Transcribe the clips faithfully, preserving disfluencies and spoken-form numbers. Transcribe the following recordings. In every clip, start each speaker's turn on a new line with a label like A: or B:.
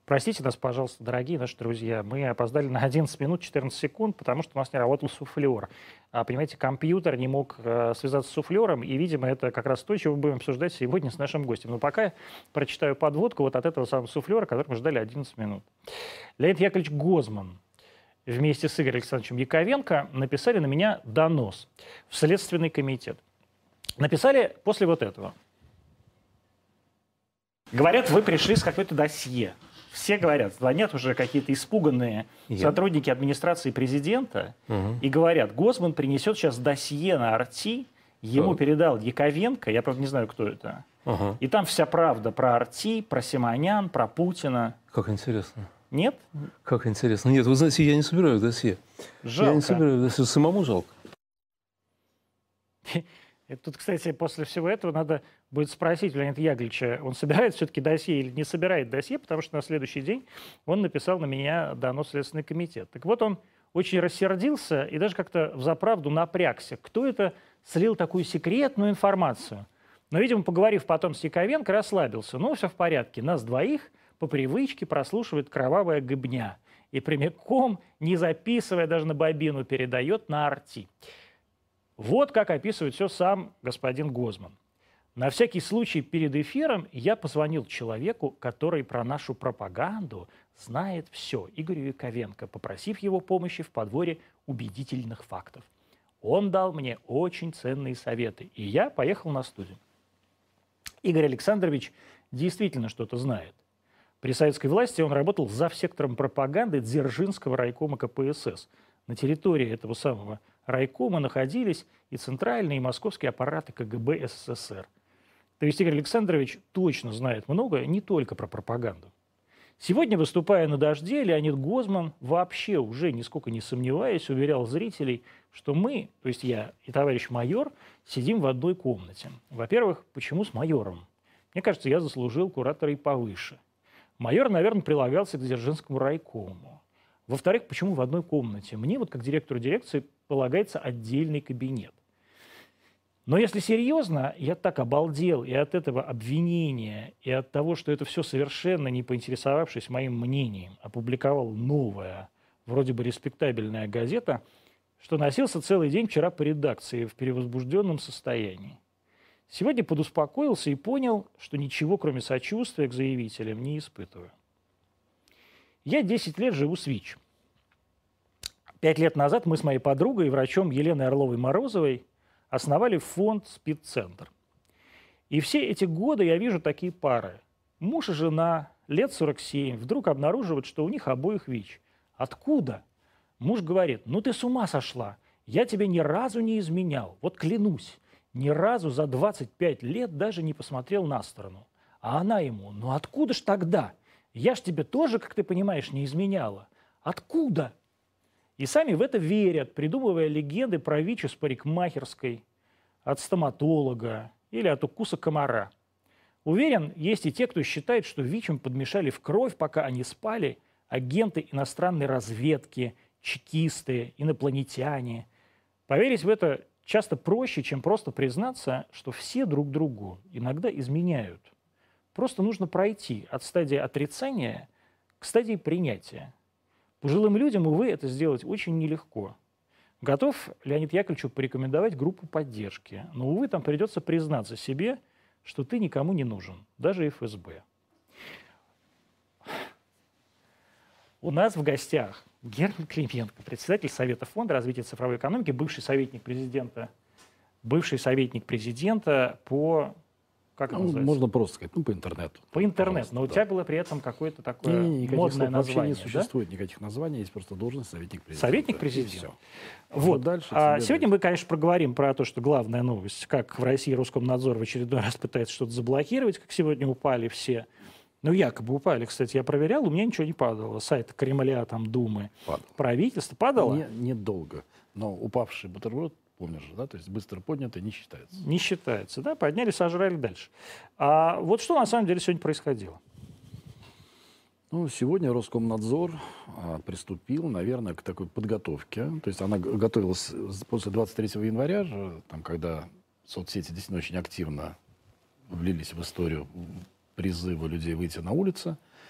A: Простите нас, пожалуйста, дорогие наши друзья, мы опоздали на одиннадцать минут четырнадцать секунд, потому что у нас не работал суфлер. А, понимаете, компьютер не мог э, связаться с суфлером, и, видимо, это как раз то, чего мы будем обсуждать сегодня с нашим гостем. Но пока я прочитаю подводку вот от этого самого суфлера, который мы ждали одиннадцать минут. Леонид Яковлевич Гозман вместе с Игорем Александровичем Яковенко написали на меня донос в Следственный комитет. Написали после вот этого. Говорят, вы пришли с какой-то досье. Все говорят, звонят уже какие-то испуганные Я? сотрудники администрации президента угу. и говорят, Гозман принесет сейчас досье на Арти, ему так. передал Яковенко, я, правда, не знаю, кто это. Угу. И там вся правда про Арти, про Симонян, про Путина.
B: Как интересно.
A: Нет?
B: Как интересно. Нет, вы знаете, я не собираю досье.
A: Жалко.
B: Я не собираю досье, самому жалко.
A: И тут, кстати, после всего этого надо будет спросить Леонида Яковлевича, он собирает все-таки досье или не собирает досье, потому что на следующий день он написал на меня донос в Следственный комитет. Так вот, он очень рассердился и даже как-то взаправду напрягся. Кто это слил такую секретную информацию? Но, видимо, поговорив потом с Яковенко, расслабился. Ну, все в порядке, нас двоих по привычке прослушивает кровавая гыбня и прямиком, не записывая даже на бобину, передает на Арти. Вот как описывает все сам господин Гозман. На всякий случай перед эфиром я позвонил человеку, который про нашу пропаганду знает все, Игорю Яковенко, попросив его помощи в подборе убедительных фактов. Он дал мне очень ценные советы, и я поехал на студию. Игорь Александрович действительно что-то знает. При советской власти он работал завсектором пропаганды Дзержинского райкома ка пэ эс эс. На территории этого самого райкома находились и центральные, и московские аппараты ка гэ бэ эс эс эс эр. То есть Игорь Александрович точно знает много не только про пропаганду. Сегодня, выступая на «Дожде», Леонид Гозман, вообще уже нисколько не сомневаясь, уверял зрителей, что мы, то есть я и товарищ майор, сидим в одной комнате. Во-первых, почему с майором? Мне кажется, я заслужил куратора и повыше. Майор, наверное, прилагался к Дзержинскому райкому. Во-вторых, почему в одной комнате? Мне, вот как директору дирекции, полагается отдельный кабинет. Но если серьезно, я так обалдел и от этого обвинения, и от того, что это все совершенно не поинтересовавшись моим мнением, опубликовал новая, вроде бы респектабельная газета, что носился целый день вчера по редакции в перевозбужденном состоянии. Сегодня подуспокоился и понял, что ничего, кроме сочувствия к заявителям, не испытываю. Я десять лет живу с ВИЧ. Пять лет назад мы с моей подругой и врачом Еленой Орловой-Морозовой основали фонд «Спид-центр». И все эти годы я вижу такие пары. Муж и жена, лет сорок семь, вдруг обнаруживают, что у них обоих ВИЧ. Откуда? Муж говорит, ну ты с ума сошла, я тебе ни разу не изменял, вот клянусь, ни разу за двадцать пять лет даже не посмотрел на сторону. А она ему, ну откуда ж тогда? Я ж тебе тоже, как ты понимаешь, не изменяла. Откуда? И сами в это верят, придумывая легенды про ВИЧ из парикмахерской, от стоматолога или от укуса комара. Уверен, есть и те, кто считает, что ВИЧ им подмешали в кровь, пока они спали, агенты иностранной разведки, чекисты, инопланетяне. Поверить в это часто проще, чем просто признаться, что все друг другу иногда изменяют. Просто нужно пройти от стадии отрицания к стадии принятия. Пожилым людям, увы, это сделать очень нелегко. Готов Леонид Яковлевичу порекомендовать группу поддержки, но, увы, там придется признаться себе, что ты никому не нужен, даже эф эс бэ. У нас в гостях Герман Клименко, председатель Совета фонда развития цифровой экономики, бывший советник президента, бывший советник президента по... Как это
C: ну,
A: называется?
C: Можно просто сказать, ну, по интернету.
A: По интернету, но да. У тебя было при этом какое-то такое не, не, модное название.
C: Вообще не существует да? никаких названий, есть просто должность советник президента.
A: Советник президента. Вот.
C: Дальше
A: а сегодня мы, конечно, проговорим про то, что главная новость, как в России Роскомнадзор в очередной раз пытается что-то заблокировать, как сегодня упали все. Ну, якобы упали, кстати, я проверял, у меня ничего не падало. Сайт Кремля, там, Думы, Падал. Правительство падало?
C: Не, недолго, но упавший бутерброд, помнишь же, да, то есть быстро поднятый не считается.
A: Не считается, да, подняли, сожрали дальше. А вот что на самом деле сегодня происходило?
C: Ну, сегодня Роскомнадзор а, приступил, наверное, к такой подготовке. То есть она готовилась после двадцать третьего января, же, там, когда соцсети действительно очень активно влились в историю призыва людей выйти на улицы.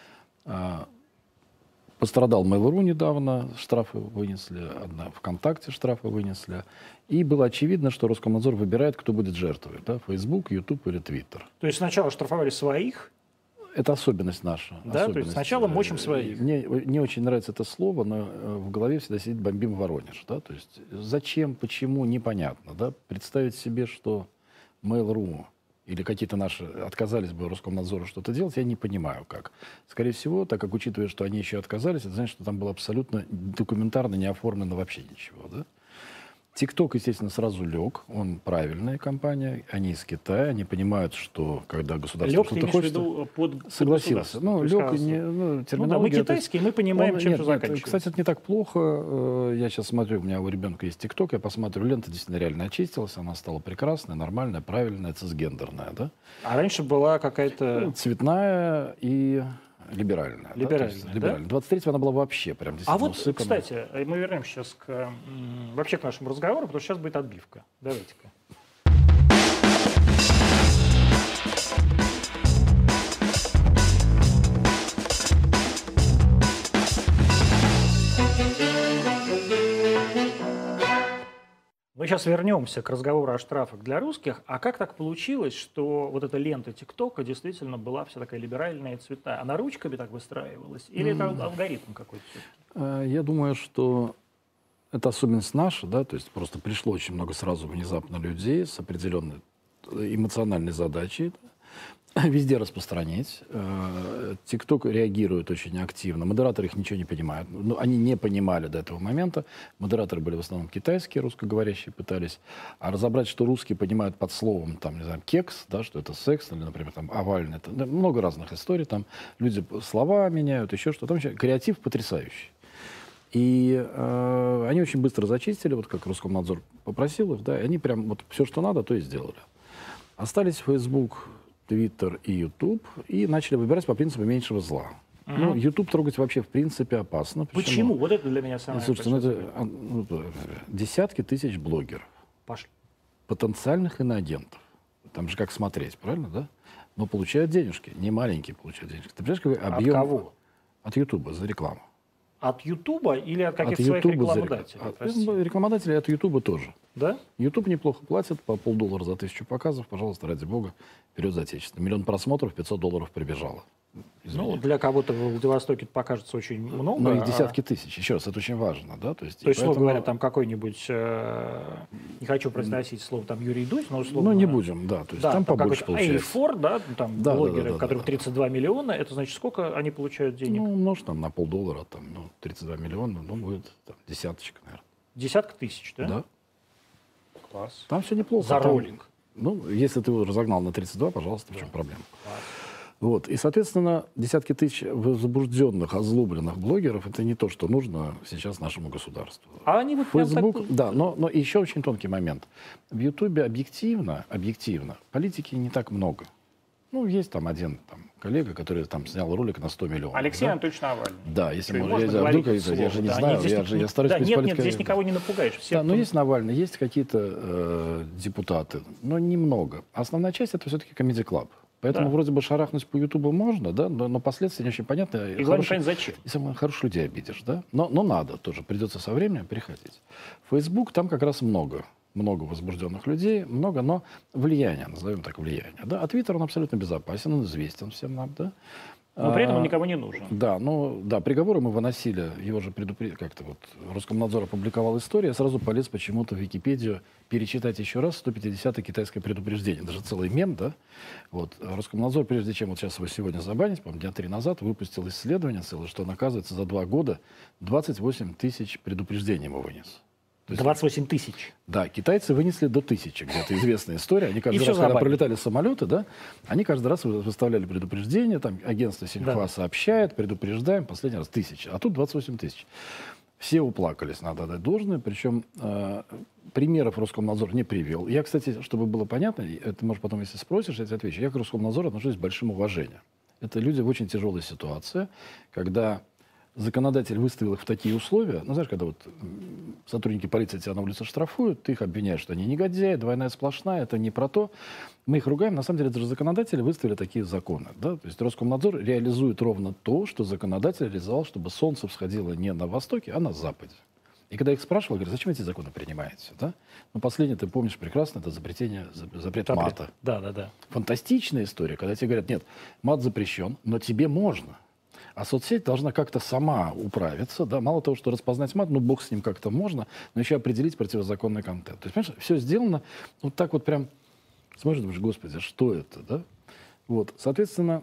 C: А, Пострадал Mail.ru недавно, штрафы вынесли, одна ВКонтакте штрафы вынесли. И было очевидно, что Роскомнадзор выбирает, кто будет жертвой. Да? Facebook, YouTube или Twitter.
A: То есть сначала штрафовали своих?
C: Это особенность наша.
A: Да,
C: особенность.
A: то есть сначала мочим своих.
C: Мне не очень нравится это слово, но в голове всегда сидит «бомбим Воронеж». Да? То есть зачем, почему, непонятно. Да? Представить себе, что Mail.ru или какие-то наши отказались бы Роскомнадзору что-то делать, я не понимаю как. Скорее всего, так как учитывая, что они еще отказались, это значит, что там было абсолютно документарно не оформлено вообще ничего. Да? ТикТок, естественно, сразу лег. Он правильная компания. Они из Китая. Они понимают, что когда государство
A: лег,
C: что-то
A: ты имеешь
C: хочет...
A: в виду под,
C: согласился.
A: под
C: Ну, лег,
A: сказал,
C: не, ну, терминология...
A: Ну, да, мы китайские, мы понимаем,
C: он,
A: чем
C: нет,
A: все
C: нет,
A: заканчивается.
C: Кстати, это не так плохо. Я сейчас смотрю, у меня у ребенка есть ТикТок, я посмотрю, лента действительно реально очистилась, она стала прекрасная, нормальная, правильная, цисгендерная. Да?
A: А раньше была какая-то...
C: Ну, цветная и... Либеральная.
A: Либеральная,
C: да?
A: да?
C: Либеральная. двадцать третьего она была вообще прям действительно
A: А вот,
C: усыпана.
A: кстати, мы вернемся сейчас к, м, вообще к нашему разговору, потому что сейчас будет отбивка. Давайте-ка. Мы сейчас вернемся к разговору о штрафах для русских. А как так получилось, что вот эта лента ТикТока действительно была вся такая либеральная и цветная? Она ручками так выстраивалась? Или это алгоритм какой-то все-таки?
C: Я думаю, что это особенность наша, да, то есть просто пришло очень много сразу внезапно людей с определенной эмоциональной задачей. Везде распространить. ТикТок реагирует очень активно. Модераторы их ничего не понимают. Ну, они не понимали до этого момента. Модераторы были в основном китайские, русскоговорящие пытались. А разобрать, что русские понимают под словом, там, не знаю, кекс, да, что это секс, или, например, там, овальный. Это, да, много разных историй. Там люди слова меняют, еще что-то. Там еще креатив потрясающий. И э, они очень быстро зачистили, вот как Роскомнадзор попросил их, да, и они прям вот все, что надо, то и сделали. Остались Facebook, Twitter и YouTube, и начали выбирать по принципу меньшего зла. Uh-huh. Ну, YouTube трогать вообще в принципе опасно.
A: Почему? Почему? Вот это для меня самое
C: Слушайте, ну, это ну, десятки тысяч блогеров.
A: Пошли.
C: Потенциальных иноагентов. Там же как смотреть, правильно, да? Но получают денежки, не маленькие получают денежки. Ты понимаешь, какой объем...
A: От кого?
C: От YouTube за рекламу.
A: От Ютуба или от каких-то
C: от
A: своих рекламодателей?
C: От, рекламодателей от Ютуба тоже.
A: Да?
C: Ютуб неплохо платит, по полдоллара за тысячу показов. Пожалуйста, ради бога, вперед за отечество. Миллион просмотров, пятьсот долларов прибежало. Извини.
A: Ну, для кого-то в Владивостоке это покажется очень много.
C: Ну, их десятки
A: а...
C: тысяч. Еще раз, это очень важно. Да? То есть,
A: То есть,
C: поэтому...
A: условно говоря, там какой-нибудь, э, не хочу произносить слово там Юрий Дудь, но условно...
C: Ну, не будем, да. То есть,
A: да,
C: там,
A: там
C: побольше получается.
A: Эйфор, да, там
C: да,
A: блогеры,
C: да, да, да,
A: у которых
C: да,
A: тридцать два миллиона, это значит, сколько они получают денег?
C: Ну, умножь там на полдоллара, там, ну, тридцать два миллиона, ну, будет там, десяточка, наверное.
A: Десятка тысяч, да?
C: Да.
A: Класс.
C: Там все неплохо.
A: За
C: там,
A: ролик.
C: Ну, если ты его разогнал на тридцать два, пожалуйста, в чем
A: Да.
C: проблема?
A: Класс.
C: Вот. И, соответственно, десятки тысяч возбужденных, озлобленных блогеров — это не то, что нужно сейчас нашему государству.
A: А они вот прям
C: Facebook,
A: так...
C: да, но, но еще очень тонкий момент. В Ютубе объективно, объективно политики не так много. Ну, есть там один там, коллега, который там снял ролик на сто миллионов.
A: Алексей
C: да?
A: Анатольевич Навальный.
C: Да, если
A: Что,
C: можно.
A: можно
C: Я,
A: говорить
C: вдруг, я,
A: вслух?
C: я же не
A: Да,
C: знаю,
A: нет, здесь
C: я,
A: не-
C: же, я стараюсь
A: да,
C: быть
A: нет, нет,
C: политикой.
A: здесь никого не напугаешь. Все,
C: Да, но
A: кто-
C: есть Навальный, есть какие-то э, депутаты, но немного. Основная часть — это все-таки Comedy Club. Поэтому
A: Да.
C: вроде бы шарахнуть по Ютубу можно, да, но, но последствия не очень понятны.
A: И главное, понять, зачем.
C: И самое хороших людей обидишь, да? Но, но надо тоже, придется со временем переходить. Facebook, там как раз много. Много возбужденных людей, много, но влияния, назовем так, влияние. Да? А Твиттер, он абсолютно безопасен, он известен всем нам, да?
A: Но при этом он
C: А,
A: никому не нужен.
C: Да, ну, да, приговоры мы выносили, его же предупредили, как-то вот Роскомнадзор опубликовал историю, я сразу полез почему-то в Википедию перечитать еще раз сто пятидесятое китайское предупреждение, даже целый мем, да? Вот, Роскомнадзор, прежде чем вот сейчас его сегодня забанить, по-моему, дня три назад, выпустил исследование целое, что он, оказывается, за два года двадцать восемь тысяч предупреждений ему вынес. То есть,
A: двадцать восемь тысяч.
C: да, китайцы вынесли до тысячи, где-то известная история. Они каждый
A: всё
C: раз, когда
A: забанили.
C: пролетали самолеты, да, они каждый раз вы- выставляли предупреждение, там агентство Синьхуа
A: Да.
C: сообщает, предупреждаем, последний раз тысяча, а тут двадцать восемь тысяч. Все уплакались, надо отдать должное, причем э, примеров Роскомнадзор не привел. Я, кстати, чтобы было понятно, и это, может, потом, если спросишь, я тебе отвечу, я к Роскомнадзору отношусь с большим уважением. Это люди в очень тяжелой ситуации, когда законодатель выставил их в такие условия, ну, знаешь, когда вот сотрудники полиции тебя на улице штрафуют, ты их обвиняешь, что они негодяи, двойная сплошная, это не про то. Мы их ругаем, на самом деле, это же законодатели выставили такие законы. Да? То есть Роскомнадзор реализует ровно то, что законодатель реализовал, чтобы солнце всходило не на востоке, а на западе. И когда их спрашивал, говорят, зачем эти законы принимаете? Да? Ну, последнее, ты помнишь прекрасно, это запретение, запрет
A: Запрет.
C: мата.
A: Да, да, да.
C: Фантастичная история, когда тебе говорят, нет, мат запрещен, но тебе можно. А соцсеть должна как-то сама управиться, да, мало того, что распознать мат, ну, бог с ним как-то можно, но еще определить противозаконный контент. То есть, понимаешь, все сделано вот так вот прям, смотришь, думаешь, господи, что это, да? Вот, соответственно,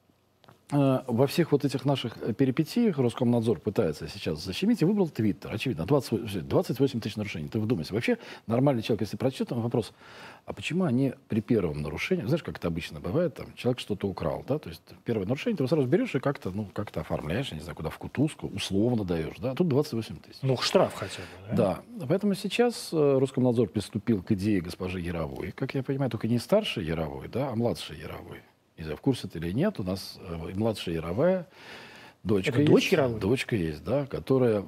C: э, во всех вот этих наших перипетиях Роскомнадзор пытается сейчас защемить и выбрал Твиттер. Очевидно, двадцать восемь тысяч нарушений. Ты вдумайся. Вообще, нормальный человек, если прочитает, там вопрос, а почему они при первом нарушении, знаешь, как это обычно бывает, там, человек что-то украл, да, то есть первое нарушение, ты его сразу берешь и как-то, ну, как-то оформляешь, я не знаю, куда, в кутузку, условно даешь, да, а тут двадцать восемь тысяч.
A: Ну, штраф хотя бы, да?
C: Да, поэтому сейчас э, Роскомнадзор приступил к идее госпожи Яровой, как я понимаю, только не старшей Яровой, да, а младшей Яровой. Не знаю, в курсе ты или нет, у нас э, младшая Яровая, дочка
A: Это
C: есть.
A: дочь Яровой?
C: Дочка есть, да, которая...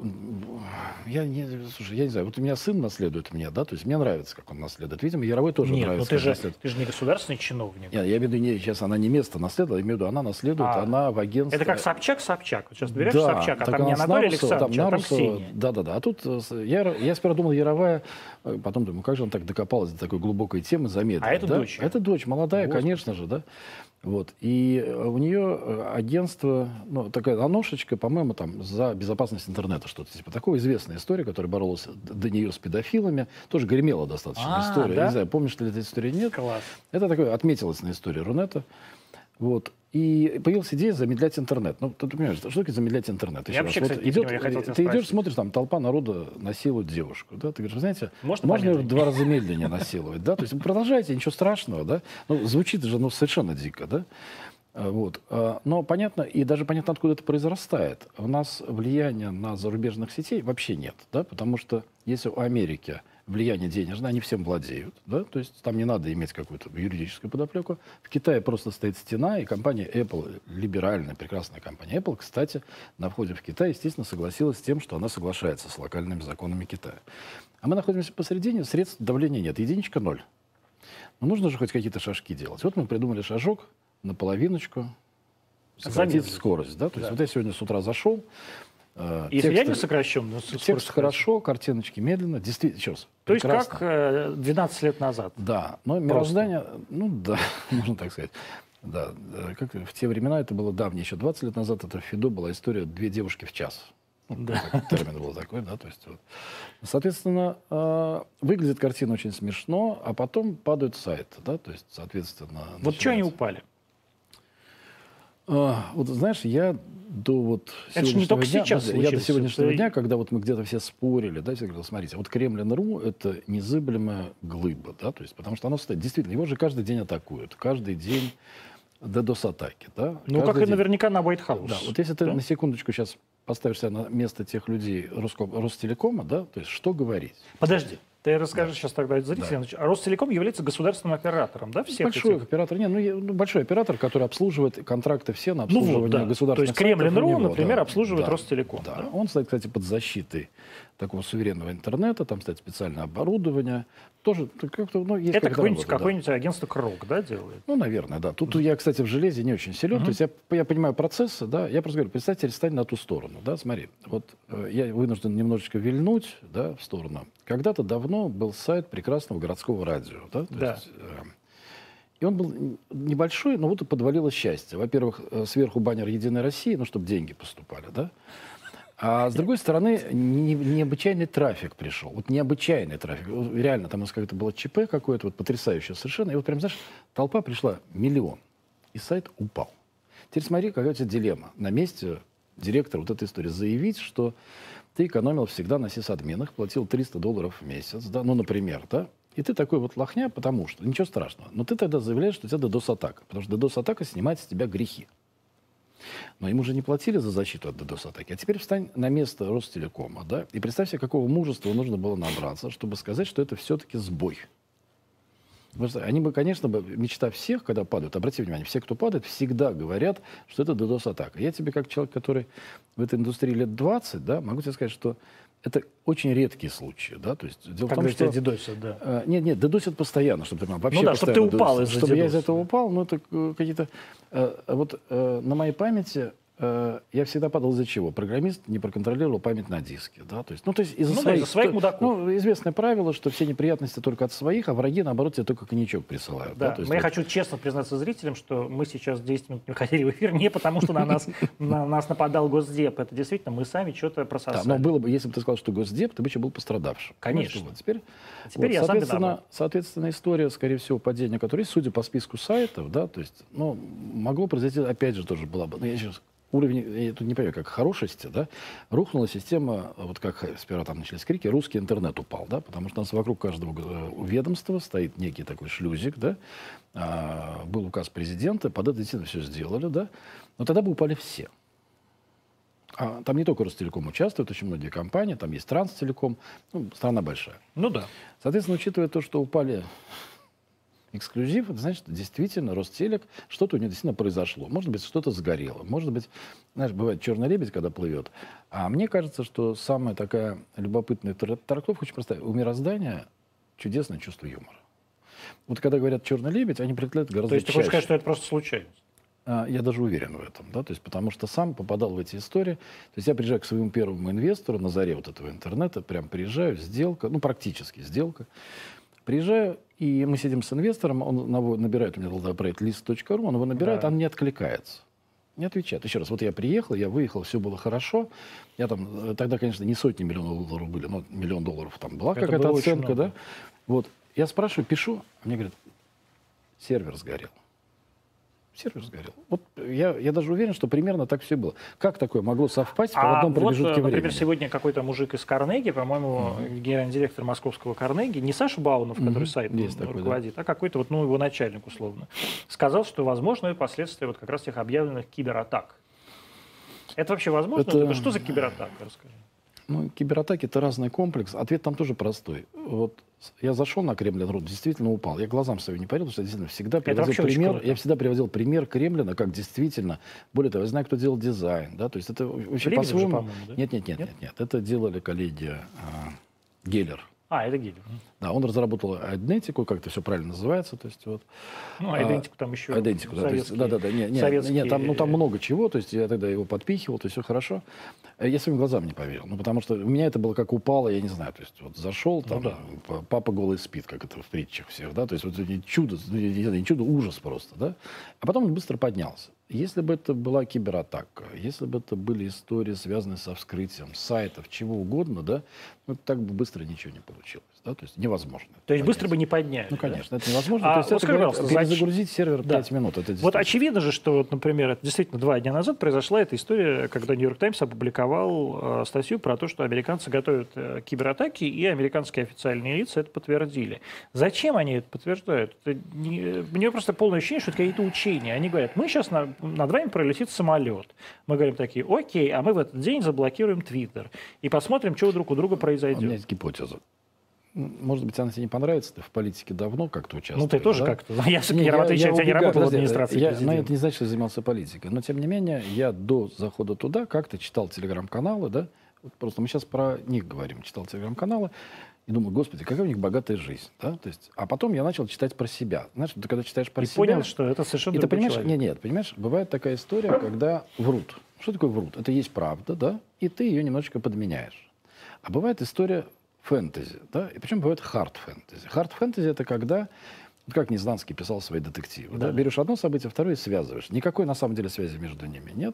C: Я не, слушай, я не знаю, вот у меня сын наследует мне, да, то есть мне нравится, как он наследует. Видимо, Яровой тоже
A: Нет,
C: нравится,
A: ну ты
C: как
A: же,
C: наследует.
A: ты же не государственный чиновник.
C: Нет, я имею в виду, не, сейчас она не место наследует, я имею в виду, она наследует,
A: А,
C: она в агентстве...
A: Это как Собчак-Собчак. Вот сейчас доверяешь
C: Да,
A: Собчак, а
C: так
A: там не
C: она с
A: Анатолий
C: Нарусова,
A: Александрович,
C: там
A: а там
C: Нарусова,
A: Ксения.
C: да-да-да. А тут э, с- я, я сперва думал, Яровая, э, потом думаю, как же она так докопалась до такой глубокой темы замедленно.
A: А это
C: да?
A: дочь?
C: Это дочь, молодая,
A: Господи.
C: конечно же, да. Вот. И э, у нее э, агентство, ну, такая аношечка, по-моему, там, за безопасность интернета, что-то типа такого. Известная история, которая боролась д- до нее с педофилами. Тоже гремела достаточно
A: А,
C: история.
A: да?
C: Я не знаю, помнишь ты эту историю, нет?
A: Класс.
C: Это такое, отметилось на истории Рунета. Вот. И появилась идея замедлять интернет. Ну, ты, ты понимаешь, что такое замедлять интернет?
A: Я
C: Еще
A: вообще,
C: раз.
A: кстати,
C: Вот
A: не
C: идет,
A: понимаю, я хотел тебя
C: ты идешь,
A: спросить.
C: смотришь, там толпа народа насилует девушку. Да? Ты говоришь, вы знаете,
A: Можно
C: можно ее в
A: помедленнее?
C: два раза медленнее насиловать. Да? То есть вы продолжайте, ничего страшного. Да? Ну, звучит же ну, совершенно дико. Да? А, Вот. А, Но понятно, и даже понятно, откуда это произрастает. У нас влияния на зарубежных сетей вообще нет. Да? Потому что если у Америки влияние денежное, они всем владеют, да, то есть там не надо иметь какую-то юридическую подоплеку. В Китае просто стоит стена, и компания Apple, либеральная, прекрасная компания Apple, кстати, на входе в Китай, естественно, согласилась с тем, что она соглашается с локальными законами Китая. А мы находимся посередине, средств давления нет, единичка ноль. Но нужно же хоть какие-то шажки делать. Вот мы придумали шажок на половиночку, сократить
A: Замедлить.
C: скорость, да, то есть
A: Да.
C: вот я сегодня с утра зашел, э,
A: Если я не
C: тексты-
A: сокращен, ну, с-
C: текст
A: скорость
C: хорошо, картиночки медленно, действительно, еще раз,
A: То есть
C: прекрасно.
A: как э, двенадцать лет назад.
C: Да, но мироздание, ну да, можно так сказать. Да, э, как в те времена это было давнее, еще двадцать лет назад, это в ФИДО была история «две девушки в час». Ну,
A: Да.
C: так, термин был такой, да, то есть вот. Соответственно, э, выглядит картина очень смешно, а потом падают сайты, да, то есть, соответственно...
A: Вот что они
C: начинается-
A: упали?
C: А, вот знаешь, я до вот
A: Это ж
C: сегодняшнего
A: не только
C: дня,
A: сейчас
C: подожди, я до
A: случилось,
C: сегодняшнего
A: это-
C: дня, когда вот мы где-то все спорили, да, я говорил, смотрите, вот Кремлин точка ру это незыблемая глыба, да, то есть, потому что оно стоит, действительно, его же каждый день атакуют, каждый день ддос-атаки, да.
A: Ну, как
C: каждый
A: и
C: день.
A: наверняка на White House.
C: Да, вот если ты
A: Да?
C: на секундочку сейчас поставишь себя на место тех людей Роском- Ростелекома, да, то есть что говорить?
A: Подожди. Ты расскажешь сейчас тогда зрителям. А Ростелеком является государственным оператором, да, всех
C: Большой
A: этих?
C: оператор, не, ну, я- ну, большой оператор, который обслуживает контракты все на
A: Ну вот,
C: обслуживание
A: да. То
C: государственных
A: есть Кремлин
C: сайтов у
A: точка ру,
C: него,
A: например,
C: да,
A: обслуживает
C: да,
A: Ростелеком.
C: Да.
A: да?
C: Он стоит, кстати, под защитой такого суверенного интернета, там стоит специальное оборудование. Тоже ну, как-то, ну, есть
A: Это
C: какая-то
A: какое-нибудь,
C: работа, да.
A: какое-нибудь агентство Крок, да, делает?
C: Ну, наверное, да. Тут я, кстати, в железе не очень силен. То есть я, я понимаю процессы, да. Я просто говорю, представь, теперь стань на ту сторону, да. Смотри, вот э, я вынужден немножечко вильнуть, да, в сторону. Когда-то давно был сайт прекрасного городского радио, да. То
A: Да.
C: есть, э, и он был небольшой, но вот и подвалило счастье. Во-первых, э, сверху баннер «Единой России», ну, чтобы деньги поступали, да. А с другой стороны, не- необычайный трафик пришел. Вот необычайный трафик. Вот реально, там у нас как-то было ЧП какое-то, вот потрясающее совершенно. И вот прям, знаешь, толпа пришла, миллион. И сайт упал. Теперь смотри, какая у тебя дилемма. На месте директора вот этой истории заявить, что ты экономил всегда на сисадминах, платил триста долларов в месяц, да, ну, например, да. И ты такой вот лохня, потому что, ничего страшного. Но ты тогда заявляешь, что у тебя ддос-атака. Потому что ддос-атака снимает с тебя грехи. Но ему же не платили за защиту от ддос-атаки. А теперь встань на место Ростелекома, да, и представь себе, какого мужества нужно было набраться, чтобы сказать, что это все-таки сбой. Потому что они бы, конечно, бы, мечта всех, когда падают, обрати внимание, все, кто падает, всегда говорят, что это ддос-атака. Я тебе, как человек, который в этой индустрии лет двадцать, да, могу тебе сказать, что это очень редкие случаи, да, то есть дело
A: Когда
C: в том,
A: тебя
C: что...
A: дедосят, да.
C: А, нет, нет, дедосят постоянно, чтобы ты понимал. Вообще
A: Ну да, чтобы ты
C: постоянно
A: упал
C: дедосят.
A: из-за
C: Чтобы я из
A: дедоса,
C: этого
A: да.
C: упал, ну это э, какие-то... э, вот э, на моей памяти э, я всегда падал из-за чего? Программист не проконтролировал память на диске, да, то есть, ну то есть из-за
A: Ну да,
C: своих...
A: из-за своих
C: что-
A: мудаков.
C: Ну, известное правило, что все неприятности только от своих, а враги, наоборот, тебе только коньячок присылают.
A: Да,
C: Да, то есть
A: но я
C: вот-
A: хочу честно признаться зрителям, что мы сейчас десять минут не выходили в эфир не потому, что на нас, на нас нападал Госдеп. Это действительно мы сами что-то
C: Да,
A: прососали.
C: но было бы, если бы ты сказал, что Госдеп, ты бы еще был пострадавшим.
A: Конечно.
C: Понимаешь, вот теперь,
A: Теперь
C: вот,
A: я сам
C: соответственно,
A: виноват.
C: соответственно, история, скорее всего, падения, которая есть, судя по списку сайтов, да, то есть, ну, могло произойти, опять же, тоже была бы, ну, я сейчас уровень, я тут не понимаю, как хорошести, да, рухнула система, вот как сперва там начались крики, русский интернет упал, да, потому что у нас вокруг каждого э, ведомства стоит некий такой шлюзик, да, а, был указ президента, под это действительно все сделали, да, но тогда бы упали все. А там не только Ростелеком участвует, очень многие компании, там есть Транстелеком, ну, страна большая.
A: Ну да.
C: Соответственно, учитывая то, что упали эксклюзивы, это значит, действительно, Ростелек, что-то у него действительно произошло. Может быть, что-то сгорело. Может быть, знаешь, бывает черный лебедь, когда плывет. А мне кажется, что самая такая любопытная тр- трактовка, очень простая. У мироздания чудесное чувство юмора. Вот когда говорят черный лебедь, они прилетают гораздо
A: То есть ты
C: чаще.
A: хочешь сказать, что это просто случайность?
C: А, Я даже уверен в этом, да, то есть потому что сам попадал в эти истории. То есть я приезжаю к своему первому инвестору на заре вот этого интернета, прям приезжаю, сделка, ну практически сделка. Приезжаю, и мы сидим с инвестором, он наво- набирает у меня лист лист точка ру, он его набирает,
A: Да.
C: он не откликается. Не отвечает. Еще раз, вот я приехал, я выехал, все было хорошо. Я там, э, тогда, конечно, не сотни миллионов долларов были, но миллион долларов там была
A: Это
C: какая-то
A: было очень
C: оценка,
A: много.
C: да. Вот, я спрашиваю, пишу, а мне говорят, сервер сгорел. Сервер сгорел. Вот я, я даже уверен, что примерно так все было. Как такое могло совпасть в
A: А
C: одном
A: вот,
C: промежутке
A: например,
C: времени?
A: сегодня какой-то мужик из Карнеги, по-моему, генеральный директор московского Карнеги, не Саша Баунов, который
C: Мгм.
A: сайт
C: Есть такой,
A: руководит, а какой-то вот, ну, его начальник условно, сказал, что возможно последствия вот как раз тех объявленных кибератак. Это вообще возможно?
C: Это-
A: Это что за кибератака? Расскажи.
C: Ну, кибератаки — это разный комплекс. Ответ там тоже простой. Вот я зашел на Кремлин.ру, действительно упал. Я глазам своим не поверил, потому что я действительно всегда приводил
A: вообще очень
C: пример.
A: круто.
C: Я всегда приводил пример Кремлина, как действительно. Более того, я знаю, кто делал дизайн. Да? То есть это вообще
A: Лебедев же,
C: по-своему...
A: по-моему, да?
C: Нет, нет, нет,
A: Нет?
C: нет, нет. Это делали коллеги а, Геллер.
A: А, это Гелев.
C: Да, он разработал идентику, как это все правильно называется. То есть вот.
A: Ну,
C: А,
A: а идентику там еще
C: Идентику, да, то есть, да, да, да, нет, нет,
A: советские-
C: нет, там, ну, там много чего, то есть я тогда его подпихивал, то есть все хорошо. Э, Я своим глазам не поверил, ну, потому что у меня это было как упало, я не знаю, то есть вот зашел, там,
A: да.
C: п- папа голый спит, как это в притчах всех, да, то есть вот это чудо, ну, не, не знаю, не чудо, ужас просто, да. А потом он быстро поднялся. Если бы это была кибератака, если бы это были истории, связанные со вскрытием сайтов, чего угодно, да, ну, так бы быстро ничего не получилось, да, то есть невозможно.
A: То есть быстро бы
C: поднять.
A: не подняли.
C: Ну,
A: да?
C: конечно, это невозможно.
A: А
C: то есть
A: вот
C: это,
A: скажи,
C: говорят,
A: пожалуйста, зач-
C: перезагрузить сервер
A: Да.
C: пять минут. Это
A: Вот
C: действительно.
A: очевидно же, что, вот, например, это действительно два дня назад произошла эта история, когда Нью-Йорк Таймс опубликовал э, статью про то, что американцы готовят э, кибератаки, и американские официальные лица это подтвердили. Зачем они это подтверждают? Это не- Мне просто полное ощущение, что это какие-то учения. Они говорят, мы сейчас на- над вами пролетит самолет. Мы говорим такие, окей, а мы в этот день заблокируем Твиттер и посмотрим, что друг у друга
C: У меня
A: произойдет.
C: есть гипотеза. М, Может быть, она тебе не понравится, ты в политике давно как-то участвуешь.
A: Ну, ты тоже
C: да?
A: как-то. Я,
C: Не,
A: я, в отличие от тебя, не
C: убегаю,
A: работал в
C: подожди,
A: администрации
C: я,
A: президента.
C: но это не значит, что я занимался политикой. Но, тем не менее, я до захода туда как-то читал телеграм-каналы, да, вот просто мы сейчас про них говорим, читал телеграм-каналы, и думаю, господи, какая у них богатая жизнь, да, то есть, а потом я начал читать про себя. Знаешь, ты когда читаешь про
A: И
C: себя...
A: понял, что это совершенно
C: И ты
A: другой
C: понимаешь,
A: человек.
C: нет, нет, понимаешь, бывает такая история, когда врут. Что такое врут? Это есть правда, да, и ты ее немножечко подменяешь. А бывает история фэнтези, да, и причем бывает хард фэнтези. Хард фэнтези — это когда, вот как Незнанский писал свои детективы, да.
A: Да.
C: Берешь одно событие, второе и связываешь. Никакой на самом деле связи между ними нет.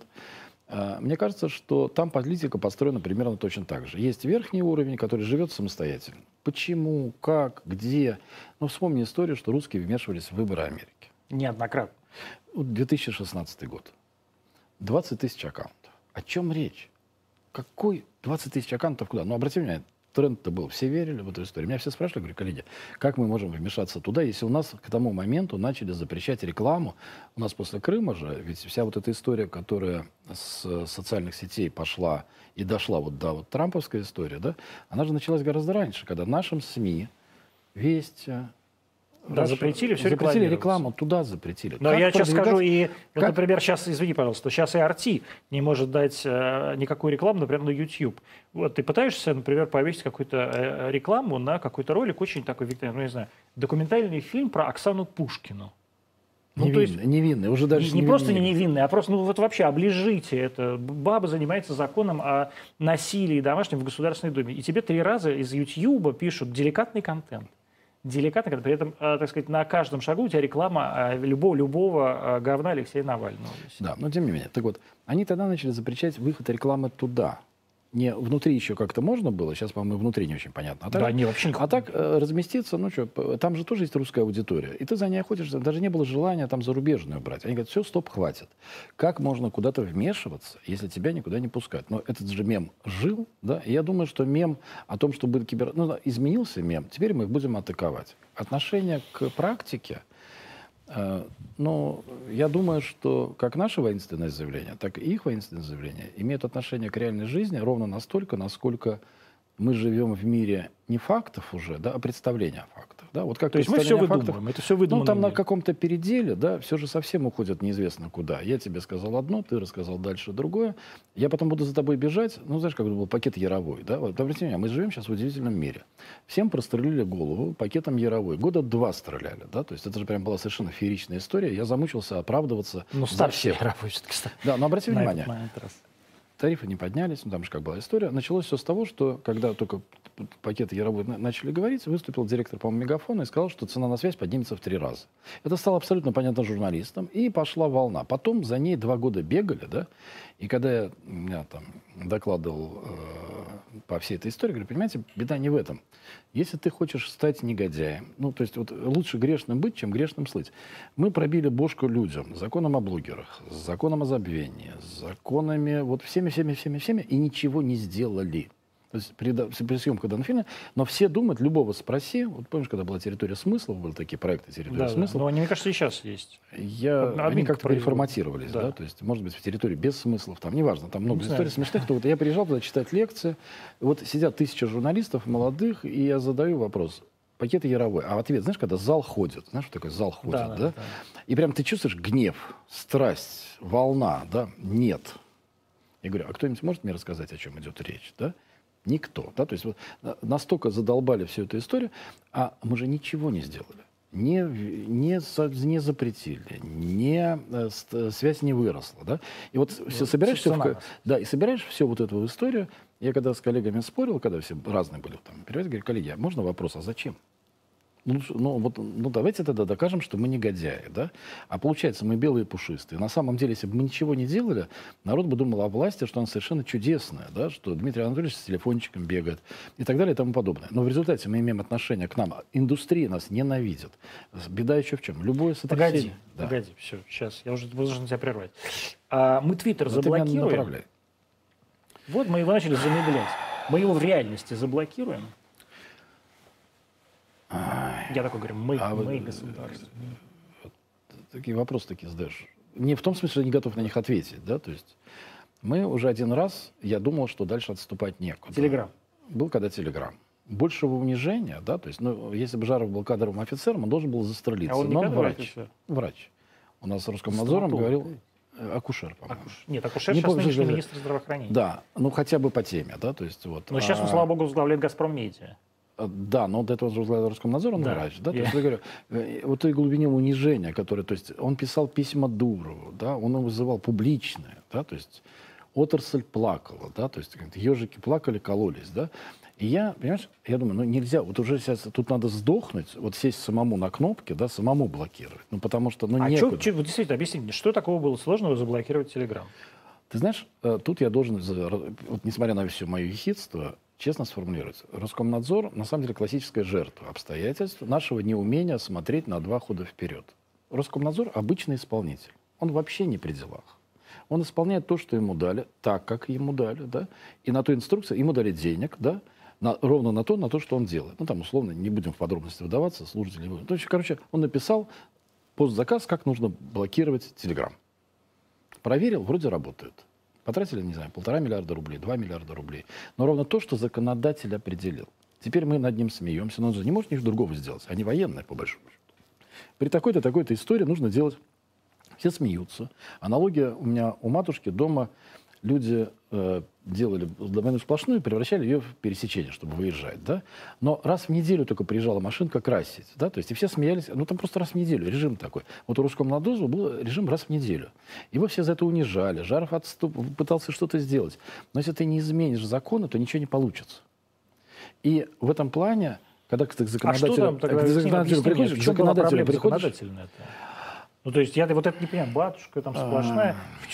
C: А, Мне кажется, что там политика построена примерно точно так же. Есть верхний уровень, который живет самостоятельно. Почему, как, где? Ну, вспомни историю, что русские вмешивались в выборы Америки.
A: Неоднократно.
C: Вот две тысячи шестнадцатый год. двадцать тысяч аккаунтов. О чем речь? Какой двадцать тысяч аккаунтов куда? Ну, обрати внимание, тренд-то был. Все верили в эту историю. Меня все спрашивали, говорю, коллеги, как мы можем вмешаться туда, если у нас к тому моменту начали запрещать рекламу? У нас после Крыма же, ведь вся вот эта история, которая с социальных сетей пошла и дошла вот до вот трамповской истории, да, она же началась гораздо раньше, когда нашим СМИ, Вести,
A: Да,
C: Раз-
A: запретили все
C: Запретили
A: рекламировать.
C: рекламу, туда запретили.
A: Но
C: Как
A: я сейчас
C: продвигать-
A: скажу, и, вот,
C: как-
A: например, сейчас, извини, пожалуйста, сейчас и Арти не может дать э, никакую рекламу, например, на YouTube. Вот ты пытаешься, например, повесить какую-то э, рекламу на какой-то ролик, очень такой, ну, не знаю, документальный фильм про Оксану Пушкину. Ну, то есть
C: Невинный, невинный, уже даже
A: не, не просто не
C: невинный.
A: невинный, а просто, ну вот вообще оближите это. Баба занимается законом о насилии домашнем в Государственной Думе. И тебе три раза из Ютьюба пишут деликатный контент. Деликатный контент. При этом, э, так сказать, на каждом шагу у тебя реклама э, любого, любого э, говна Алексея Навального.
C: Да, но тем не менее. Так вот, они тогда начали запрещать выход рекламы туда. Не внутри еще как-то можно было, сейчас, по-моему, внутри не очень понятно. А так,
A: Да, не, вообще никак.
C: а так э, разместиться, ну что, там же тоже есть русская аудитория. И ты за ней охотишься, даже не было желания там зарубежную брать. Они говорят, все, стоп, хватит. Как можно куда-то вмешиваться, если тебя никуда не пускают? Но этот же мем жил, да, и я думаю, что мем о том, что будет кибер... Ну, да, изменился мем, теперь мы их будем атаковать. Отношение к практике, Э, Но я думаю, что как наше воинственное заявление, так и их воинственное заявление имеют отношение к реальной жизни ровно настолько, насколько мы живем в мире не фактов уже, да, а представления о фактах. Да? Вот как
A: То есть мы все
C: представление о фактах-
A: выдумываем, это все
C: Ну,
A: выдумано.
C: там на каком-то переделе, да, все же совсем уходит неизвестно куда. Я тебе сказал одно, ты рассказал дальше другое. Я потом буду за тобой бежать. Ну, знаешь, как был пакет Яровой, да? Вот, обратите внимание, мы живем сейчас в удивительном мире. Всем прострелили голову пакетом Яровой. Года два стреляли, да? То есть это же прям была совершенно фееричная история. Я замучился оправдываться
A: Ну,
C: за
A: старший
C: всех.
A: Яровой все-таки стал.
C: Да, но обратите
A: На
C: внимание,
A: этот момент раз.
C: тарифы не поднялись, ну там же как была история. Началось все с того, что когда только пакеты Яровой на- начали говорить, выступил директор, по-моему, Мегафона и сказал, что цена на связь поднимется в три раза. Это стало абсолютно понятно журналистам, и пошла волна. Потом за ней два года бегали, да, и когда я, я там докладывал э, по всей этой истории, говорю, понимаете, беда не в этом. Если ты хочешь стать негодяем, ну, то есть вот лучше грешным быть, чем грешным слыть. Мы пробили бошку людям законом о блогерах, с законом о забвении, с законами, вот всеми, всеми, всеми, всеми, и ничего не сделали. То есть при, да- при съемках данного фильма, но все думают, любого спроси, вот помнишь, когда была «Территория смыслов», были такие проекты «Территория
A: Да, да.
C: смыслов»,
A: Но они, мне кажется, и сейчас есть.
C: я,
A: Админ
C: они как-то
A: производит.
C: переформатировались, да.
A: Да.
C: то есть, может быть, в территории без смыслов, там, неважно, там много
A: Не
C: историй
A: знаю.
C: смешных. То вот я приезжал туда читать лекции, вот сидят тысячи журналистов молодых, и я задаю вопрос, пакеты Яровой, а ответ, знаешь, когда зал ходит, знаешь, что такое зал ходит,
A: Да,
C: да,
A: да, да.
C: и прям ты чувствуешь гнев, страсть, волна, да, нет. Я говорю, а кто-нибудь может мне рассказать, о чем идет речь, да? Никто, да, то есть вот на- настолько задолбали всю эту историю, а мы же ничего не сделали. Не, в- не, со- не запретили, не, э, ст- связь не выросла, да. И вот все собираешь все,
A: цена
C: в,
A: нас.
C: ка- да, и собираешь все вот эту историю. Я когда с коллегами спорил, когда все разные были там, переводят, говорю, коллеги, а можно вопрос, а зачем? Ну, ш- ну, вот, ну, давайте тогда докажем, что мы негодяи, да? А получается, мы белые и пушистые. На самом деле, если бы мы ничего не делали, народ бы думал о власти, что она совершенно чудесная, да? Что Дмитрий Анатольевич с телефончиком бегает и так далее и тому подобное. Но в результате мы имеем отношение к нам. Индустрия нас ненавидит. Беда еще в чем? Любое
A: Погоди,
C: сотрясение... Да.
A: погоди, все, сейчас, я уже должен тебя прервать. А, мы Твиттер
C: Вот ты меня
A: заблокируем.
C: направляй.
A: Вот мы его начали замедлять. Мы его в реальности заблокируем. Я такой говорю, мы,
C: А
A: мы
C: вы-
A: государство.
C: Такие вопросы такие задаешь. Не в том смысле, что я не готов на них ответить, да, то есть мы уже один раз, я думал, что дальше отступать некуда.
A: Телеграм.
C: Был когда Телеграм. Большего унижения, да, то есть, ну, если бы Жаров был кадровым офицером, он должен был застрелиться.
A: А он не
C: Но
A: кадровый
C: врач.
A: офицер?
C: Врач. У нас с Роскомнадзором
A: Стоматолог.
C: говорил э, акушер, по-моему.
A: Акуш- Нет, акушер
C: Не
A: сейчас
C: помню,
A: нынешний
C: что-
A: министр здравоохранения.
C: Да, ну хотя бы по теме, да, то есть вот.
A: Но сейчас он,
C: а,
A: слава богу, возглавляет «Газпром Медиа».
C: а, Да, но до этого возглавлял Роскомнадзор, он
A: Да.
C: врач, да, то
A: Я-
C: есть я говорю, э, вот той глубине унижения, которое, то есть он писал письма Дурову, да, он его вызывал публичное, да, то есть отрасль плакала, да, то есть ежики плакали, кололись, да. И я, понимаешь, я думаю, ну нельзя, вот уже сейчас тут надо сдохнуть, вот сесть самому на кнопки, да, самому блокировать. Ну потому что, ну
A: А
C: некуда.
A: что, действительно, объясни мне, что такого было сложного заблокировать Телеграм?
C: Ты знаешь, э, тут я должен, за- вот несмотря на все мое ехидство, честно сформулировать. Роскомнадзор, на самом деле, классическая жертва обстоятельств нашего неумения смотреть на два хода вперед. Роскомнадзор – обычный исполнитель. Он вообще не при делах. Он исполняет то, что ему дали, так, как ему дали, да, и на ту инструкцию ему дали денег, да, на, ровно на то, на то, что он делает. Ну, там, условно, не будем в подробности вдаваться, слушатели не будут. То есть, короче, он написал постзаказ, как нужно блокировать Телеграм. Проверил, вроде работает. Потратили, не знаю, полтора миллиарда рублей, два миллиарда рублей. Но ровно то, что законодатель определил. Теперь мы над ним смеемся, но он же не может ничего другого сделать. Они военные, по большому счету. при такой-то, такой-то истории нужно делать. Все смеются. Аналогия у меня у матушки дома. Люди э, делали двойную сплошную, превращали ее в пересечение, чтобы выезжать, да. Но раз в неделю только приезжала машинка красить, да, то есть и все смеялись, ну там просто раз в неделю, режим такой. Вот у Роскомнадзора был режим раз в неделю. Его все за это унижали, Жаров отступ, пытался что-то сделать. Но если ты не изменишь законы, то ничего не получится. И в этом плане, когда к законодателю,
A: а что там тогда,
C: к законодателю приходишь,
A: в
C: к
A: чем была
C: законодателю
A: проблема
C: приходишь,
A: законодательная-то? Ну, то есть я вот это не понимаю, батюшка там сплошная.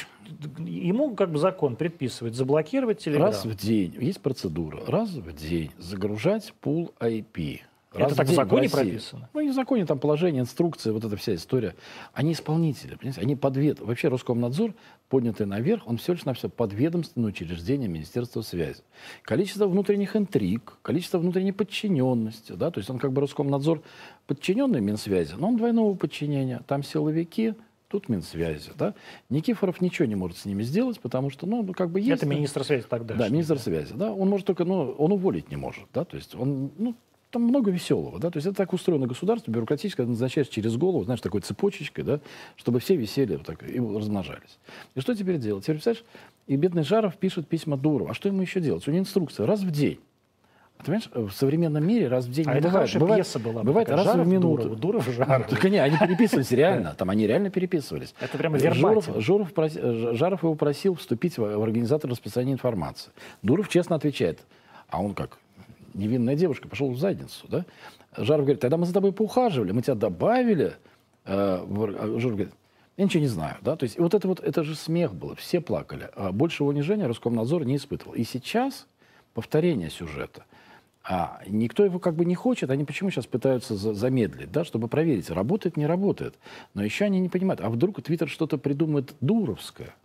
A: Ему как бы закон предписывает заблокировать Телеграм.
C: Раз в день, есть процедура, раз в день загружать пул ай пи. Раз
A: Это так в законе прописано?
C: Ну, не в законе, там положение, инструкция, вот эта вся история. Они исполнители, понимаете? Они подвед... Вообще Роскомнадзор, поднятый наверх, он все лишь на все подведомственное учреждение Министерства связи. Количество внутренних интриг, количество внутренней подчиненности, да, то есть он как бы Роскомнадзор подчиненный Минсвязи, но он двойного подчинения. Там силовики, тут Минсвязи, да. Никифоров ничего не может с ними сделать, потому что, ну, как бы есть...
A: Это министр связи тогда.
C: Да, министр связи, да. Он может только, ну, он уволить не может, да, то есть он, ну, там много веселого, да, то есть это так устроено государство, бюрократическое, назначаешь через голову, знаешь, такой цепочечкой, да, чтобы все висели вот так и размножались. И что теперь делать? Теперь, представляешь, и бедный Жаров пишет письма Дурову. А что ему еще делать? У него инструкция раз в день. А ты понимаешь, в современном мире раз в день
A: а
C: не
A: это
C: бывает.
A: хорошая
C: Бывает,
A: пьеса была.
C: бывает раз
A: Жаров,
C: в минуту.
A: Дуров, Дуров, Жаров.
C: Так они, они переписывались реально, там они реально переписывались.
A: Это прямо
C: Жоров,
A: вербатим.
C: Жоров, проси- Жаров его просил вступить в, в организатор распространения информации. Дуров честно отвечает. А он как? Невинная девушка, пошел в задницу, да? Жаров говорит, тогда мы за тобой поухаживали, мы тебя добавили. Э, в... а Жоров говорит, я ничего не знаю, да? То есть и вот это вот, это же смех было, все плакали. А большего унижения Роскомнадзор не испытывал. И сейчас повторение сюжета. А никто его как бы не хочет, они почему сейчас пытаются за замедлить, да, чтобы проверить, работает, не работает. Но еще они не понимают, а вдруг Твиттер что-то придумает дуровское?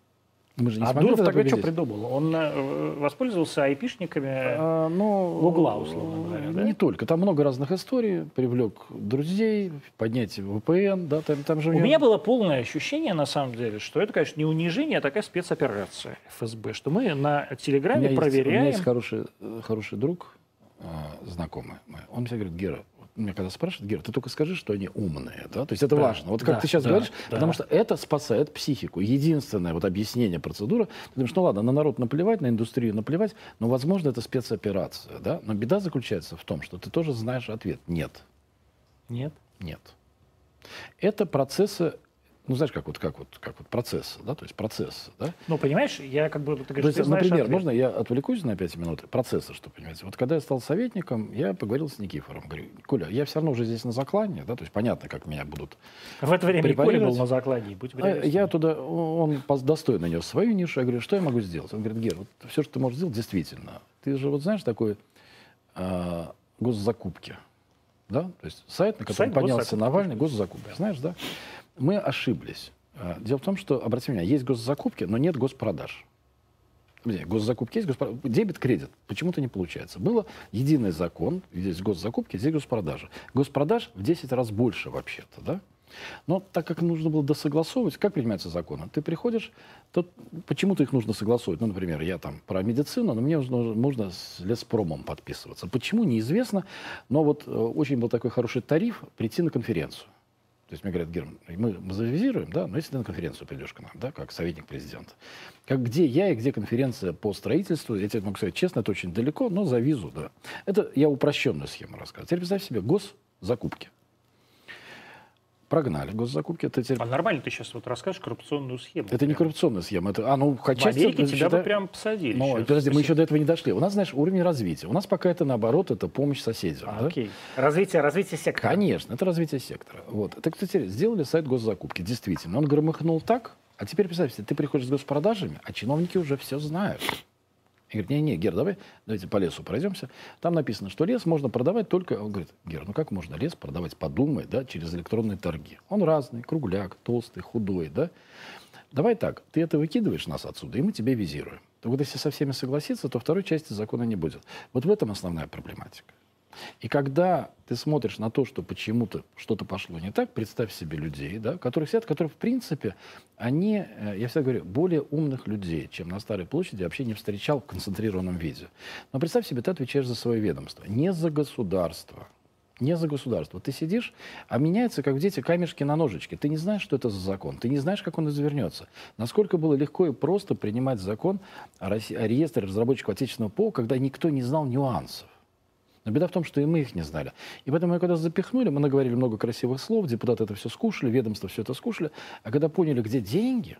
C: Мы же не
A: а
C: смогли
A: Дуров
C: тогда
A: тогда что
C: победить.
A: придумал? Он э, воспользовался айпишниками
C: А, ну,
A: Гугла, условно говоря, да?
C: Не только. Там много разных историй. Привлек друзей, поднять вэ пэ эн. Да, там, там же
A: У
C: него...
A: меня было полное ощущение, на самом деле, что это, конечно, не унижение, а такая спецоперация эф эс бэ, что мы на
C: у
A: Телеграме
C: меня есть, у меня
A: проверяем...
C: есть хороший, э, хороший друг, э, знакомый мой. Он мне всегда говорит, Гера, меня когда спрашивают, Гера, ты только скажи, что они умные, да? То есть это
A: Да,
C: важно. Вот как
A: да,
C: ты сейчас
A: да,
C: говоришь,
A: да.
C: потому что это спасает психику. Единственное вот объяснение, процедура. Ты думаешь, ну ладно, на народ наплевать, на индустрию наплевать, но, возможно, это спецоперация, да? Но беда заключается в том, что ты тоже знаешь ответ. Нет.
A: Нет.
C: Нет. Это процессы, ну знаешь, как вот, как вот, как вот процессы, да? То есть процессы, да?
A: Ну, понимаешь, я как бы... Ты говоришь,
C: То есть,
A: ты знаешь
C: например,
A: ответ.
C: можно я отвлекусь на пять минут? Процессы, что понимаете. Вот когда я стал советником, я поговорил с Никифором. Говорю, Коля, я все равно уже здесь на заклане, да, то есть понятно, как меня будут
A: В это время и Коля
C: препарировать.
A: был на закладе. Будь
C: А я туда, он пос- достойно нес свою нишу. Я говорю, что я могу сделать? Он говорит, Гер, вот все, что ты можешь сделать, действительно. Ты же вот знаешь такой э, госзакупки, да? То есть сайт, на котором
A: Сайт
C: поднялся
A: госзакупки.
C: Навальный, госзакупки. Знаешь, да? Мы ошиблись. А, Дело в том, что, обрати внимание, есть госзакупки, но нет госпродаж. Нет, госзакупки есть, госпро... дебет, кредит. Почему-то не получается. Было единый закон, здесь госзакупки, здесь госпродажи. Госпродаж в десять раз больше вообще-то, да? Но так как нужно было досогласовывать, как принимаются законы? Ты приходишь, то почему-то их нужно согласовывать. Ну, например, я там про медицину, но мне нужно, нужно с леспромом подписываться. Почему, неизвестно. Но вот э, очень был такой хороший тариф прийти на конференцию. То есть мне говорят, Герман, мы, мы завизируем, да, но если ты на конференцию придешь к нам, да, как советник президента, как где я и где конференция по строительству, я тебе могу сказать честно, это очень далеко, но за визу, да. Это я упрощенную схему рассказываю. Теперь представь себе госзакупки. Прогнали госзакупки. Это, теперь...
A: А нормально ты сейчас вот расскажешь коррупционную схему.
C: это не
A: прям.
C: коррупционная схема. Это, а, ну,
A: В
C: отчасти,
A: Америке
C: это,
A: тебя
C: считай-
A: бы прям посадили.
C: Но,
A: сейчас.
C: подожди, мы еще до этого не дошли. У нас, знаешь, уровень развития. У нас пока это, наоборот, это помощь соседям.
A: А,
C: да?
A: Окей. Развитие, развитие сектора.
C: Конечно, это развитие сектора. Вот. Так, кстати, сделали сайт госзакупки, действительно. Он громыхнул так, а теперь представь себе, ты приходишь с госпродажами, а чиновники уже все знают. И говорит, не-не, Гер, давай, давайте по лесу пройдемся. Там написано, что лес можно продавать только... Он говорит, Гер, ну как можно лес продавать, подумай, да, через электронные торги. Он разный, кругляк, толстый, худой, да. Давай так, ты это выкидываешь нас отсюда, и мы тебе визируем. Так вот, если со всеми согласиться, то второй части закона не будет. Вот в этом основная проблематика. И когда ты смотришь на то, что почему-то что-то пошло не так, представь себе людей, да, которые сидят, которые, в принципе, они, э, я всегда говорю, более умных людей, чем на Старой площади, я вообще не встречал в концентрированном виде. Но представь себе, ты отвечаешь за свое ведомство, не за государство, Не за государство. Ты сидишь, а меняется, как дети, камешки на ножичке. Ты не знаешь, что это за закон. Ты не знаешь, как он извернется. Насколько было легко и просто принимать закон о, России, о реестре разработчиков отечественного ПО, когда никто не знал нюансов. Но беда в том, что и мы их не знали. И поэтому, мы, когда запихнули, мы наговорили много красивых слов, депутаты это все скушали, ведомства все это скушали. А когда поняли, где деньги,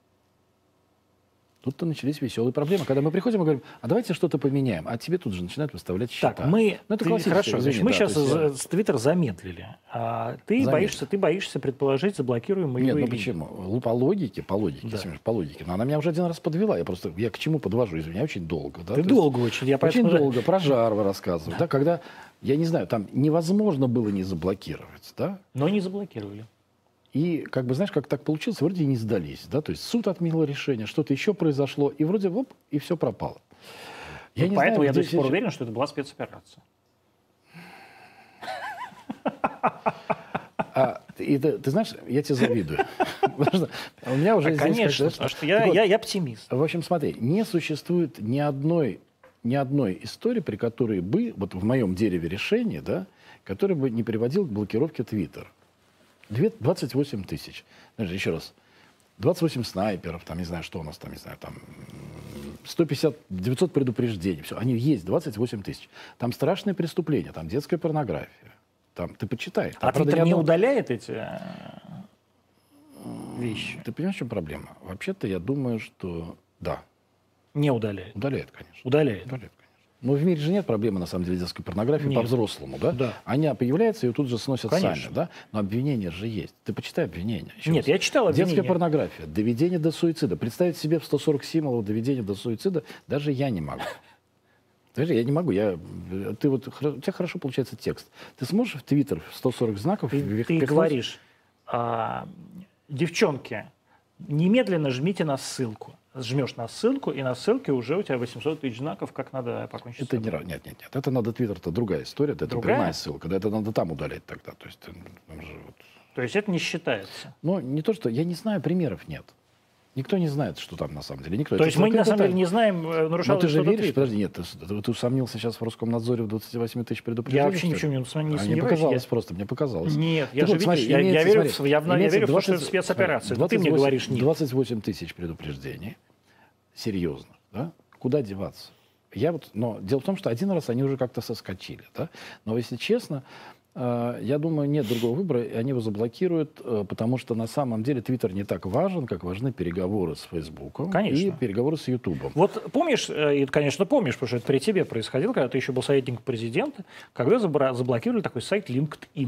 C: тут-то начались веселые проблемы. Когда мы приходим и говорим, а давайте что-то поменяем, а тебе тут же начинают выставлять счета.
A: Так, мы,
C: ну, это
A: ты, хорошо,
C: извини,
A: мы
C: да,
A: сейчас
C: есть,
A: с Твиттер замедлили. А ты,
C: Заметили.
A: боишься, ты боишься предположить, заблокируем мы
C: Нет,
A: его
C: ну
A: или нет.
C: почему? По логике, по логике,
A: Да.
C: Семенович, по логике. Но она меня уже один раз подвела. Я просто, я к чему подвожу, извини, очень долго. Да?
A: Ты
C: То
A: долго очень, я
C: есть, очень
A: поэтому...
C: долго, про Жарова рассказываю. Да. Да, когда, я не знаю, там невозможно было не заблокировать, да?
A: Но не заблокировали.
C: И, как бы, знаешь, как так получилось, вроде и не сдались, да, то есть суд отменил решение, что-то еще произошло, и вроде, оп, и все пропало. Я
A: Ну,
C: не
A: поэтому
C: знаю,
A: я
C: где
A: до сих пор
C: сейчас-
A: уверен, что это была спецоперация.
C: А, и ты, ты знаешь, я тебе завидую. Потому что у меня уже
A: А,
C: здесь
A: конечно,
C: как-то-
A: потому что я,
C: Так вот,
A: я, я оптимист.
C: В общем, смотри, не существует ни одной, ни одной истории, при которой бы, вот в моем дереве решений, да, который бы не приводил к блокировке Твиттера. Две- двадцать восемь тысяч. Знаешь, еще раз. двадцать восемь снайперов, там, не знаю, что у нас там, не знаю, там, сто пятьдесят, девятьсот предупреждений. Все, они есть, двадцать восемь тысяч. Там страшные преступления, там детская порнография. Там, ты почитай. Там,
A: А
C: правда,
A: Твиттер
C: ни
A: не
C: одного-
A: удаляет эти э, вещи?
C: Ты понимаешь, в чем проблема? Вообще-то я думаю, что да,
A: Не удаляет.
C: удаляет, конечно.
A: Удаляет.
C: Удаляет, конечно. Но в мире же нет проблемы, на самом деле, детской порнографии
A: Нет.
C: по-взрослому, да?
A: Да.
C: Она появляется, ее тут же сносят
A: Конечно.
C: сами, да? Но обвинения же есть. Ты почитай обвинения. Еще
A: Нет,
C: раз.
A: я читал
C: Детская
A: обвинения.
C: порнография, доведение до суицида. Представить себе в сто сорок символов доведение до суицида даже я не могу. Даже я не могу. Я, ты вот, хра- у тебя хорошо получается текст. Ты сможешь в Твиттер в сто сорок знаков...
A: Ты,
C: ввих-
A: ты
C: впихнуть?
A: говоришь, а, девчонки, немедленно жмите на ссылку. Жмешь на ссылку, и на ссылке уже у тебя восемьсот тысяч знаков, как надо покончить с
C: Это не,
A: собой.
C: ра- нет, нет, нет. Это надо Твиттер, это другая история, это
A: Другая?
C: прямая ссылка. Да, это надо там удалять тогда. То есть, там же вот...
A: То есть это не считается.
C: Но не то, что... Я не знаю, примеров нет. Никто не знает, что там на самом деле. Никто.
A: То
C: Это
A: есть мы на
C: закрытая
A: самом деле
C: тайна.
A: не знаем, э, нарушал
C: Но ты
A: ли
C: же
A: что-то
C: веришь,
A: Твиттер.
C: подожди, нет, ты, ты- ты усомнился сейчас в Роскомнадзоре в двадцати восьми тысяч предупреждений?
A: Я вообще
C: что ли?
A: ничего не, не
C: А мне
A: сомневаюсь.
C: показалось
A: Я-
C: просто, мне показалось.
A: Нет, я
C: Так
A: же,
C: вот, смотри,
A: видишь, я, я
C: имеется,
A: верю,
C: смотри,
A: в, я, в- я
C: имеется
A: верю в то, что это
C: двадцать
A: спецоперация. Это ты мне
C: двадцать восемь
A: говоришь нет.
C: двадцать восемь тысяч предупреждений. Серьезно, да? Куда деваться? Я вот, но дело в том, что один раз они уже как-то соскочили, да? Но если честно, э, я думаю, нет другого выбора, и они его заблокируют, э, потому что на самом деле Твиттер не так важен, как важны переговоры с Фейсбуком и
A: Конечно.
C: переговоры с Ютубом.
A: Вот помнишь, э, и, конечно, помнишь, потому что это при тебе происходило, когда ты еще был советником президента, когда забра- заблокировали такой сайт LinkedIn.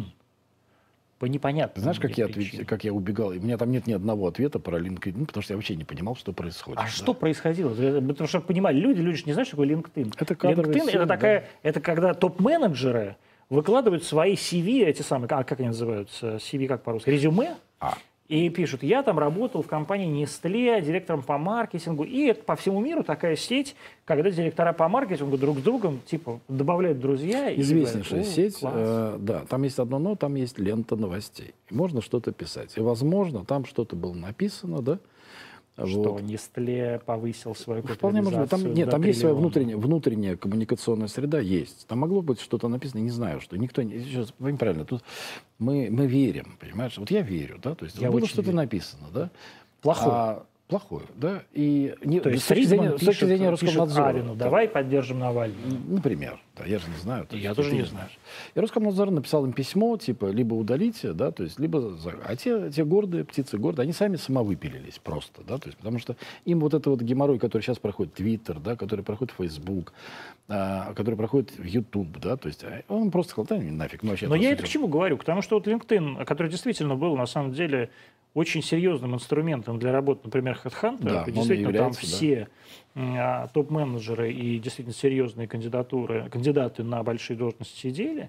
A: По непонятным
C: Знаешь, как я,
A: причинам.
C: ответ- как я убегал? И у меня там нет ни одного ответа про LinkedIn, потому что я вообще не понимал, что происходит.
A: А
C: да.
A: что происходило? Потому что понимали, люди, люди же не знают, что такое LinkedIn.
C: Это кадровый
A: LinkedIn
C: ссылка,
A: это такая, это когда топ-менеджеры выкладывают свои си ви, эти самые, а как они называются, си ви как по-русски, резюме,
C: А,
A: и пишут, я там работал в компании Nestlé, директором по маркетингу, и это по всему миру такая сеть, когда директора по маркетингу друг с другом типа добавляют друзья. и
C: известнейшая
A: говорят, «О,
C: сеть,
A: класс».
C: э, да, там есть одно но, там есть лента новостей. И можно что-то писать. И, возможно, там что-то было написано, да?
A: Что
C: Вот.
A: Nestlé повысил свою
C: Вполне может быть. Там,
A: капитализацию
C: нет,
A: до
C: там есть своя
A: триллиона.
C: внутренняя, внутренняя коммуникационная среда, есть. Там могло быть что-то написано, не знаю, что. Никто не... Сейчас, пойми правильно, тут мы, мы верим, понимаешь? Вот я верю, да? То есть
A: Я
C: было
A: очень
C: что-то
A: верю.
C: написано, да?
A: Плохое.
C: А, плохое, да? И не,
A: То есть
C: с точки зрения,
A: Фридман
C: с точки
A: пишет,
C: зрения
A: пишет
C: Роскомнадзора.
A: Авину,
C: да.
A: давай поддержим Навального.
C: Например, да, я же не знаю. то
A: Я
C: есть
A: тоже
C: ты
A: не
C: не
A: знаю.
C: И Роскомнадзор написал им письмо, типа, либо удалите, да, то есть, либо... за- А те, те гордые, птицы гордые, они сами самовыпилились просто, да, то есть, потому что им вот это вот геморрой, который сейчас проходит Твиттер, да, который проходит Фейсбук, а, который проходит Ютуб, да, то есть, а он просто сказал, да, нафиг, ну вообще...
A: Но я это к
C: идет.
A: чему говорю? Потому что вот LinkedIn, который действительно был на самом деле очень серьезным инструментом для работы, например, HeadHunter,
C: Да,
A: и
C: он
A: действительно там
C: является, да.
A: все а, топ-менеджеры и действительно серьезные кандидатуры, кандидаты на большие должности сидели,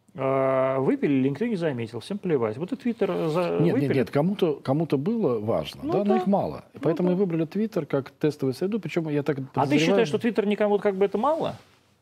A: а, выпили, LinkedIn не заметил, всем плевать. Вот и Twitter за...
C: Нет,
A: выпили.
C: нет, нет, кому-то кому-то было важно,
A: Ну
C: да, но
A: да.
C: их мало. И поэтому
A: да.
C: и выбрали Твиттер как тестовую среду, причем я так
A: А ты
C: подозреваю-
A: считаешь, что Twitter никому как бы это мало?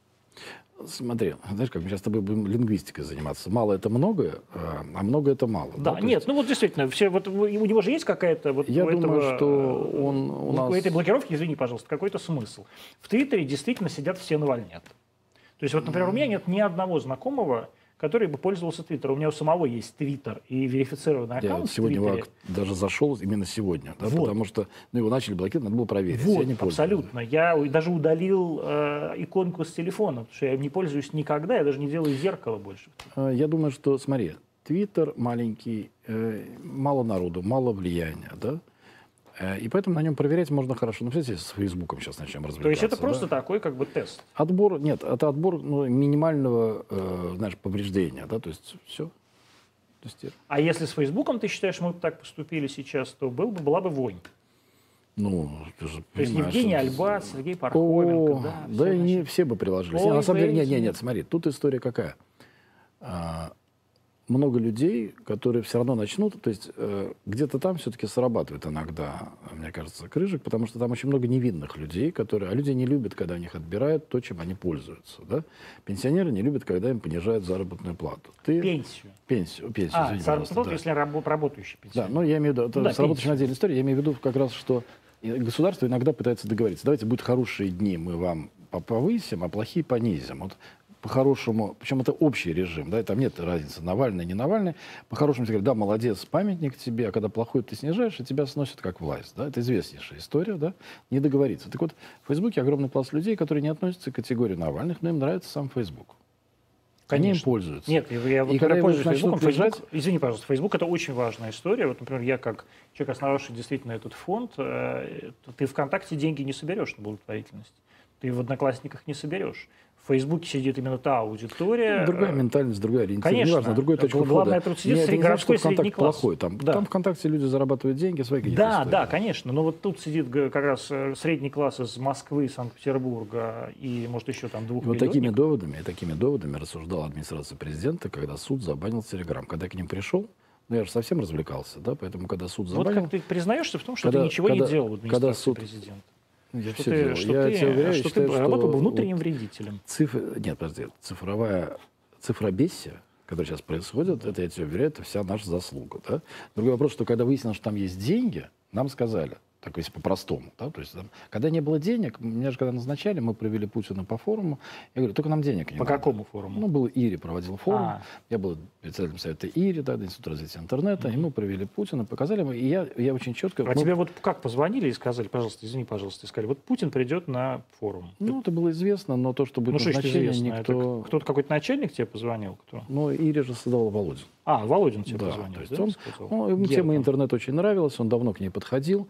C: Смотри, знаешь, как мы сейчас с тобой будем лингвистикой заниматься. Мало это многое, а а много это мало.
A: Да,
C: то
A: нет,
C: есть
A: ну вот действительно, все, вот, у него же есть какая-то... Вот
C: Я
A: у
C: думаю,
A: этого,
C: что он у
A: у
C: нас-
A: этой блокировки, извини, пожалуйста, какой-то смысл. В Твиттере действительно сидят все навальнят. То есть вот, например, у меня нет ни одного знакомого, который бы пользовался Твиттером. У меня у самого есть Твиттер и верифицированный
C: Я
A: аккаунт
C: вот
A: в
C: сегодня
A: Твиттере.
C: его даже зашел именно сегодня, да,
A: Вот.
C: потому что ну, его начали блокировать, надо было проверить.
A: Вот,
C: Я не пользуюсь.
A: абсолютно. Я у- даже удалил э, иконку с телефона, потому что я не пользуюсь никогда, я даже не делаю зеркало больше.
C: Э, Я думаю, что, смотри, Твиттер маленький, э, мало народу, мало влияния, да? Э, И поэтому на нем проверять можно хорошо. Ну, представляете, с Фейсбуком сейчас начнем развлекаться.
A: То есть это
C: да?
A: просто такой как бы тест.
C: Отбор, нет, это отбор ну, минимального, э, знаешь, повреждения, да, то есть все. Тестируем.
A: А если с Фейсбуком, ты считаешь, мы бы так поступили сейчас, то был бы, была бы вонь.
C: Ну, ты же
A: То есть
C: понимаешь,
A: Евгений
C: что-
A: Альбац, Сергей Пархоменко,
C: О,
A: да.
C: да,
A: все,
C: и не
A: значит.
C: все бы приложились.
A: Ой,
C: Не, на самом деле, нет,
A: поверите.
C: нет, нет, смотри, тут история какая. А, много людей, которые все равно начнут, то есть э, где-то там все-таки срабатывает иногда, мне кажется, крыжик, потому что там очень много невинных людей, которые, а люди не любят, когда у них отбирают то, чем они пользуются, да? Пенсионеры не любят, когда им понижают заработную плату. Ты
A: Пенсию.
C: пенсию, пенсию,
A: А,
C: извини,
A: заработную
C: пожалуйста,
A: плату,
C: да.
A: если рабо- работающий
C: Да,
A: пенсионер.
C: но я имею в виду, это
A: Ну да,
C: сработочная
A: пенсию.
C: отдельная история. Я имею в виду как раз, что и государство иногда пытается договориться. Давайте будут хорошие дни, мы вам по- повысим, а плохие понизим. Вот по-хорошему, причем это общий режим, да, там нет разницы, Навальный, не Навальный. По-хорошему тебе говорят, да, молодец, памятник тебе, а когда плохой ты снижаешь, и тебя сносят как власть. Да? Это известнейшая история, да, не договориться. Так вот, в Фейсбуке огромный пласт людей, которые не относятся к категории Навальных, но им нравится сам Фейсбук. Они им
A: Конечно.
C: пользуются.
A: Нет, я, я вот
C: И когда
A: я
C: его
A: пользуюсь
C: начнут
A: Фейсбуком.
C: лежать-
A: Фейсбук, извини, пожалуйста, Фейсбук — это очень важная история. Вот, например, я как человек, основавший действительно этот фонд, э, ты ВКонтакте деньги не соберешь на благотворительность. Ты в Одноклассниках не соберешь. В Фейсбуке сидит именно та аудитория.
C: Другая
A: э,
C: ментальность, другая ориентация.
A: Конечно.
C: Неважно, другой точка
A: Главное,
C: входа.
A: тут сидит
C: Не- это не значит, что
A: городской средний
C: ВКонтакте
A: класс.
C: плохой. Там,
A: Да.
C: там ВКонтакте люди зарабатывают деньги, свои какие-то
A: Да,
C: истории.
A: да, конечно. Но вот тут сидит г- как раз э, средний класс из Москвы, Санкт-Петербурга и, может, еще там двух
C: И вот такими
A: миллионников.
C: доводами, и такими доводами рассуждала администрация президента, когда суд забанил Телеграм. Когда я к ним пришел, ну я же совсем развлекался, да, поэтому когда суд
A: Вот
C: забанил...
A: как ты признаешься в том, что
C: Когда-
A: ты ничего
C: когда-
A: не делал в администрации
C: когда суд-
A: президента.
C: я
A: Что
C: все
A: ты,
C: делал.
A: что
C: я
A: ты,
C: тебе уверяю,
A: что
C: считаю,
A: ты работал бы
C: вот
A: внутренним вредителем.
C: цифры, нет, подожди, цифровая, цифробесие, которое сейчас происходит, это, я тебе уверяю, это вся наша заслуга, да. Другой вопрос, что когда выяснилось, что там есть деньги, нам сказали, так если по-простому, да, то есть там, когда не было денег, меня же когда назначали, мы провели Путина по форуму, я говорю, только нам денег не
A: По
C: надо.
A: какому форуму?
C: Ну, был Ири, проводил форум.
A: А.
C: Я был председателем совета Ири, да, Института развития интернета. И мы провели Путина, показали ему. И я, я очень четко...
A: А
C: мы-
A: тебе вот как позвонили и сказали, пожалуйста, извини, пожалуйста, и сказали, вот Путин придет на форум.
C: Ну, это было известно, но то, что будет
A: Ну что ж
C: назначение,
A: известно,
C: никто...
A: это кто-то какой-то начальник тебе позвонил? Кто?
C: Ну, Ири же создавал Володин.
A: А, Володин тебе
C: Да,
A: позвонил,
C: то есть
A: да,
C: он,
A: сказал?
C: ну, ему
A: Герман.
C: тема интернета очень нравилась, он давно к ней подходил.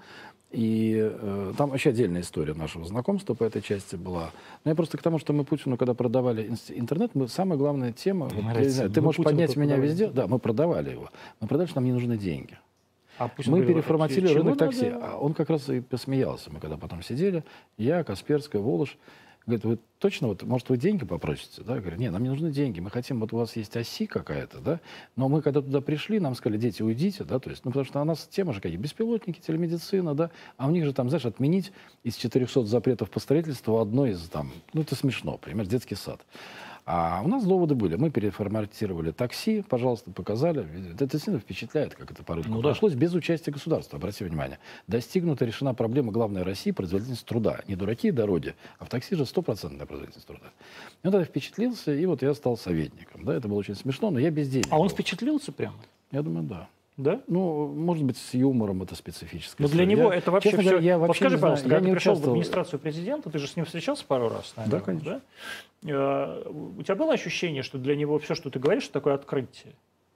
C: И э, там вообще отдельная история нашего знакомства по этой части была. Но я просто к тому, что мы Путину, когда продавали инс- интернет, мы самая главная тема, вот, я не
A: нравится,
C: знаю, ты
A: вы
C: можешь
A: Путину
C: поднять меня
A: продавали
C: везде.
A: интернет?
C: Да, мы продавали его. Мы продали, что нам не нужны деньги.
A: А Путин
C: Мы
A: говорил,
C: переформатировали
A: чего
C: рынок такси.
A: надо?
C: А он как раз и посмеялся. Мы когда потом сидели, я, Касперская, Волош, говорит, вы точно, вот, может, вы деньги попросите? Да? Я говорю, нет, нам не нужны деньги. Мы хотим, вот у вас есть оси какая-то, да? Но мы когда туда пришли, нам сказали, дети, уйдите, да? То есть, ну, потому что у нас тема же какие беспилотники, телемедицина, да? А у них же там, знаешь, отменить из четырехсот запретов по строительству одно из там, ну, это смешно, например, детский сад. А у нас доводы были. Мы переформатировали такси, пожалуйста, показали. Это действительно впечатляет, как это по-русски
A: Ну да.
C: прошлось без участия государства, обрати внимание. Достигнута, решена проблема главной России — производительность труда. Не дураки и дороги, а в такси же стопроцентная производительность труда. И он тогда впечатлился, и вот я стал советником. Да, это было очень смешно, но я без денег.
A: А он
C: был.
A: впечатлился прямо?
C: Я думаю, да.
A: Да?
C: Ну, может быть, с юмором это специфическое.
A: Но для него это вообще
C: честно
A: все...
C: говоря, я
A: Вот
C: вообще
A: скажи,
C: не знаю,
A: пожалуйста,
C: я
A: когда
C: не
A: ты пришел в
C: участвовал-
A: администрацию президента, ты же с ним встречался пару раз, наверное,
C: Да, конечно.
A: да? Э, У тебя было ощущение, что для него все, что ты говоришь, это такое открытие?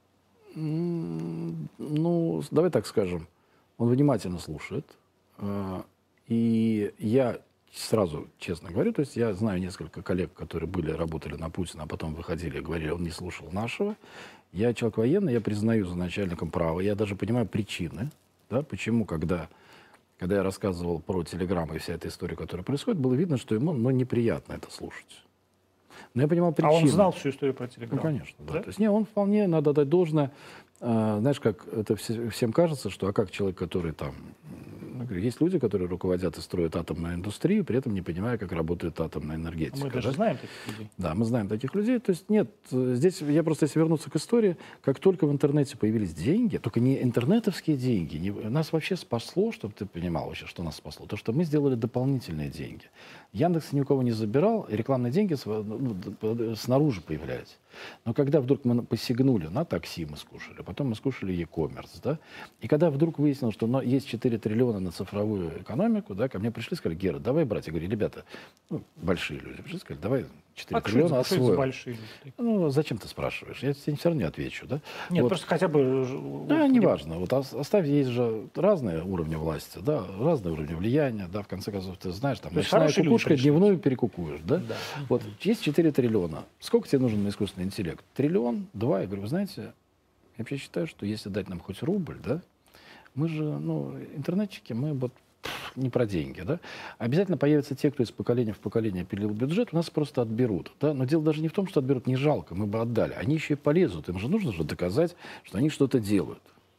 C: М, Ну, давай так скажем. Он внимательно слушает. э, И я сразу честно говорю, то есть я знаю несколько коллег, которые были, работали на Путина, а потом выходили и говорили, он не слушал нашего. Я человек военный, я признаю за начальником права. Я даже понимаю причины, да, почему, когда, когда я рассказывал про телеграммы и вся эта история, которая происходит, было видно, что ему ну, неприятно это слушать. Но я понимал
A: А
C: причины.
A: он знал всю историю про Телеграм?
C: Ну, конечно, да.
A: Да?
C: То есть, не, он вполне, надо дать должное. А, знаешь, как это все- всем кажется, что, а как человек, который там, Я говорю, есть люди, которые руководят и строят атомную индустрию, при этом не понимая, как работает атомная энергетика.
A: Мы даже
C: да?
A: знаем таких людей.
C: Да, мы знаем таких людей. То есть нет, здесь я просто, если вернуться к истории, как только в интернете появились деньги, только не интернетовские деньги, не, нас вообще спасло, чтобы ты понимал вообще, что нас спасло, то, что мы сделали дополнительные деньги. Яндекс ни у кого не забирал, рекламные деньги ну, снаружи появляются. Но когда вдруг мы посягнули на такси, мы скушали, потом мы скушали e-commerce, да, и когда вдруг выяснилось, что есть четыре триллиона на цифровую экономику, да, ко мне пришли и сказали, Гера, давай брать. Я говорю, ребята, ну, большие люди пришли и сказали, давай четыре триллиона освоим.
A: Большие люди?
C: Ну, зачем ты спрашиваешь? Я тебе все равно не отвечу, да?
A: Нет,
C: вот.
A: Просто хотя бы...
C: Да, неважно. Вот оставь, есть же разные уровни власти, да, разные уровни влияния, да, в конце концов, ты знаешь, там, ночная кукушка, дневную перекукуешь, да? Да. Вот, есть четыре триллиона. Сколько тебе нужен на искусственный интеллект? Триллион? Два? Я говорю, вы знаете, я вообще считаю, что если дать нам хоть рубль, да, мы же, ну, интернетчики, мы вот не про деньги, да. Обязательно появятся те, кто из поколения в поколение пилил бюджет, у нас просто отберут, да. Но дело даже не в том, что отберут, не жалко, мы бы отдали. Они еще и полезут, им же нужно же доказать, что они что-то делают.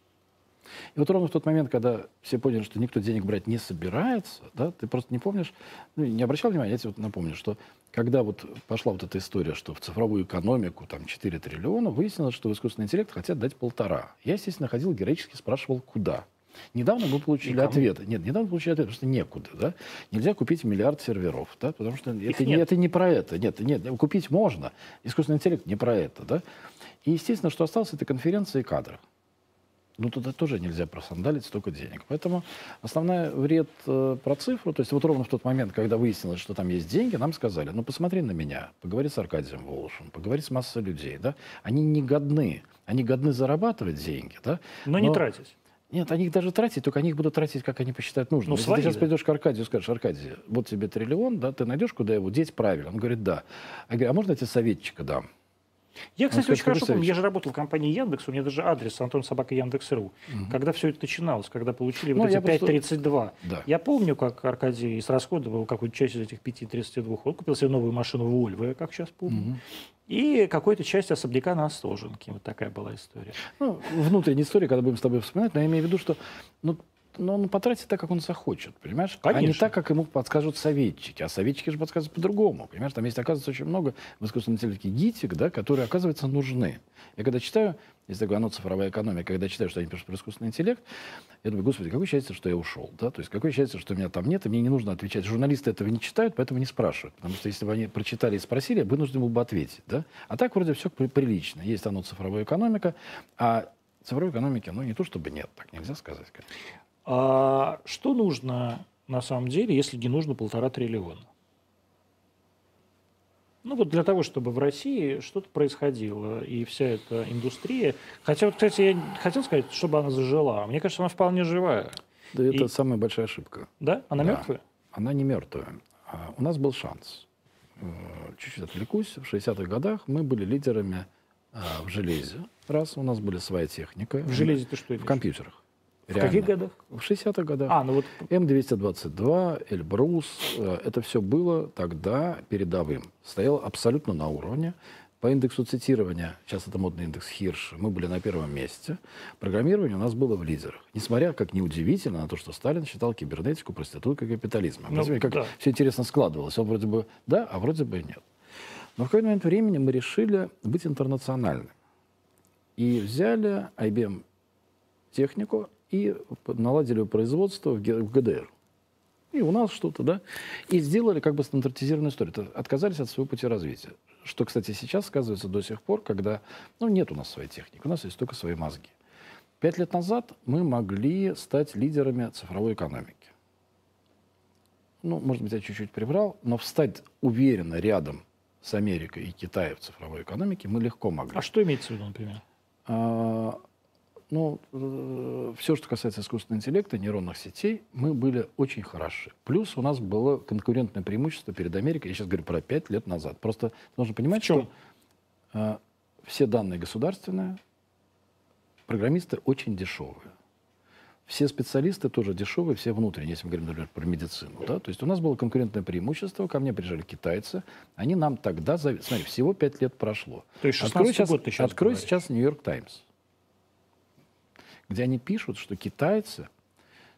C: И вот ровно в тот момент, когда все поняли, что никто денег брать не собирается, да, ты просто не помнишь, ну, не обращал внимания, я тебе вот напомню, что когда вот пошла вот эта история, что в цифровую экономику там четыре триллиона, выяснилось, что в искусственный интеллект хотят дать полтора. Я, естественно, ходил героически спрашивал, куда. Недавно мы получили ответ. Нет, недавно получили ответ, потому что некуда. Да? Нельзя купить миллиард серверов, да? Потому что это не, это не про это. Нет, нет, купить можно. Искусственный интеллект не про это. Да? И, естественно, что осталось, это конференция и кадры. Ну, туда тоже нельзя просандалить столько денег. Поэтому основной вред э, про цифру, то есть вот ровно в тот момент, когда выяснилось, что там есть деньги, нам сказали, ну, посмотри на меня, поговори с Аркадием Волошем, поговори с массой людей, да, они не годны, они годны зарабатывать деньги, да.
A: Но, но не тратить.
C: Нет, они их даже тратить, только они их будут тратить, как они посчитают нужным.
A: Ну,
C: Если
A: свои,
C: ты сейчас
A: да.
C: пойдешь к Аркадию и скажешь, Аркадий, вот тебе триллион, да, ты найдешь, куда его деть правильно? Он говорит, да. Я говорю, а можно я тебе советчика дам?
A: Я, кстати,
C: Он
A: очень
C: скажет,
A: хорошо помню, я же работал в компании Яндекс, у меня даже адрес антон собака яндекс точка ру. Угу. Когда все это начиналось, когда получили ну, вот эти пять тридцать два. Да. Я помню, как Аркадий израсходовал какую-то часть из этих пяти тридцати двух. Он купил себе новую машину Volvo, я как сейчас помню. Угу. И какую-то часть особняка на Остоженке. Вот такая была история.
C: Ну, внутренняя история, когда будем с тобой вспоминать, но я имею в виду, что ну, но он потратит так, как он захочет, понимаешь? Конечно. А не так, как ему подскажут советчики. А советчики же подсказывают по-другому, понимаешь? Там есть, оказывается, очень много в искусственном интеллекте гитик, да, которые, оказывается, нужны. Я когда читаю, есть такое оно «Цифровая экономика», когда читаю, что они пишут про искусственный интеллект, я думаю, господи, какое счастье, что я ушел, да? То есть какое счастье, что меня там нет, и мне не нужно отвечать. Журналисты этого не читают, поэтому не спрашивают. Потому что если бы они прочитали и спросили, я вынужден был бы ответить, да? А так вроде все прилично. Есть оно «Цифровая экономика», а цифровой экономики, ну, не то чтобы нет, так нельзя сказать, конечно.
A: А что нужно на самом деле, если не нужно полтора триллиона? Ну вот для того, чтобы в России что-то происходило, и вся эта индустрия... Хотя, вот, кстати, я хотел сказать, чтобы она зажила. Мне кажется, она вполне живая.
C: Да и... это самая большая ошибка.
A: Да? Она да. мертвая?
C: Она не мертвая. А у нас был шанс. Чуть-чуть отвлекусь. В шестидесятых годах мы были лидерами в железе. Раз, у нас была своя техника.
A: В железе ты что имеешь?
C: В компьютерах.
A: В Реально. каких годах?
C: В шестидесятых годах.
A: А, ну вот...
C: эм двести двадцать два, Эльбрус, это все было тогда передовым. Стояло абсолютно на уровне. По индексу цитирования, сейчас это модный индекс Хирша, мы были на первом месте. Программирование у нас было в лидерах. Несмотря, как неудивительно, на то, что Сталин считал кибернетику проституткой капитализма. Ну, Посмотрите, как да. все интересно складывалось. Он вроде бы да, а вроде бы нет. Но в какой-то момент времени мы решили быть интернациональными. И взяли ай би эм технику и наладили производство в гэ дэ эр. И у нас что-то, да. И сделали как бы стандартизированную историю. Отказались от своего пути развития. Что, кстати, сейчас сказывается до сих пор, когда ну, нет у нас своей техники, у нас есть только свои мозги. Пять лет назад мы могли стать лидерами цифровой экономики. Ну, может быть, я чуть-чуть приврал, но встать уверенно рядом с Америкой и Китаем в цифровой экономике мы легко могли.
A: А что имеется в виду, например?
C: А, ну, э, все, что касается искусственного интеллекта, нейронных сетей, мы были очень хороши. Плюс у нас было конкурентное преимущество перед Америкой. Я сейчас говорю про пять лет назад. Просто нужно понимать, что э, все данные государственные, программисты очень дешевые. Все специалисты тоже дешевые, все внутренние, если мы говорим, например, про медицину. Да? То есть у нас было конкурентное преимущество, ко мне приезжали китайцы, они нам тогда... Зав... Смотри, всего пять лет прошло.
A: То есть шестнадцатый
C: открой
A: год ты сейчас
C: Открой
A: говоришь.
C: сейчас Нью-Йорк Таймс, где они пишут, что китайцы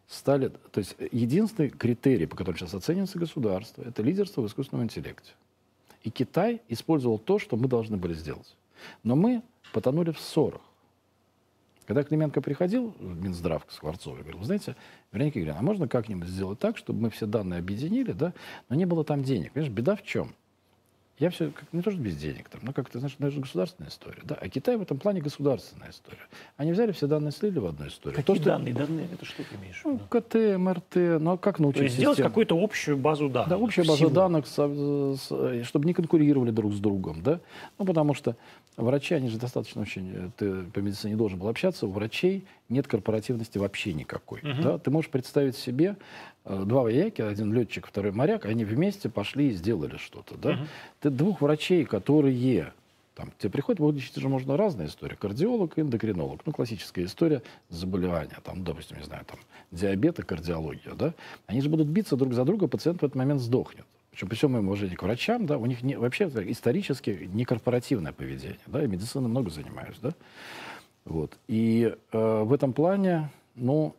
C: стали... То есть единственный критерий, по которому сейчас оценивается государство, это лидерство в искусственном интеллекте. И Китай использовал то, что мы должны были сделать. Но мы потонули в ссорах. Когда Клименко приходил в Минздрав к Скворцову, я говорил, вы знаете, Вероника Игоревна, а можно как-нибудь сделать так, чтобы мы все данные объединили, да, но не было там денег. Понимаешь, беда в чем? Я все, как, не то что без денег, там, но как-то, знаешь, это же государственная история. Да? А Китай в этом плане государственная история. Они взяли все данные, слили в одну историю.
A: Какие
C: то, что,
A: данные? Данные это что ты имеешь в
C: ну,
A: виду?
C: КТ, МРТ, ну а как научить
A: То есть сделать
C: систему?
A: какую-то общую базу данных.
C: Да, общая база
A: всего.
C: данных, со- с- чтобы не конкурировали друг с другом, да? Ну, потому что врачи, они же достаточно очень... Ты по медицине должен был общаться, у врачей нет корпоративности вообще никакой.
A: Мгм.
C: Да? Ты можешь представить себе э, два вояки, один летчик, второй моряк, они вместе пошли и сделали что-то, да?
A: Мгм.
C: Ты двух врачей, которые... Там, тебе приходит, вылечить же можно разная история. Кардиолог, эндокринолог. Ну, классическая история заболевания. Там, допустим, не знаю, там, диабет и кардиология, да? Они же будут биться друг за друга, пациент в этот момент сдохнет. Причем при всем моем уважении к врачам, да, у них не, вообще исторически не корпоративное поведение. Да, я медициной много занимаюсь, да. Вот. И э, в этом плане, ну,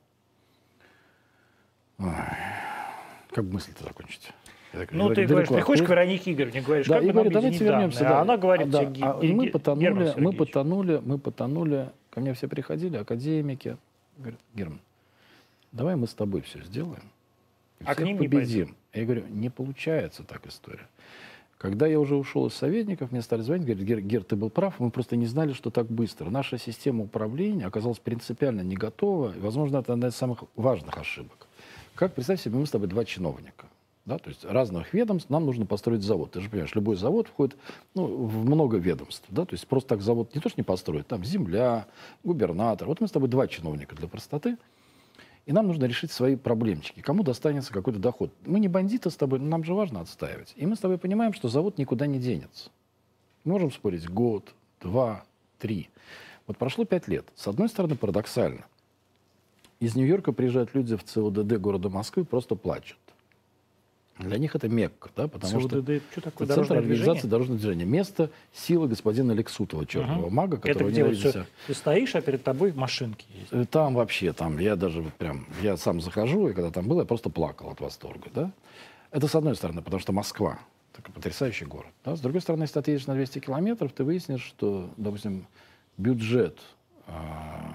C: ой, как бы мысль-то закончить? Я так
A: Ну, ты
C: далеко
A: говоришь, приходишь
C: отплыл.
A: к Веронике Игоревне, говоришь,
C: Да,
A: как
C: и
A: бы нам
C: говорит, давайте
A: объединить
C: вернемся.
A: данные?
C: Да.
A: А она говорит,
C: А, да,
A: тебе,
C: а
A: Ге-
C: мы,
A: Ге-
C: потонули,
A: Герман
C: мы
A: Сергеевич.
C: потонули, мы потонули, ко мне все приходили, академики. Говорят, Герман, давай мы с тобой все сделаем. и
A: А к
C: всех
A: ним не
C: победим. Я говорю, не получается так история. Когда я уже ушел из советников, мне стали звонить, говорят, Гер, Гер, ты был прав, мы просто не знали, что так быстро. Наша система управления оказалась принципиально не готова, и, возможно, это одна из самых важных ошибок. Как, представь себе, мы с тобой два чиновника, да, то есть разных ведомств, нам нужно построить завод. Ты же понимаешь, любой завод входит ну, в много ведомств, да, то есть просто так завод не то, что не построить, там земля, губернатор. Вот мы с тобой два чиновника для простоты, и нам нужно решить свои проблемчики. Кому достанется какой-то доход? Мы не бандиты с тобой, но нам же важно отстаивать. И мы с тобой понимаем, что завод никуда не денется. Мы можем спорить год, два, три. Вот прошло пять лет. С одной стороны, парадоксально. Из Нью-Йорка приезжают люди в ЦОДД города Москвы, просто плачут. Для них это Мекка, да, потому что
A: ЦОДД, что такое
C: Центр
A: дорожное
C: организации
A: движение?
C: дорожного движения. Место силы господина Лексутова, черного
A: Ага.
C: мага,
A: Это
C: которого
A: где вот
C: ненавидит
A: всё-
C: вся-
A: ты стоишь, а перед тобой машинки есть.
C: Э, Там вообще, там, я даже вот прям, я сам захожу, и когда там был, я просто плакал от восторга, да. Это с одной стороны, потому что Москва, такой потрясающий город. Да? С другой стороны, если ты отъедешь на двести километров, ты выяснишь, что, допустим, бюджет а,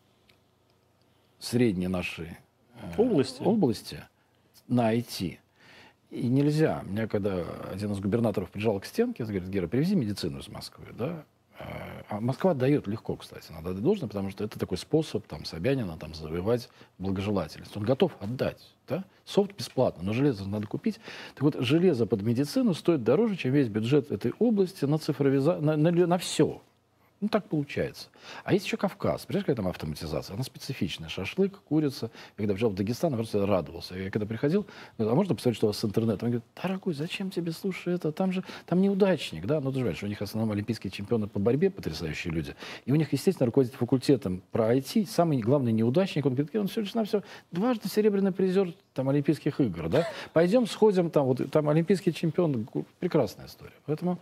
C: средней нашей э,
A: Области?
C: области на ай ти. И нельзя. Меня когда один из губернаторов прижал к стенке, говорит, Гера, привези медицину из Москвы, да. А Москва дает легко, кстати, надо отдать должное, потому что это такой способ там, Собянина там, завоевать благожелательность. Он готов отдать. Да? Софт бесплатно, но железо надо купить. Так вот, железо под медицину стоит дороже, чем весь бюджет этой области на цифровизацию, на, на, на все. Ну, так получается. А есть еще Кавказ. Понимаешь, какая там автоматизация? Она специфичная. Шашлык, курица. Я когда приезжал в Дагестан, я просто радовался. Я когда приходил, говорю, а можно посмотреть, что у вас с интернетом? Он говорит, дорогой, зачем тебе, слушай, это? Там же там неудачник. Да? Ну, ты же понимаешь, у них в основном олимпийские чемпионы по борьбе, потрясающие люди. И у них, естественно, руководитель факультетом про ай ти, самый главный неудачник. Он говорит, он все лишь на все дважды серебряный призер там, Олимпийских игр. Да? Пойдем, сходим, там, вот, там олимпийский чемпион. Прекрасная история. Поэтому...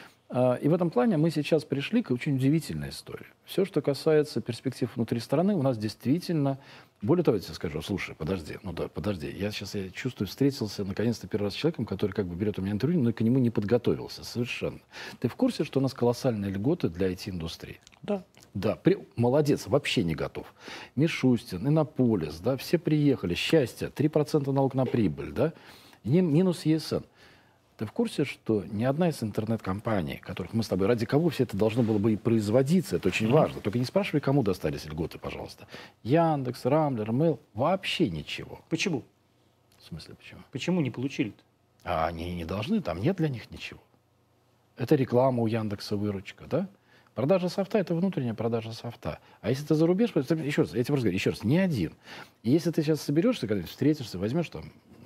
C: И в этом плане мы сейчас пришли к очень удивительной истории. Все, что касается перспектив внутри страны, у нас действительно... Более того, я тебе скажу, слушай, подожди, ну да, подожди. Я сейчас, я чувствую, встретился наконец-то первый раз с человеком, который как бы берет у меня интервью, но к нему не подготовился совершенно. Ты в курсе, что у нас колоссальные льготы для ай ти-индустрии?
A: Да.
C: Да, при... молодец, вообще не готов. Мишустин, Иннополис, да, все приехали, счастье, три процента налог на прибыль, да, и минус и эс эн. Ты в курсе, что ни одна из интернет-компаний, которых мы с тобой, ради кого все это должно было бы и производиться, это очень mm-hmm. важно. Только не спрашивай, кому достались льготы, пожалуйста. Яндекс, Рамблер, Mail, вообще ничего.
A: Почему?
C: В смысле, почему?
A: Почему не получили-то?
C: А они не должны, там нет для них ничего. Это реклама у Яндекса, выручка, да? Продажа софта – это внутренняя продажа софта. А если ты за рубеж, еще раз, я тебе просто говорю, еще раз, не один. И если ты сейчас соберешься, когда-нибудь встретишься, возьмешь там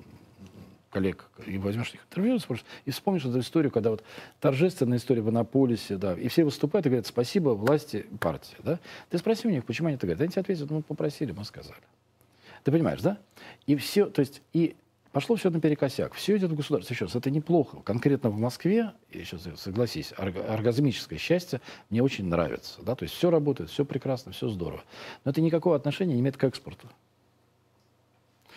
C: коллег, и возьмешь их интервью, и вспомнишь эту историю, когда вот торжественная история в Иннополисе, да, и все выступают и говорят, спасибо власти партии, да. Ты спроси у них, почему они так говорят. Они тебе ответят, ну, попросили, мы сказали. Ты понимаешь, да? И все, то есть, и пошло все наперекосяк. Все идет в государство. Еще раз, это неплохо. Конкретно в Москве, и сейчас согласись, оргазмическое счастье мне очень нравится, да, то есть все работает, все прекрасно, все здорово. Но это никакого отношения не имеет к экспорту.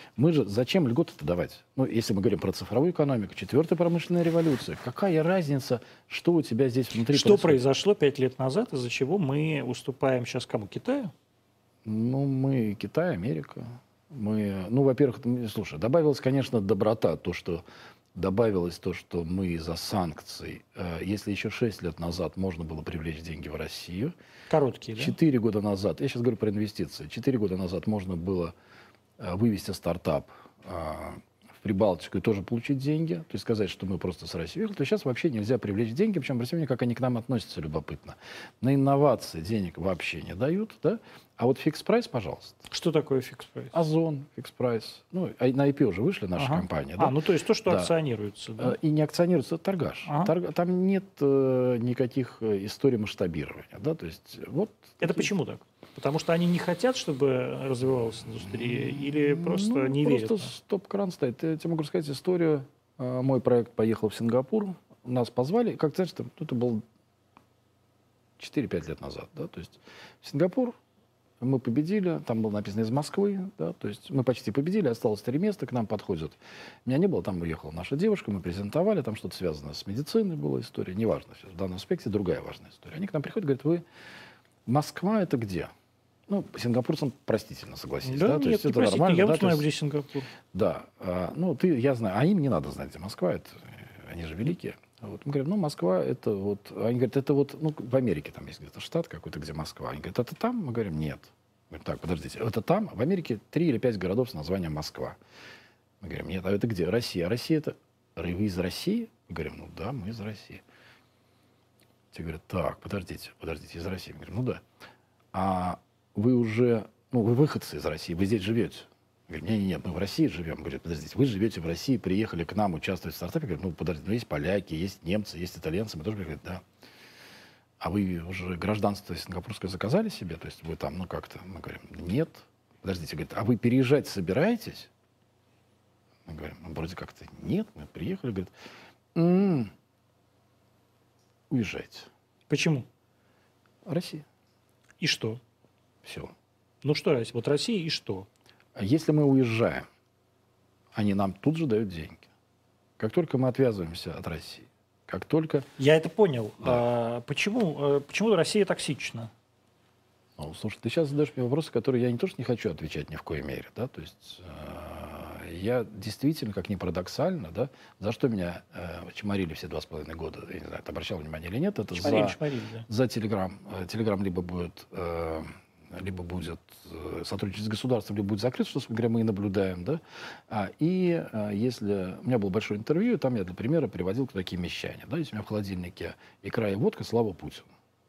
C: Мы же зачем льготы-то давать? Ну, если мы говорим про цифровую экономику, четвертая промышленная революция, какая разница, что у тебя здесь внутри
A: Что
C: происходит?
A: произошло пять лет назад, из-за чего мы уступаем сейчас кому? Китаю?
C: Ну, мы Китай, Америка. Мы, ну, во-первых, это, слушай, добавилась, конечно, доброта, то, что добавилось то, что мы из-за санкций, э, если еще шесть лет назад можно было привлечь деньги в Россию,
A: Короткие, да?
C: четыре года назад, я сейчас говорю про инвестиции, четыре года назад можно было э, вывести стартап э, в Прибалтику и тоже получить деньги, то есть сказать, что мы просто с Россией уехали, то сейчас вообще нельзя привлечь деньги, причем, представьте, как они к нам относятся, любопытно. На инновации денег вообще не дают, да? А вот фикс-прайс, пожалуйста.
A: Что такое фикс-прайс?
C: Озон, фикс-прайс. Ну, а на ай пи уже вышли наши
A: Ага.
C: компании. Да?
A: А, ну то есть то, что
C: Да.
A: акционируется. Да?
C: Э, И не акционируется, это торгаш.
A: Ага.
C: Торг- Там нет э, никаких э, историй масштабирования. Да? То есть, вот
A: Это
C: такие-
A: почему так? Потому что они не хотят, чтобы развивалась индустрия, или просто
C: Ну,
A: не
C: просто
A: верят?
C: стоп-кран стоит. Я тебе могу рассказать историю. Э, Мой проект поехал в Сингапур. Нас позвали. Как знаешь, там, это было четыре-пять лет назад. Да? То есть в Сингапур мы победили. Там было написано из Москвы. Да? То есть мы почти победили. Осталось три места. К нам подходят. Меня не было. Там уехала наша девушка. Мы презентовали. Там что-то связано с медициной была история. Неважно. В данном аспекте другая важная история. Они к нам приходят и говорят, вы... Москва это где? Ну, сингапурцам простительно, согласитесь.
A: Да,
C: Да,
A: нет,
C: то есть
A: не
C: это
A: простите,
C: нормально.
A: я
C: да,
A: вот
C: то
A: знаю,
C: есть-
A: где Сингапур.
C: Да, а, ну ты, я знаю, а им не надо знать, где Москва, это, они же великие. Вот. Мы говорим, ну Москва это вот, они говорят, это вот, ну в Америке там есть где-то штат какой-то, где Москва. Они говорят, это там? Мы говорим, нет. Мы говорим, так, подождите, это там? В Америке три или пять городов с названием Москва. Мы говорим, нет, а это где? Россия. А Россия это, вы из России? Мы говорим, ну да, мы из России. Те говорят, так, подождите, подождите, из России. Мы говорим, ну да. А вы уже, ну вы выходцы из России, вы здесь живете. Говорит, нет-нет, мы в России живем. Говорит, подождите, вы живете в России, приехали к нам участвовать в стартапе. Говорит, ну, подождите, ну, есть поляки, есть немцы, есть итальянцы. Мы тоже говорим, да. А вы уже гражданство сингапурское заказали себе? То есть вы там, ну, как-то, мы говорим, нет. Подождите, говорит, а вы переезжать собираетесь? Мы говорим, ну, вроде как-то нет. Мы приехали, говорит, м-м, уезжайте.
A: Почему?
C: Россия.
A: И что?
C: Все.
A: Ну что, Россия? Вот Россия и что?
C: А если мы уезжаем, они нам тут же дают деньги. Как только мы отвязываемся от России, как только...
A: Я это понял.
C: Да.
A: А, почему, а, почему Россия токсична?
C: Ну, слушай, ты сейчас задаешь мне вопросы, которые я не то что не хочу отвечать ни в коей мере, да, то есть э, я действительно, как ни парадоксально, да, за что меня э, чморили все два с половиной года, я не знаю, ты обращал внимание или нет, это
A: Шмарили,
C: за,
A: шмарили, да.
C: за Телеграм. Э, Телеграм либо будет, э, либо будет э, сотрудничать с государством, либо будет закрыт, что, собственно говоря, мы и наблюдаем, да, а, и э, если... У меня было большое интервью, и там я для примера приводил такие вещания, да, если у меня в холодильнике икра и водка, слава Путину.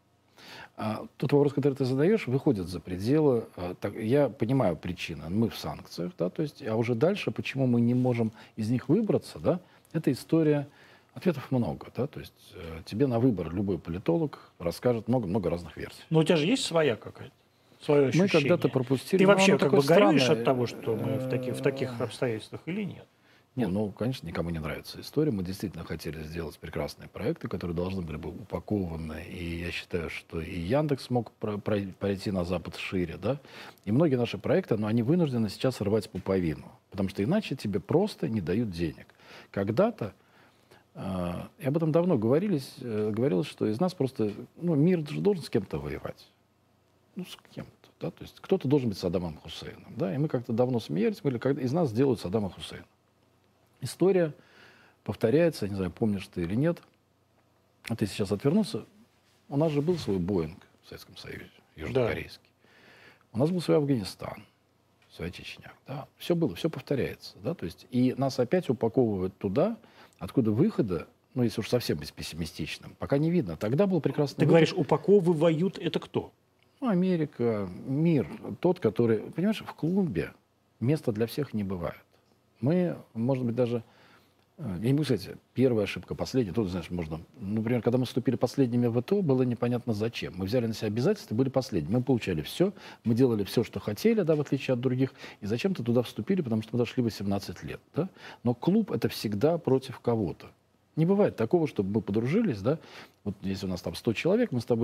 C: А, тот вопрос, который ты задаешь, выходит за пределы. А, так, я понимаю причины. Мы в санкциях, да, то есть, а уже дальше, почему мы не можем из них выбраться, да, это история. Ответов много, да, то есть э, тебе на выбор любой политолог расскажет много-много разных версий.
A: Но у тебя же есть своя какая-то? Свое ощущение?
C: Мы когда-то пропустили.
A: Ты
C: ну,
A: вообще
C: оно
A: как
C: такое
A: бы горюешь
C: странное.
A: от того, что мы в таких, в таких
C: Э,
A: обстоятельствах или нет?
C: Не, ну, конечно, никому не нравится история. Мы действительно хотели сделать прекрасные проекты, которые должны были быть упакованы. И я считаю, что и Яндекс мог про- про- пройти на Запад шире, да. И многие наши проекты, но они вынуждены сейчас рвать пуповину. Потому что иначе тебе просто не дают денег. Когда-то, э, и об этом давно говорились, э, говорилось, что из нас просто, ну, мир же должен с кем-то воевать. Ну, с кем-то, да. То есть кто-то должен быть Саддамом Хусейном, да. И мы как-то давно смеялись, говорили, когда из нас сделают Саддама Хусейна. История повторяется, не знаю, помнишь ты или нет. А ты сейчас отвернулся. У нас же был свой Боинг в Советском Союзе, южнокорейский. У нас был свой Афганистан, своя Чечня. Да? Все было, все повторяется. Да? То есть, и нас опять упаковывают туда, откуда выхода, ну, если уж совсем быть пессимистичным, пока не видно. Тогда был прекрасный
A: Ты
C: выход.
A: говоришь, упаковывают это кто?
C: Ну, Америка, мир, тот, который... Понимаешь, в клубе места для всех не бывает. Мы, может быть, даже... Я не могу сказать, первая ошибка, последняя. Тут, знаешь, можно... Например, когда мы вступили последними в ВТО, было непонятно зачем. Мы взяли на себя обязательства, были последними. Мы получали все, мы делали все, что хотели, да, в отличие от других. И зачем-то туда вступили, потому что мы дошли восемнадцать лет. Да? Но клуб — это всегда против кого-то. Не бывает такого, чтобы мы подружились, да. Вот если у нас там сто человек, мы с тобой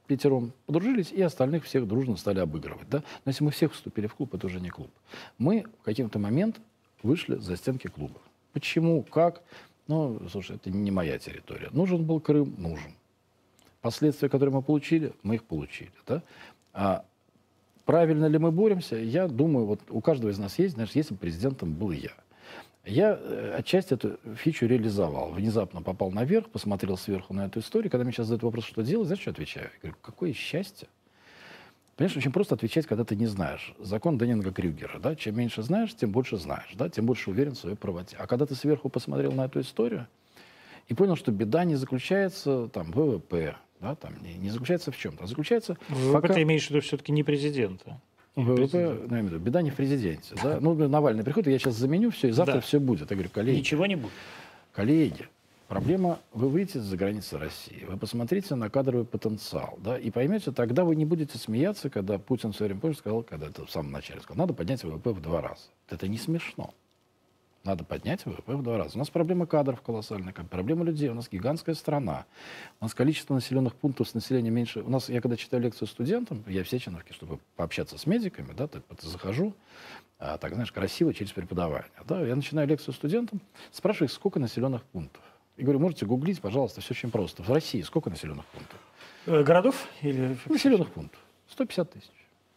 C: пятером подружились, и остальных всех дружно стали обыгрывать. Да? Но если мы всех вступили в клуб, это уже не клуб. Мы в какой-то момент вышли за стенки клуба. Почему? Как? Ну, слушай, это не моя территория. Нужен был Крым? Нужен. Последствия, которые мы получили, мы их получили. Да? А правильно ли мы боремся? Я думаю, вот у каждого из нас есть, знаешь, если бы президентом был я. Я э, отчасти эту фичу реализовал. Внезапно попал наверх, посмотрел сверху на эту историю. Когда мне сейчас задают вопрос, что делать, знаешь, что отвечаю? Я говорю, какое счастье. Понимаешь, очень просто отвечать, когда ты не знаешь. Закон Даннинга-Крюгера. Да? Чем меньше знаешь, тем больше знаешь. Да? Тем больше уверен в своей правоте. А когда ты сверху посмотрел на эту историю и понял, что беда не заключается там, в вэ вэ пэ, да? там, не, не заключается в чем-то, а заключается...
A: вэ вэ пэ
C: пока...
A: ты имеешь в виду все-таки не президента.
C: вэ вэ пэ, ну, я имею в виду, беда не в президенте. Да? Ну, Навальный приходит, я сейчас заменю все, и завтра
A: Да.
C: все будет. Я говорю, коллеги,
A: Ничего не будет.
C: коллеги, проблема, вы выйдете за границы России, вы посмотрите на кадровый потенциал, да, и поймете, тогда вы не будете смеяться, когда Путин в свое время позже сказал, когда это в самом начале сказал, надо поднять вэ вэ пэ в два раза. Это не смешно. Надо поднять вэ вэ пэ в два раза. У нас проблема кадров колоссальная, проблема людей. У нас гигантская страна. У нас количество населенных пунктов с населением меньше. У нас, я когда читаю лекцию студентам, я в Сеченовке, чтобы пообщаться с медиками, да, так, захожу, а, так, знаешь, красиво через преподавание. Да, я начинаю лекцию студентам, спрашиваю их, сколько населенных пунктов. И говорю, можете гуглить, пожалуйста, все очень просто. В России сколько населенных пунктов?
A: Э, Городов или...
C: Населенных пунктов. сто пятьдесят тысяч.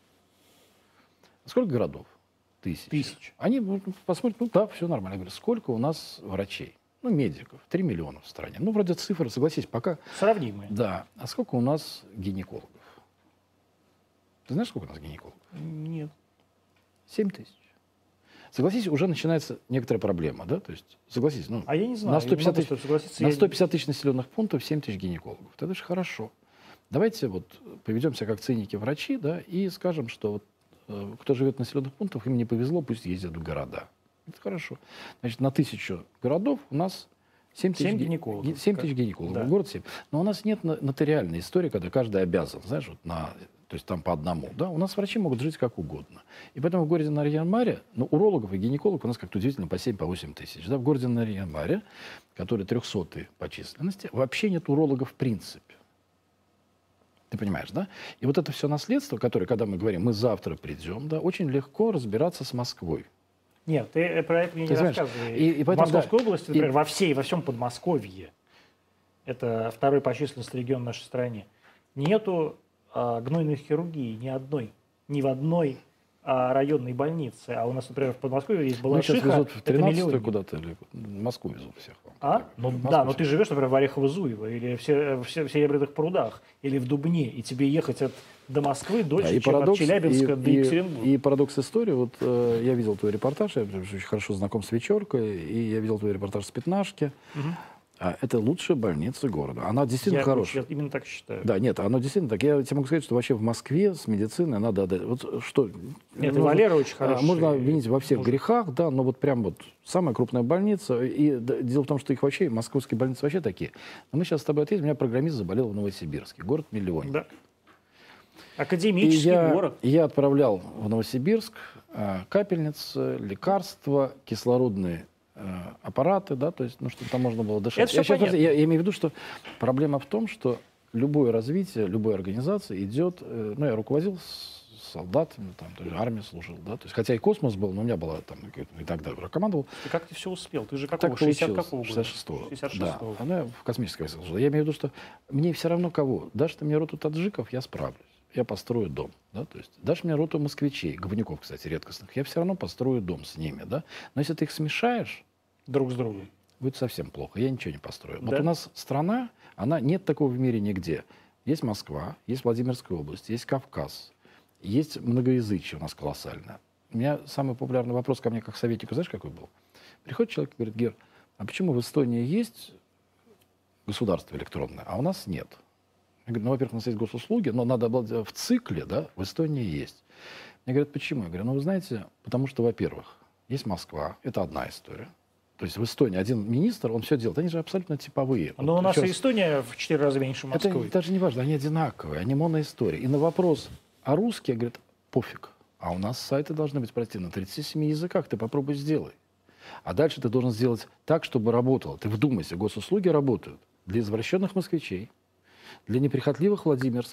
C: Сколько городов? Тысяч.
A: Тысяч.
C: Они ну, посмотрят, ну да, все нормально. Я говорю, сколько у нас врачей? Ну, медиков. три миллиона в стране. Ну, вроде цифры, согласись, пока...
A: Сравнимые.
C: Да. А сколько у нас гинекологов? Ты знаешь, сколько у нас гинекологов?
A: Нет.
C: семь тысяч. Согласись, уже начинается некоторая проблема, да? То есть, согласись, ну...
A: А я не знаю.
C: На сто пятьдесят
A: я не могу
C: тысяч,
A: согласиться.
C: на
A: Я-
C: сто пятьдесят тысяч населенных пунктов семь тысяч гинекологов. Это же хорошо. Давайте вот поведем себя как циники-врачи, да, и скажем, что вот, э, кто живет в населенных пунктах, им не повезло, пусть ездят в города. Это хорошо. Значит, на тысячу городов у нас семь тысяч,
A: Семь
C: ги-
A: гинекологов.
C: ги- семь тысяч гинекологов.
A: Да.
C: Город семь. Но у нас нет но- нотариальной истории, когда каждый обязан, знаешь, вот на... То есть там по одному. Да? У нас врачи могут жить как угодно. И поэтому в городе Нарьян-Маре, ну, урологов и гинекологов у нас как-то удивительно по семь-восемь тысяч. Да? В городе Нарьян-Маре, который трехсотый по численности, вообще нет урологов в принципе. Ты понимаешь, да? И вот это все наследство, которое, когда мы говорим, мы завтра придем, да, очень легко разбираться с Москвой.
A: Нет, ты э, про это мне
C: Ты
A: не
C: знаешь,
A: рассказывай.
C: и- и
A: в
C: поэтому,
A: Московской
C: да,
A: области,
C: и-
A: например, во всей, во всем Подмосковье, это второй по численности регион в нашей стране, нету а, гнойной хирургии ни одной, ни в одной а, районной больнице. А у нас, например, в Подмосковье есть
C: Ну, сейчас
A: Балашиха,
C: везут в
A: это
C: тринадцатую
A: миллионник.
C: куда-то, или в Москву везут всех.
A: А? Ну
C: В Москву
A: да, но
C: всех.
A: ты живешь, например, в Орехово-Зуево или в, Се- в Се- в Серебряных прудах, или в Дубне, и тебе ехать от, до Москвы дольше,
C: Да, и
A: чем
C: парадокс,
A: от Челябинска
C: и,
A: до
C: и-
A: Екатеринбурга.
C: и парадокс истории. Вот э, я видел твой репортаж, я очень хорошо знаком с Вечеркой, и я видел твой репортаж с Пятнашки.
A: Мгм.
C: А, это лучшая больница города. Она действительно
A: Я
C: хорошая.
A: я именно так считаю.
C: Да, нет, оно действительно так. Я тебе могу сказать, что вообще в Москве с медициной надо отдать. Вот что...
A: Нет, и
C: можно-
A: Валера очень
C: а,
A: хороший.
C: Можно обвинить во всех
A: Можно.
C: грехах, да, но вот прям вот самая крупная больница. И да, дело в том, что их вообще, московские больницы вообще такие. Но мы сейчас с тобой отъедем, у меня программист заболел в Новосибирске, город-миллионник.
A: Да.
C: И
A: Академический
C: я,
A: город.
C: я отправлял в Новосибирск э, капельницы, лекарства, кислородные э, аппараты, да, то есть, ну, чтобы там можно было дышать.
A: Это всё
C: я, сейчас,
A: понятно.
C: я, я имею в виду, что проблема в том, что любое развитие, любой организации идет, э, ну, я руководил с солдатами, там, то есть армии служил, да, то есть, хотя и космос был, но у меня была там, иногда командовал.
A: И как ты все успел? Ты же какого?
C: Так
A: шестьдесят
C: получилось.
A: какого года?
C: шестьдесят шестого.
A: шестьдесят
C: Да,
A: шестого.
C: она в космической войске служила. Я имею в виду, что мне все равно кого. Дашь ты мне роту таджиков, я справлюсь. Я построю дом. Да? То есть, дашь мне роту москвичей, говнюков, кстати, редкостных, я все равно построю дом с ними. Да? Но если ты их смешаешь,
A: Друг с другом.
C: будет совсем плохо. Я ничего не построю.
A: Да?
C: Вот у нас страна, она нет такого в мире нигде. Есть Москва, есть Владимирская область, есть Кавказ, есть многоязычие у нас колоссальное. У меня самый популярный вопрос ко мне как советнику, знаешь, какой был? Приходит человек и говорит: Гер, а почему в Эстонии есть государство электронное, а у нас нет? Я говорю, ну, во-первых, у нас есть госуслуги, но надо было в цикле, да, в Эстонии есть. Мне говорят, почему? Я говорю, ну, вы знаете, потому что, во-первых, есть Москва, это одна история. То есть в Эстонии один министр, он все делает. Они же абсолютно типовые.
A: Но
C: Вот
A: у нас
C: еще
A: и
C: раз.
A: Эстония в четыре раза меньше
C: Это
A: Москвы.
C: даже не важно, они одинаковые, они моноистории. И на вопрос, а русские, говорят, пофиг. А у нас сайты должны быть, прости, на тридцати семи языках, ты попробуй сделай. А дальше ты должен сделать так, чтобы работало. Ты вдумайся, госуслуги работают для извращенных москвичей, для неприхотливых владимирских,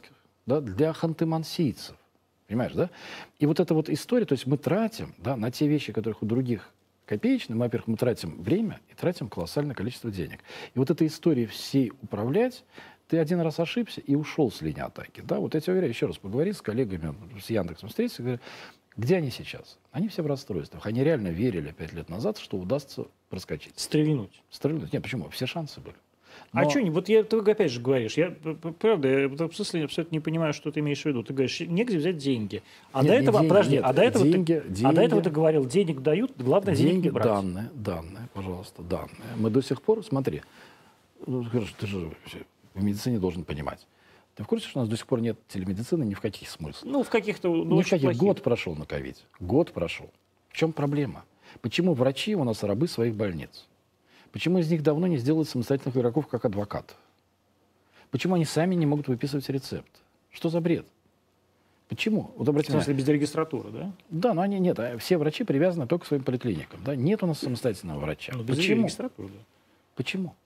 C: да, для ханты-мансийцев. Понимаешь, да? И вот эта вот история, то есть мы тратим, да, на те вещи, которых у других копеечные, мы, во-первых, мы тратим время и тратим колоссальное количество денег. И вот этой историей всей управлять, ты один раз ошибся и ушел с линии атаки. Да? Вот я тебе уверяю, еще раз поговори с коллегами, с Яндексом встретиться, говорят, где они сейчас? Они все в расстройствах. Они реально верили пять лет назад, что удастся проскочить.
A: Стрельнуть.
C: Стрельнуть. Нет, почему? Все шансы были.
A: Но... А
C: Но...
A: что, вот я, ты опять же говоришь, я, правда, я в смысле абсолютно не понимаю, что ты имеешь в виду. Ты говоришь, негде взять деньги. А
C: нет,
A: до этого,
C: деньги,
A: подожди,
C: нет,
A: а, до этого
C: деньги,
A: ты,
C: деньги,
A: а до этого ты говорил, денег дают, главное денег
C: деньги,
A: не брать.
C: данные, данные, пожалуйста, данные. Мы до сих пор, смотри, ну, ты же в медицине должен понимать. Ты в курсе, что у нас до сих пор нет телемедицины ни в каких смыслах?
A: Ну, в каких-то, ну,
C: ни в каких.
A: плохих.
C: Год прошел на ковиде. Год прошел. В чем проблема? Почему врачи у нас рабы своих больниц? Почему из них давно не сделают самостоятельных игроков как адвокатов? Почему они сами не могут выписывать рецепт? Что за бред? Почему? Вот
A: в смысле, без регистратуры, да?
C: Да, но они нет. Все врачи привязаны только к своим поликлиникам. Да? Нет у нас самостоятельного врача.
A: Ну, без
C: Почему?
A: регистратуры, да.
C: Почему?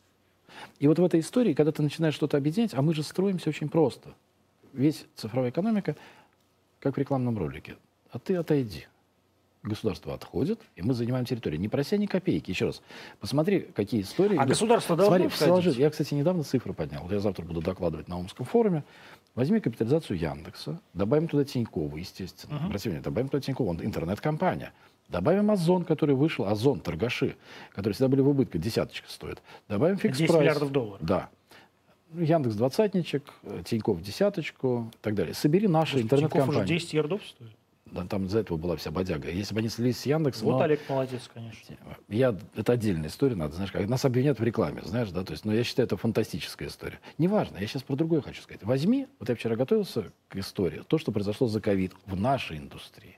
C: И вот в этой истории, когда ты начинаешь что-то объединять, а мы же строимся очень просто. Весь цифровая экономика, как в рекламном ролике. А ты отойди. Государство отходит, и мы занимаем территорию. Не прося ни копейки. Еще раз, посмотри, какие истории...
A: А государство должно
C: Смотри,
A: входить?
C: сложить. Я, кстати, недавно цифры поднял. Вот я завтра буду докладывать на Омском форуме. Возьми капитализацию Яндекса, добавим туда Тинькова, естественно. Uh-huh. Обрати внимание, добавим туда Тинькова, он интернет-компания. Добавим Озон, который вышел, Озон, торгаши, которые всегда были в убытке, десяточка стоит. Добавим фикс-прайс.
A: десять миллиардов долларов.
C: Да. Яндекс двадцатничек, Тиньков десяточку и так далее. Собери наши интернет-компании.
A: Тиньков уже десять ярдов стоит.
C: Да, там из-за этого была вся бодяга. Если бы они слились с Яндексом...
A: Вот
C: но...
A: Олег молодец, конечно.
C: Я... Это отдельная история, надо, знаешь, как нас обвинят в рекламе, знаешь, да, то есть, но я считаю, это фантастическая история. Неважно, я сейчас про другое хочу сказать. Возьми, вот я вчера готовился к истории, то, что произошло за ковид в нашей индустрии.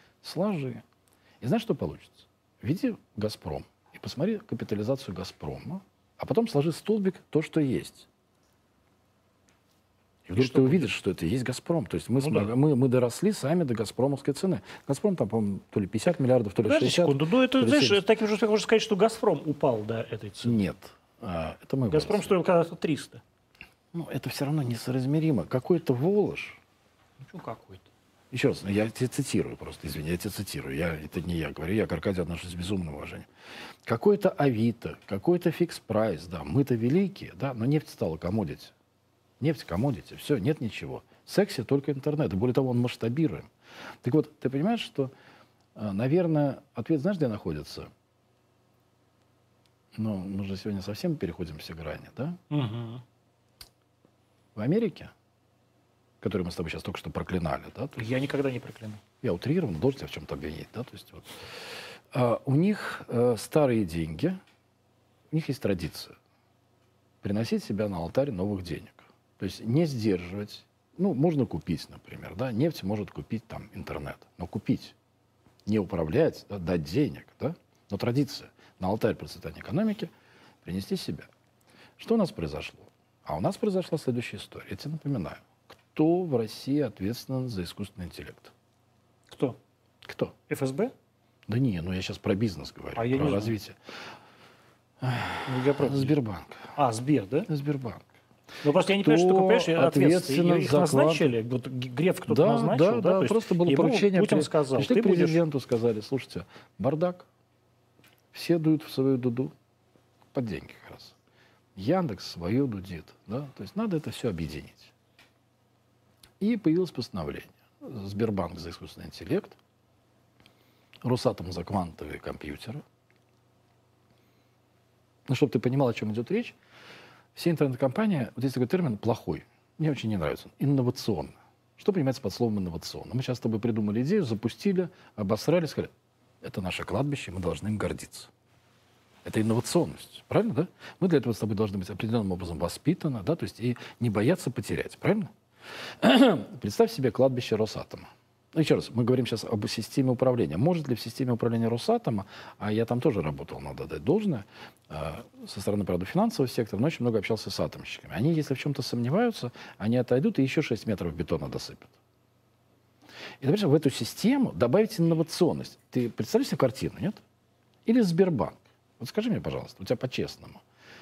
C: Сложи. И знаешь, что получится? Веди «Газпром» и посмотри капитализацию «Газпрома», а потом сложи столбик то, что есть. И вдруг ты увидишь, что это и есть «Газпром». То есть мы, ну, да. мы, мы доросли сами до «Газпромовской» цены. «Газпром» там, по-моему, то ли пятьдесят миллиардов, то ли
A: Подожди
C: шестьдесят.
A: секунду, ну это, знаешь,
C: семьдесят.
A: таким же успехом можно сказать, что «Газпром» упал до этой цены.
C: Нет. А, это мы
A: «Газпром»
C: выросли.
A: стоил когда-то триста.
C: Ну, это все равно несоразмеримо. Какой-то Волож.
A: Ну, что какой-то?
C: Еще раз, я тебя цитирую просто, извини, я тебя цитирую. Я, это не я говорю, я к Аркадию отношусь с безумным уважением. Какой-то Авито, какой-то фикс-прайс, да, мы-то великие, да, но нефть стала коммодити. Нефть коммодити, все, нет ничего. Секси только интернет, и более того, он масштабируем. Так вот, ты понимаешь, что, наверное, ответ знаешь, где находится? Ну, мы же сегодня совсем переходим все грани, да?
A: Угу.
C: В Америке, которую мы с тобой сейчас только что проклинали, да? То есть,
A: я никогда не проклинал.
C: Я утрированно должен тебя в чем-то обвинить, да? То есть, вот, а, у них а, старые деньги, у них есть традиция приносить себя на алтарь новых денег. То есть не сдерживать. Ну, можно купить, например, да? Нефть может купить там интернет, но купить, не управлять, да? Дать денег, да? Но традиция на алтарь процветания экономики принести себя. Что у нас произошло? А у нас произошла следующая история. Я тебе напоминаю. Кто в России ответственен за искусственный интеллект?
A: Кто?
C: Кто?
A: эф эс бэ?
C: Да не, ну я сейчас про бизнес говорю,
A: а
C: про развитие.
A: Ну, я про...
C: Сбербанк.
A: А, Сбер, да?
C: Сбербанк.
A: Ну, просто я не понимаю, что такое, понимаешь, ответственно. Их
C: за
A: назначили, вот Греф кто-то
C: да,
A: назначил,
C: да,
A: да?
C: да,
A: То есть
C: просто было
A: ему
C: поручение.
A: Путин
C: при...
A: сказал,
C: Пришли
A: ты
C: к президенту,
A: будешь...
C: сказали, слушайте, бардак, все дуют в свою дуду, под деньги как раз. Яндекс свою дудит, да? То есть надо это все объединить. И появилось постановление. Сбербанк за искусственный интеллект, Росатом за квантовые компьютеры. Ну, чтобы ты понимал, о чем идет речь, все интернет-компании, вот есть такой термин плохой, мне очень не нравится, инновационно. Что понимается под словом инновационно? Мы сейчас с тобой придумали идею, запустили, обосрали, сказали, это наше кладбище, мы должны им гордиться. Это инновационность, правильно, да? Мы для этого с тобой должны быть определенным образом воспитаны, да, то есть и не бояться потерять, правильно? Представь себе кладбище Росатома. Ну, еще раз, мы говорим сейчас об системе управления. Может ли в системе управления Росатома, а я там тоже работал, надо дать должное, со стороны, правда, финансового сектора, но очень много общался с атомщиками. Они, если в чем-то сомневаются, они отойдут и еще шесть метров бетона досыпят. И, например, в эту систему добавить инновационность. Ты представляешь себе картину, нет? Или Сбербанк. Вот скажи мне, пожалуйста, у тебя по-честному.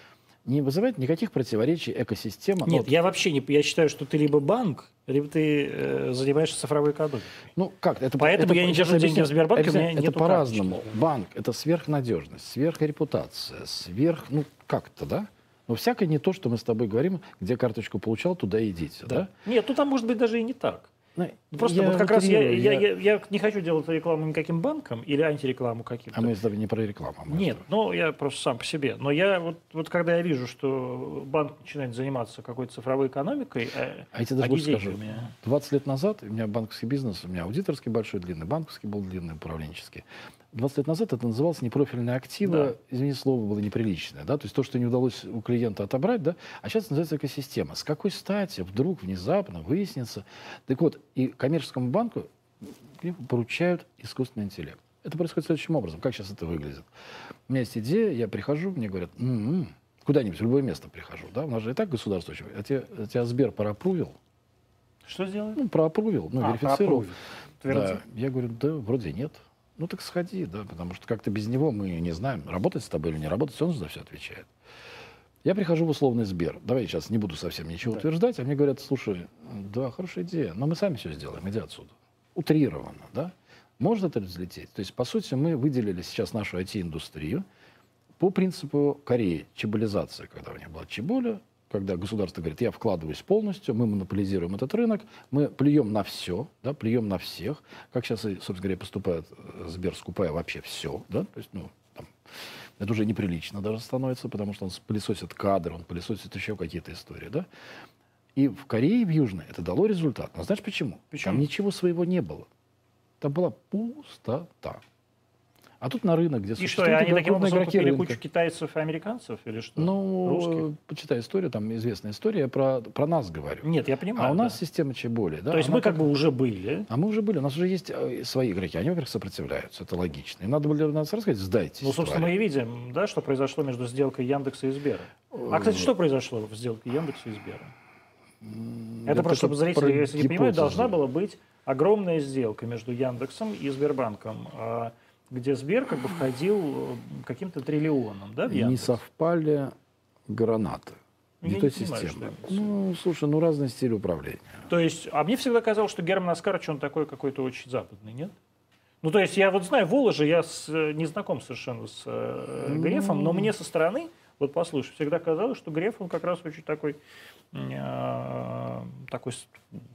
C: не вызывает никаких противоречий экосистема.
A: Нет,
C: вот,
A: я вообще не... Я считаю, что ты либо банк, либо ты э, занимаешься цифровой экономикой.
C: ну как? Это,
A: Поэтому
C: это,
A: я не
C: сейчас
A: держу деньги в Сбербанке, у
C: объясняю,
A: меня
C: это
A: нету
C: по-разному.
A: карточки.
C: Банк — это сверхнадежность, сверхрепутация, сверх... Ну как-то, да? Но всякое не то, что мы с тобой говорим, где карточку получал, туда идите, да?
A: Нет, ну там может быть даже и не так.
C: Ну,
A: Просто
C: я
A: вот как раз я,
C: утрирую,
A: я,
C: я-
A: я, я не хочу делать рекламу никаким банкам или антирекламу каким-то.
C: А мы с тобой не про рекламу. мы
A: Нет,
C: что?
A: ну я просто сам по себе. Но я вот, вот когда я вижу, что банк начинает заниматься какой-то цифровой экономикой, э,
C: А я тебе даже
A: а не
C: больше скажу.
A: деньгами.
C: двадцать лет назад у меня банковский бизнес, у меня аудиторский большой, длинный, банковский был длинный, управленческий. двадцать лет назад это называлось непрофильные активы,
A: Да.
C: извини, слово было неприличное, да, то есть то, что не удалось у клиента отобрать, да, а сейчас называется экосистема. С какой стати вдруг внезапно выяснится? Так вот, и коммерческому банку поручают искусственный интеллект. Это происходит следующим образом. Как сейчас это выглядит? У меня есть идея, я прихожу, мне говорят, м-м, куда-нибудь, в любое место прихожу, да, у нас же и так государство очень... А тебя, а тебя Сбер проапрувил?
A: Что сделать?
C: Ну, проапрувил, ну,
A: А,
C: верифицировал.
A: проапрувил. Твердил.
C: Да. Я говорю, да, вроде нет. Ну, так сходи, да, потому что как-то без него мы не знаем, работать с тобой или не работать, он же за все отвечает. Я прихожу в условный Сбер. Давай я сейчас не буду совсем ничего
A: Да.
C: утверждать, а мне говорят, слушай, да, хорошая идея, но мы сами все сделаем, иди отсюда. Утрированно, да? Может это взлететь? То есть, по сути, мы выделили сейчас нашу ай ти-индустрию по принципу Кореи, чеболизация, когда у них была чеболя, когда государство говорит, я вкладываюсь полностью, мы монополизируем этот рынок, мы плюем на все, да, плюем на всех, как сейчас, и, собственно говоря, поступает э, Сбер, скупая вообще все, да, то есть, ну, там, это уже неприлично даже становится, потому что он пылесосит кадры, он пылесосит еще какие-то истории, да. И в Корее, в Южной, это дало результат. Но знаешь почему?
A: Почему?
C: Там ничего своего не было. Там была пустота. А тут на рынок, где
A: И что, и
C: существуют
A: они таким
C: крупные
A: образом
C: игроки
A: купили
C: рынка.
A: кучу китайцев и американцев или что?
C: Ну,
A: Русских?
C: почитай историю, там известная история, я про, про нас говорю.
A: Нет, я понимаю.
C: А у нас
A: да.
C: система чеболи, да?
A: То есть
C: она
A: мы как бы уже были.
C: А мы уже были, у нас уже есть э, свои игроки, они, во-первых, сопротивляются, это логично. Им надо было нас рассказать, сдайтесь.
A: Ну, собственно,
C: твари.
A: мы и видим, да, что произошло между сделкой Яндекса и Сбера. А, кстати, что произошло в сделке Яндекса и Сбера? Это
C: Я
A: просто, чтобы
C: только
A: зрители,
C: про
A: если не понимают,
C: гипотезы.
A: должна была быть огромная сделка между Яндексом и Сбербанком, а, где Сбер как бы входил э, каким-то триллионом, да, в
C: Не
A: Яндекс?
C: совпали гранаты.
A: Я
C: Не
A: не
C: той
A: понимаю,
C: системы.
A: что имеется в
C: Ну, слушай, ну разный стиль управления.
A: То есть, а мне всегда казалось, что Герман Оскарович, он такой какой-то очень западный, нет? Ну, то есть, я вот знаю Воложи, я с, э, не знаком совершенно с э,
C: Ну.
A: Грефом, но мне со стороны, вот послушай, всегда казалось, что Греф, он как раз очень такой, э, такой с-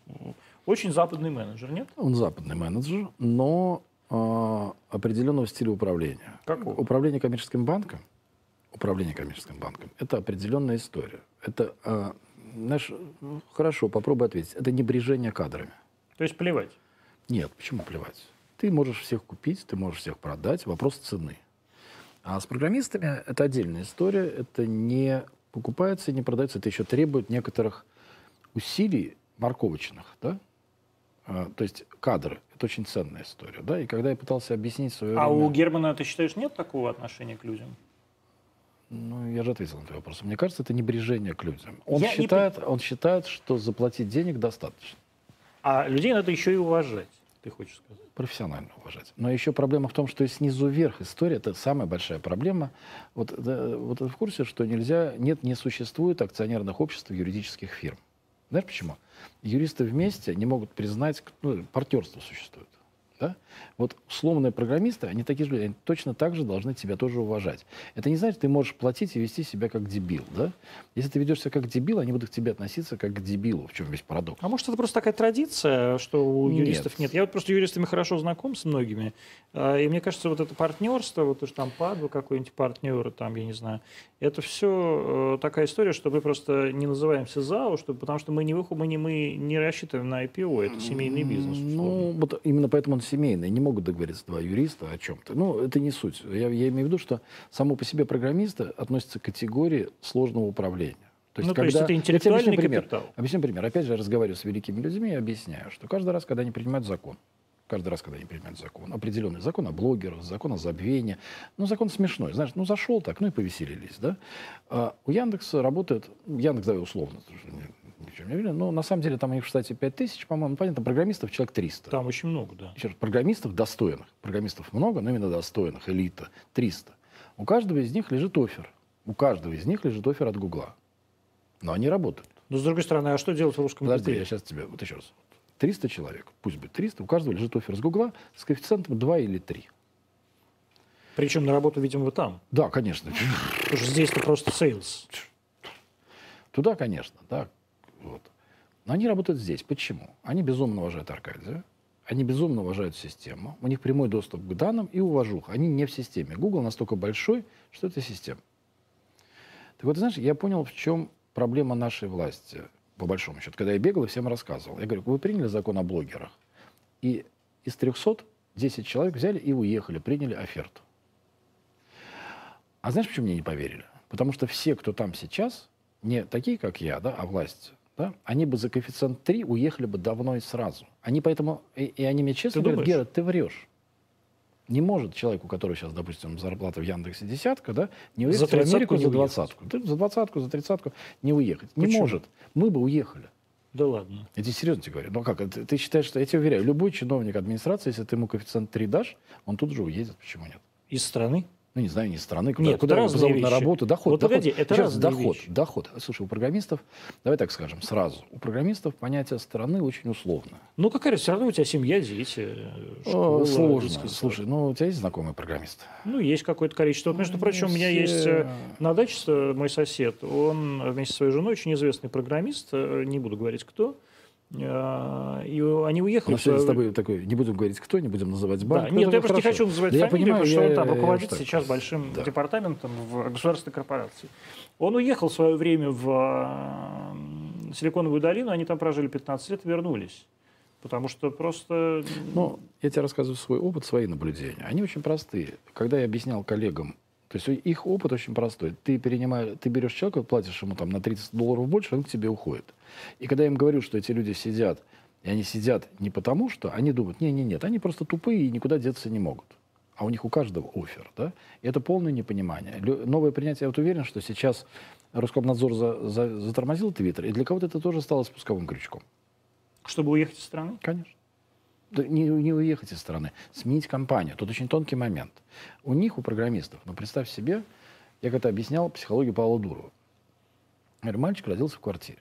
A: очень западный менеджер, нет?
C: Он западный менеджер, но э, определенного стиля управления.
A: Какого?
C: Управление коммерческим банком, управление коммерческим банком, это определенная история. Это, э, знаешь, ну, хорошо, попробуй ответить. Это небрежение кадрами.
A: То есть, плевать.
C: Нет, почему плевать? Ты можешь всех купить, ты можешь всех продать, вопрос цены. А с программистами это отдельная история, это не покупается и не продается, это еще требует некоторых усилий морковочных, да? А, то есть кадры — это очень ценная история, да? И когда я пытался объяснить свое
A: А
C: время...
A: у Германа, ты считаешь, нет такого отношения к людям?
C: Ну, я же ответил на твой вопрос. Мне кажется, это небрежение к людям. Он,
A: Я не
C: считает, он считает, что заплатить денег достаточно.
A: А людей надо еще и уважать, ты хочешь сказать?
C: Профессионально уважать. Но еще проблема в том, что и снизу вверх история — это самая большая проблема. Вот, да, вот ты в курсе, что нельзя, нет, не существует акционерных обществ юридических фирм. Знаешь почему? Юристы вместе не могут признать, ну, партнерство существует. Да? Вот условные программисты, они такие же люди, они точно так же должны тебя тоже уважать. Это не значит, что ты можешь платить и вести себя как дебил. Да? Если ты ведешь себя как дебил, они будут к тебе относиться как к дебилу, в чем весь парадокс.
A: А может, это просто такая традиция, что у
C: Нет.
A: юристов нет? Я вот просто юристами хорошо знаком с многими, а, и мне кажется, вот это партнерство, вот уж там Падва какой-нибудь партнер, там, я не знаю, это все такая история, что мы просто не называемся ЗАО, что, потому что мы не, выху- мы, не, мы не рассчитываем на ай пи о, это семейный бизнес. условно.
C: Ну, вот именно поэтому он семейный. Не могут договориться два юриста о чем-то. Ну, это не суть. Я, я имею в виду, что само по себе программисты относятся к категории сложного управления. То
A: Ну, то есть это
C: я тебе
A: интеллектуальный
C: объясню пример.
A: капитал.
C: Объясню пример. Опять же, я разговариваю с великими людьми и объясняю, что каждый раз, когда они принимают закон, каждый раз, когда они принимают закон, определенный закон о блогерах, закон о забвении, ну, закон смешной, знаешь, ну, зашел так, ну, и повеселились, да. А у Яндекса работает, Яндекс, давай условно, ничего не видно, но на самом деле там их в штате пять тысяч, по-моему, понятно, программистов человек триста.
A: Там очень много, да.
C: Еще раз, программистов достойных. Программистов много, но именно достойных, элита, триста. У каждого из них лежит оффер. У каждого из них лежит оффер от Гугла. Но они работают.
A: Но с другой стороны, а что делать в русском
C: Подожди,
A: языке?
C: я сейчас тебе... Вот еще раз. триста человек, пусть будет триста, у каждого лежит оффер с Гугла с коэффициентом два или три.
A: Причем на работу, видимо, вы там.
C: Да, конечно.
A: Потому что здесь-то просто сейлс.
C: Туда, конечно, да. Вот. Но они работают здесь. Почему? Они безумно уважают Аркадия. Они безумно уважают систему. У них прямой доступ к данным и уважуха. Они не в системе. Google настолько большой, что это система. Так вот, знаешь, я понял, в чем проблема нашей власти, по большому счету. Когда я бегал и всем рассказывал. Я говорю, вы приняли закон о блогерах. И из трёхсот десять человек взяли и уехали, приняли оферту. А знаешь, почему мне не поверили? Потому что все, кто там сейчас, не такие, как я, да, а власть, да, они бы за коэффициент три уехали бы давно и сразу. Они поэтому, и, и они мне честно
A: Ты
C: говорят,
A: думаешь?
C: Гера, ты врешь. Не может человек, у которого сейчас, допустим, зарплата в Яндексе десятка, да, не уехать
A: За
C: в Америку
A: тридцатку не
C: за
A: уехать.
C: двадцатку. Да, за двадцатку, за тридцатку не уехать. Не
A: Почему?
C: может. Мы бы уехали.
A: Да ладно.
C: Я тебе серьезно тебе говорю. Ну как, ты, ты считаешь, что... Я тебе уверяю, любой чиновник администрации, если ты ему коэффициент три дашь, он тут же уедет. Почему нет?
A: Из страны?
C: Ну, не знаю, не из страны, куда,
A: Нет,
C: куда
A: это
C: его
A: разные
C: позовут на
A: вещи.
C: работу. Доход,
A: Вот
C: доход.
A: погоди, это
C: Сейчас
A: разные
C: доход,
A: вещи.
C: доход. Слушай, у программистов, давай так скажем, сразу. У программистов понятие страны очень условно.
A: Ну, какая разница, все равно у тебя семья, дети,
C: О,
A: школа,
C: сложно.
A: детский сад.
C: Слушай, ну у тебя есть знакомый программист?
A: Ну, есть какое-то количество. Вот, между
C: Ну,
A: прочим, у меня
C: все.
A: есть э, на даче э, мой сосед. Он вместе со своей женой очень известный программист. э, Не буду говорить, кто. Э, И они
C: У
A: уехали...
C: нас
A: в
C: сегодня с
A: свое-
C: тобой такой, не будем говорить кто, не будем называть банк.
A: Да,
C: Ну,
A: нет,
C: это
A: я просто не
C: хорошо.
A: хочу называть
C: Да я
A: фамилию,
C: понимаю,
A: потому что
C: я-
A: он там
C: я-
A: руководит
C: так.
A: сейчас большим
C: Да.
A: департаментом в государственной корпорации. Он уехал в свое время в э, Силиконовую долину, они там прожили пятнадцать лет и вернулись. Потому что просто...
C: Ну, я тебе рассказываю свой опыт, свои наблюдения. Они очень простые. Когда я объяснял коллегам, то есть их опыт очень простой. Ты, перенимаешь, ты берешь человека, платишь ему там на тридцать долларов больше, он к тебе уходит. И когда я им говорю, что эти люди сидят, и они сидят не потому, что они думают, не-не-нет, они просто тупые и никуда деться не могут. А у них у каждого оффер, да? И это полное непонимание. Лю- Новое принятие, я вот уверен, что сейчас Роскомнадзор за- за- затормозил Твиттер, и для кого-то это тоже стало спусковым крючком.
A: Чтобы уехать из страны?
C: Конечно. Да не, не уехать из страны, сменить компанию. Тут очень тонкий момент. У них, у программистов, ну представь себе, я когда объяснял психологию Павла Дурова. Я говорю, мальчик родился в квартире.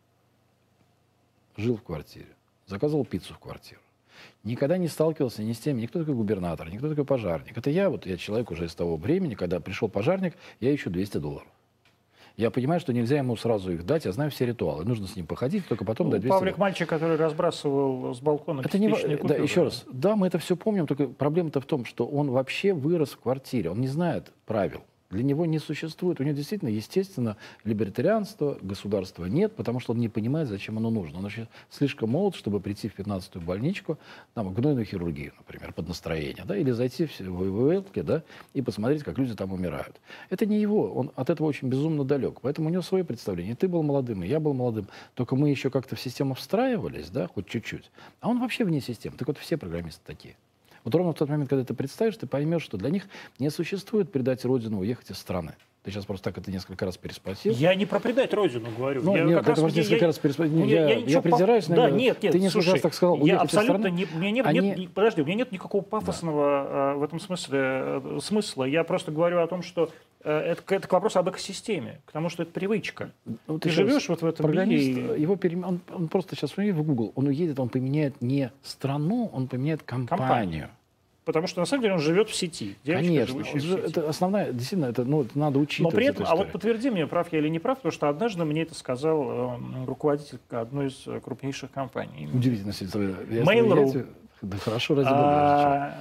C: Жил в квартире. Заказывал пиццу в квартиру. Никогда не сталкивался ни с тем, никто такой губернатор, никто такой пожарник. Это я, вот я человек уже из того времени, когда пришел пожарник, я ищу двести долларов. Я понимаю, что нельзя ему сразу их дать, я знаю все ритуалы. Нужно с ним походить, только потом
A: Ну,
C: дать двести
A: Павлик
C: долларов.
A: мальчик, который разбрасывал с балкона
C: Это не, ва-
A: пятитысячные
C: да,
A: купюры.
C: еще раз, да, мы это все помним, только проблема-то в том, что он вообще вырос в квартире, он не знает правил. Для него не существует, у него действительно, естественно, либертарианства, государства нет, потому что он не понимает, зачем оно нужно. Он вообще слишком молод, чтобы прийти в пятнадцатую больничку, там, в гнойную хирургию, например, под настроение, да, или зайти в ВВЛке, да, и посмотреть, как люди там умирают. Это не его, он от этого очень безумно далек, поэтому у него свое представление. Ты был молодым, и я был молодым, только мы еще как-то в систему встраивались, да, хоть чуть-чуть, а он вообще вне системы. Так вот, все программисты такие. Вот ровно в тот момент, когда ты представишь, ты поймешь, что для них не существует предать родину, уехать из страны. Ты сейчас просто так это несколько раз переспросил.
A: Я не про предать родину говорю.
C: Ну,
A: я
C: нет,
A: как
C: ты
A: раз,
C: просто
A: я-
C: несколько
A: я-
C: раз переспросил.
A: ну,
C: Я, я,
A: ничего
C: придираюсь,
A: паф- Да,
C: наверное.
A: нет, нет,
C: Ты несколько
A: слушай,
C: раз так сказал,
A: я
C: уехать из
A: абсолютно
C: страны.
A: не, у меня нет,
C: Они-
A: нет, не- подожди, у меня нет никакого пафосного э, в этом смысле э, смысла. Я просто говорю о том, что э, это, к- это к вопросу об экосистеме, к тому, что это привычка.
C: Ну,
A: Ты
C: еще раз,
A: живешь вот в этом
C: программист,
A: мире. и-
C: его перем- он, он просто сейчас уедет в Google, он уедет, он поменяет не страну, он поменяет компанию.
A: Компанию. Потому что на самом деле он живет в сети. Девочка,
C: Конечно,
A: живущая
C: он
A: в
C: же-
A: сети.
C: это основная, действительно, это, ну, это надо
A: Но
C: учитывать.
A: при этом,
C: эту
A: а вот
C: историю.
A: подтверди мне, прав я или не прав, потому что однажды мне это сказал э, руководитель одной из э, крупнейших компаний.
C: Удивительно, ситуация. Я-
A: Mail.ru.
C: я тебе- Да хорошо, ради бога.
A: А,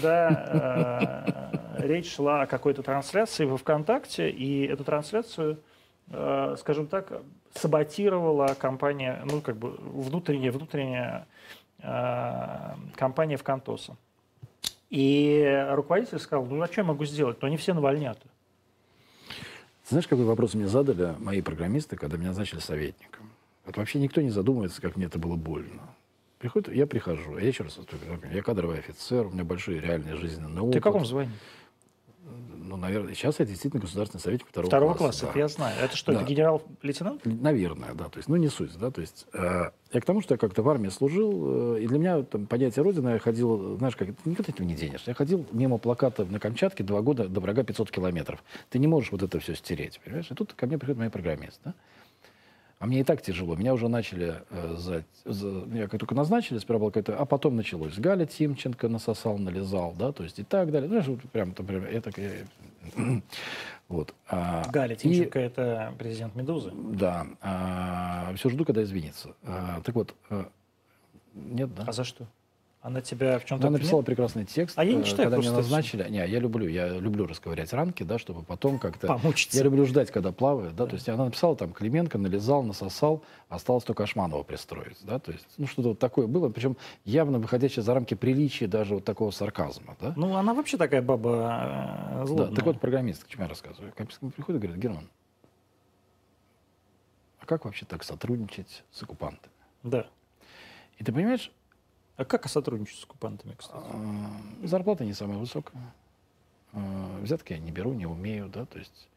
A: когда э, речь шла о какой-то трансляции во ВКонтакте, и эту трансляцию, э, скажем так, саботировала компания, ну, как бы внутренняя, внутренняя э, компания ВКонтоса. И руководитель сказал, ну, а что я могу сделать? Но они все навальнят.
C: Знаешь, какой вопрос мне задали мои программисты, когда меня назначили советником? Вот вообще никто не задумывается, как мне это было больно. Приходит, я прихожу, я еще раз, я кадровый офицер, у меня большой реальный жизненный опыт.
A: Ты в каком звании?
C: ну, наверное, сейчас я действительно государственный советник второго,
A: Второго
C: класса.
A: класса,
C: Да.
A: это я знаю. Это что,
C: Да.
A: это генерал-лейтенант?
C: Наверное, да. То есть, ну, не суть, да. То есть, э, я к тому, что я как-то в армии служил, э, и для меня там, понятие Родина, я ходил, знаешь, как, никуда этого не денешь. Я ходил мимо плаката на Камчатке два года до врага пятьсот километров. Ты не можешь вот это все стереть, понимаешь? И тут ко мне приходит мои программисты, да. А мне и так тяжело. Меня уже начали, э, за, за, меня как только назначили, сперва было какое-то, а потом началось. Галя Тимченко насосал, нализал, да, то есть и так далее. Знаешь, вот прям, например, я так, я, вот. А,
A: Галя Тимченко, это президент «Медузы».
C: Да. А, все жду, когда извинится. А, так вот, а, нет, да?
A: А за что? Она тебя в чем-то
C: Она написала
A: обвиняет?
C: прекрасный текст,
A: А я не
C: э,
A: читаю
C: когда меня
A: просто
C: назначили. Не, я люблю, я люблю расковырять рамки, да, чтобы потом как-то...
A: Помучиться.
C: Я люблю ждать, когда плаваю, да, то есть она написала там Клименко, нализал, насосал, осталось только Ашманова пристроить, да, то есть, ну, что-то вот такое было, причем явно выходящее за рамки приличия, даже вот такого сарказма, да.
A: Ну, она вообще такая баба э, злобная.
C: Да, так вот, программист, к чему я рассказываю. Компьютер ко мне приходит и говорит: Герман, а как вообще так сотрудничать с оккупантами?
A: Да.
C: И ты понимаешь,
A: А как сотрудничать с оккупантами, кстати?
C: э, зарплата не самая высокая, э, взятки я не беру, не умею, да, то есть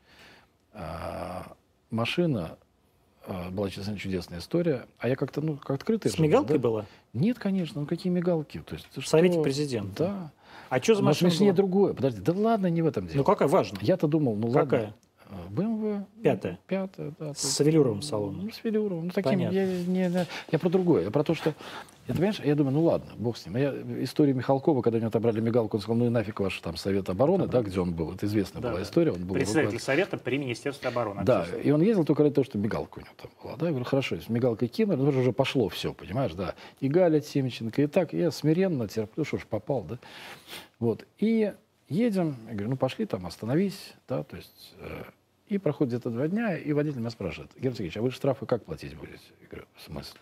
C: э, машина э, была, честно, чудесная история, а я как-то, ну, как открытый.
A: С
C: же был,
A: мигалкой
C: да?
A: была?
C: Нет, конечно, ну какие мигалки? То есть, ты
A: В Совете
C: что?
A: президента?
C: Да.
A: А что за
C: Но
A: машина
C: смешнее
A: была?
C: другое. Подожди, да ладно, не в этом дело.
A: Ну, какая важная?
C: Я-то думал, ну ладно.
A: Какая?
C: БМВ.
A: Пятая.
C: Пятая, да.
A: С велюровым салоном.
C: Ну, с велюровым. Ну, таким,
A: Понятно.
C: я, не, не- я про другое. Я про то, что... Я, ты понимаешь, я думаю, ну ладно, бог с ним. А я историю Михалкова, когда у него отобрали мигалку, он сказал, ну и нафиг ваш там Совет обороны, да, где он был. Это известная
A: Да,
C: была
A: да.
C: история. Он был
A: Председатель
C: руководитель-
A: Совета при Министерстве обороны.
C: Да,
A: общественного.
C: и он ездил только ради того, что мигалка у него там была. Да, я говорю, хорошо, если мигалкой кинули, ну, уже пошло все, понимаешь, да. И Галя Тимченко, и так, и я смиренно терплю, что ж попал, да. Вот, и едем, я говорю, ну пошли там, остановись, да, то есть... э, и проходит где-то два дня, и водитель меня спрашивает: Герман Сергеевич, а вы штрафы как платить будете? Я говорю, в смысле?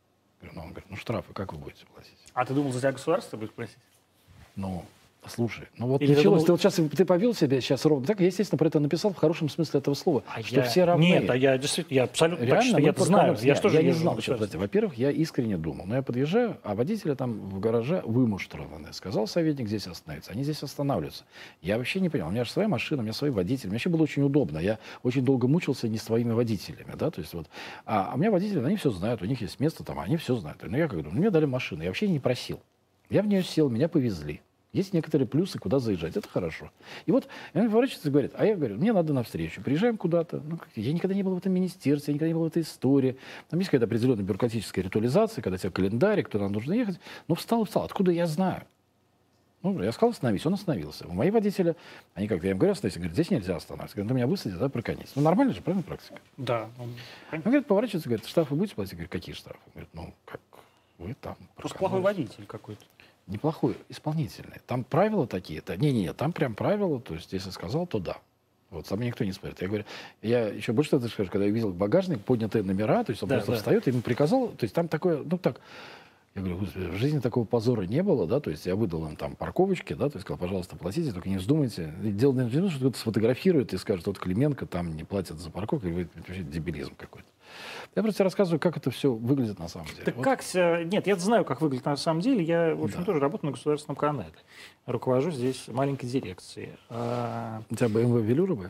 C: Я говорю, ну, он говорит, ну штрафы как вы будете платить?
A: А ты думал, за тебя государство будет платить?
C: Ну, слушай, ну вот
A: Или ты
C: началось,
A: думал-
C: ты вот сейчас, ты повел себя сейчас ровно так, я, естественно, про это написал в хорошем смысле этого слова,
A: А
C: что
A: я-
C: все равны.
A: Нет, а я действительно, я абсолютно
C: Реально,
A: точно,
C: мы
A: я
C: про
A: знаю.
C: коммерс-
A: Я,
C: Нет,
A: же тоже
C: я не
A: езжу
C: знал.
A: на
C: Сейчас,
A: государство.
C: подожди, во-первых, я искренне думал. Но я подъезжаю, а водители там в гараже вымуштрованные. Сказал советник здесь остановиться. Они здесь останавливаются. Я вообще не понял. У меня же своя машина, у меня свой водитель. Мне вообще было очень удобно. Я очень долго мучился не с своими водителями. Да? То есть, вот. а, а у меня водители, они все знают. У них есть место там, они все знают. Ну, я как думаю, мне дали машину. Я вообще не просил. Я в нее сел, меня повезли. Есть некоторые плюсы, куда заезжать. Это хорошо. И вот он поворачивается и говорит, а я говорю, мне надо навстречу. Приезжаем куда-то. Ну, как- я никогда не был в этом министерстве, я никогда не был в этой истории. Там есть какая-то определенная бюрократическая ритуализация, когда тебе календарик, куда нужно ехать. Ну, встал и встал. Откуда я знаю? Ну, я сказал, остановись, он остановился. Мои водители, они как-то, я им говорю, остановись. Они говорят, здесь нельзя останавливаться. Говорят, ты меня высадишь, да, прокатись. Ну, нормально же, правильно практика?
A: Да. он-
C: Он говорит, поворачивается, говорит, штрафы будете платить? Я говорю, какие штрафы? Он говорит, ну, как вы там...
A: Просто плохой
C: прокатились».
A: водитель какой-то.
C: Неплохой, исполнительный. Там правила такие-то. Не-не-не, там прям правила, то есть если сказал, то да. Вот со мной никто не спорит. Я говорю, я еще больше того скажу, когда я видел багажник, поднятые номера, то есть он
A: Да,
C: просто
A: да.
C: встает, и ему приказал, то есть там такое, ну так, я говорю, «Господи, в жизни такого позора не было, да, то есть я выдал им там парковочки, да, то есть сказал, пожалуйста, платите, только не вздумайте. И дело не в том, что кто-то сфотографирует и скажет, вот Клименко там не платят за парковку, и это вообще дебилизм какой-то. Я просто тебе рассказываю, как это все выглядит на самом деле.
A: Так
C: Вот.
A: как... ся- Нет, я знаю, как выглядит на самом деле. Я, в общем,
C: Да.
A: тоже работаю на государственном канале. Руковожу здесь маленькой дирекцией. А,
C: У тебя бэ эм вэ велюровая?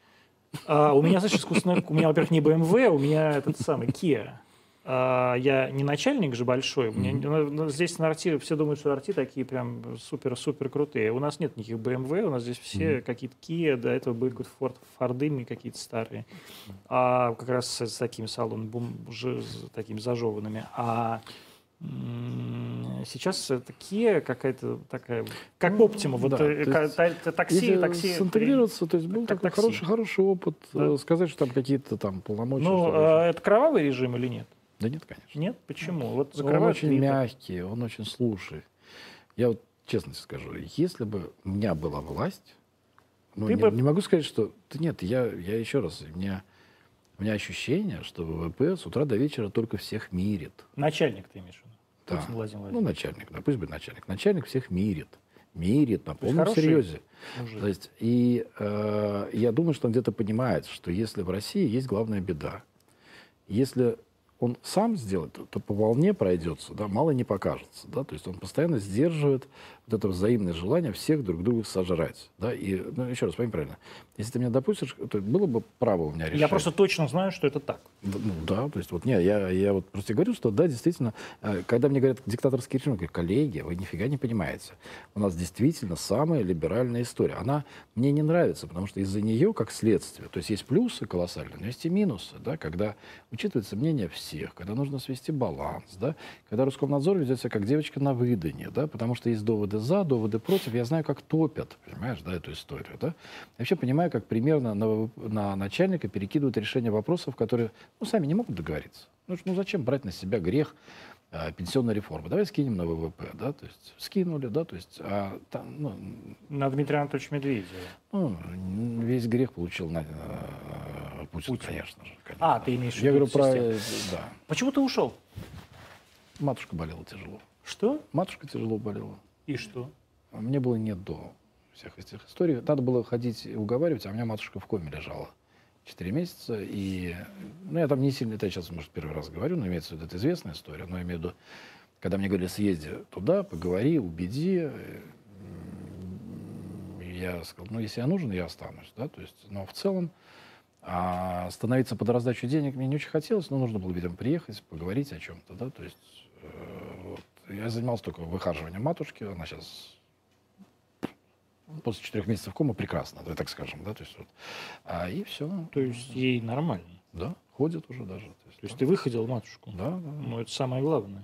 A: а, у меня, знаешь, искусственно... У меня, во-первых, не бэ эм вэ, у меня этот самый Kia. А, я не начальник же большой. У меня, ну, ну, здесь на арти все думают, что арти такие прям супер-супер крутые. У нас нет никаких бэ эм вэ, у нас здесь все какие-то Kia, до этого были какие-то Ford, Форды какие-то старые. А как раз с, с такими салонами, бум- ж- с такими зажеванными. А м, сейчас это Kia какая-то такая, как
C: Ну,
A: Optima, вот
C: да,
A: э,
C: то
A: ка-
C: есть
A: та- та- такси,
C: Если
A: такси.
C: синтегрироваться, то есть был
A: как
C: такой
A: такси.
C: хороший, хороший опыт.
A: Да.
C: э, Сказать, что там какие-то там полномочия.
A: Ну,
C: что
A: а
C: ли.
A: это кровавый режим или нет?
C: Да нет, конечно.
A: Нет? Почему? Вот
C: Он
A: закрывают
C: очень
A: Twitter.
C: мягкий, он очень слушает. Я вот честно тебе скажу, если бы у меня была власть, ну,
A: Ты
C: не,
A: бы-
C: не могу сказать, что... Да нет, я, я еще раз, у меня, у меня ощущение, что вэ вэ пэ с утра до вечера только всех мирит.
A: Начальник ты имеешь в виду?
C: Да.
A: Путин Владимир
C: Ну,
A: Владимирович.
C: начальник, да, пусть будет начальник. Начальник всех мирит. Мирит на
A: есть
C: полном
A: хороший
C: серьезе.
A: Мужик.
C: То есть, и э, я думаю, что он где-то понимает, что если в России есть главная беда, если он сам сделает, то, то по волне пройдется, да, мало не покажется. Да? То есть он постоянно сдерживает вот это взаимное желание всех друг друга сожрать. Да? И, ну, еще раз, пойми правильно, если ты меня допустишь, то было бы право у меня решать.
A: Я просто точно знаю, что это так.
C: Ну да, то есть вот не, я, я вот просто говорю, что да, действительно, когда мне говорят диктаторский режим, я говорю, коллеги, вы нифига не понимаете. У нас действительно самая либеральная история. Она мне не нравится, потому что из-за нее, как следствие, то есть есть плюсы колоссальные, но есть и минусы, да, когда учитывается мнение всех, когда нужно свести баланс, да, когда Роскомнадзор ведет себя как девочка на выданье, да, потому что есть доводы за, доводы против, я знаю, как топят, понимаешь, да, эту историю, да. Я вообще понимаю, как примерно на, на начальника перекидывают решение вопросов, которые, ну, сами не могут договориться. Ну, ну зачем брать на себя грех а, пенсионной реформы? Давай скинем на вэ вэ пэ, да, то есть скинули, да, то есть, а, там, ну,
A: На Дмитрия Анатольевича Медведева.
C: ну, весь грех получил на, на Путин,
A: Путин.
C: конечно же. Конечно.
A: А, ты имеешь в виду
C: Я говорю про,
A: систему.
C: да,
A: Почему ты ушел?
C: матушка болела тяжело.
A: Что?
C: Матушка тяжело болела.
A: И что?
C: А мне было нет до всех этих историй. Надо было ходить и уговаривать, а у меня матушка в коме лежала четыре месяца. И, ну, я там не сильно, это я сейчас, может, первый раз говорю, но имеется в виду, это известная история, но я имею в виду, когда мне говорили, съезди туда, поговори, убеди, я сказал, ну, если я нужен, я останусь, да, то есть, но в целом а становиться под раздачу денег мне не очень хотелось, но нужно было, видимо, приехать, поговорить о чем-то, да, то есть, э, вот. Я занимался только выхаживанием матушки, она сейчас после четырех месяцев комы прекрасно, да, так скажем, да, то есть вот, а, и все.
A: То есть ей нормально?
C: Да, ходит уже даже. То есть,
A: То есть
C: да.
A: ты выходил матушку?
C: Да, да.
A: Ну, это самое главное.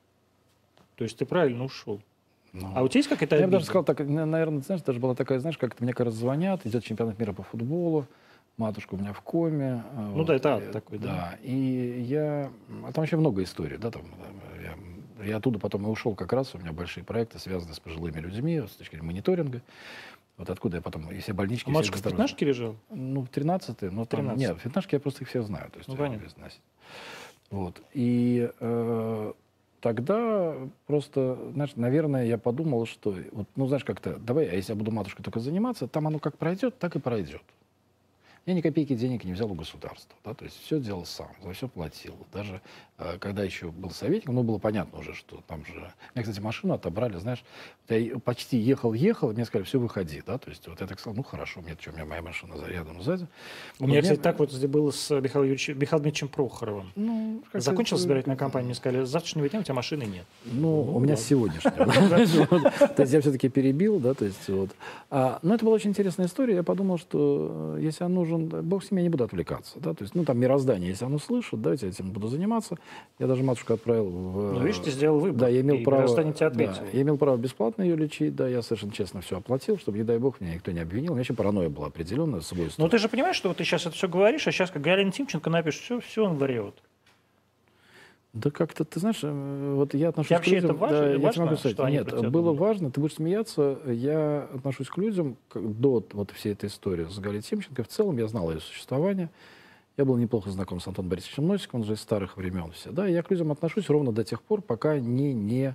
A: То есть ты правильно ушел.
C: Ну,
A: А у тебя есть какая-то
C: я бы
A: обида?
C: даже сказал, так, наверное, знаешь, даже была такая, знаешь, как-то мне, кажется, звонят, идет чемпионат мира по футболу, матушка у меня в коме.
A: Ну
C: вот,
A: да, это ад
C: и,
A: такой, да.
C: Да, и я... А там вообще много историй, да, там... Я, я оттуда потом и ушел как раз, у меня большие проекты, связанные с пожилыми людьми, с точки зрения мониторинга. Вот откуда я потом, и все больнички...
A: А матушка в пятнашке лежала?
C: Ну, в тринадцатый, но там...
A: тринадцатый.
C: Нет, в пятнашке я просто их всех знаю. То есть,
A: Ну,
C: я
A: понятно.
C: без носить. Вот, и... Э, Тогда просто, знаешь, наверное, я подумал, что, вот, ну, знаешь, как-то, давай, а если я буду матушкой только заниматься, там оно как пройдет, так и пройдет. Я ни копейки денег не взял у государства, да, то есть все делал сам, за все платил. Даже э, когда еще был советником, ну, было понятно уже, что там же... Меня, кстати, машину отобрали, знаешь, я почти ехал-ехал, мне сказали, все, выходи, да, то есть вот я так сказал, ну, хорошо, мне что, у меня моя машина за рядом, сзади.
A: У меня,
C: Вот
A: кстати,
C: мне-
A: так вот было с Михаилом, Юрьевичем, Михаилом Дмитриевичем Прохоровым.
C: Ну, как
A: Закончил
C: это-
A: собирательную кампанию, мне сказали, с завтрашнего дня у тебя машины нет.
C: Ну, у меня с сегодняшнего. Вот. То есть я все-таки перебил, да, то есть вот. А, Но это была очень интересная история. Я подумал, что э, если он нужен, бог с ним, я не буду отвлекаться, да, то есть, ну, там мироздание, если оно слышит, давайте я этим буду заниматься. Я даже матушку отправил в...
A: Ну, видишь, ты сделал выбор.
C: Да, я имел
A: и
C: право...
A: мироздание тебе
C: Да,
A: ответило.
C: я имел право бесплатно ее лечить, да, я совершенно честно все оплатил, чтобы, не дай бог, меня никто не обвинил. У меня еще паранойя была определенная с собой.
A: Но ты же понимаешь, что вот ты сейчас это все говоришь, а сейчас, как Галина Тимченко напишет, все, все, он врет.
C: Да как-то, ты знаешь, э, вот я отношусь
A: Тебе
C: к
A: вообще
C: людям...
A: это важно-
C: да, я тебе
A: важно,
C: могу сказать,
A: что они
C: нет,
A: про тебя
C: было
A: думают?
C: важно, ты будешь смеяться, я отношусь к людям как, до вот всей этой истории с Галией Тимченко. В целом я знал ее существование. Я был неплохо знаком с Антоном Борисовичем Носиком, он же из старых времен все. Да, и я к людям отношусь ровно до тех пор, пока они не...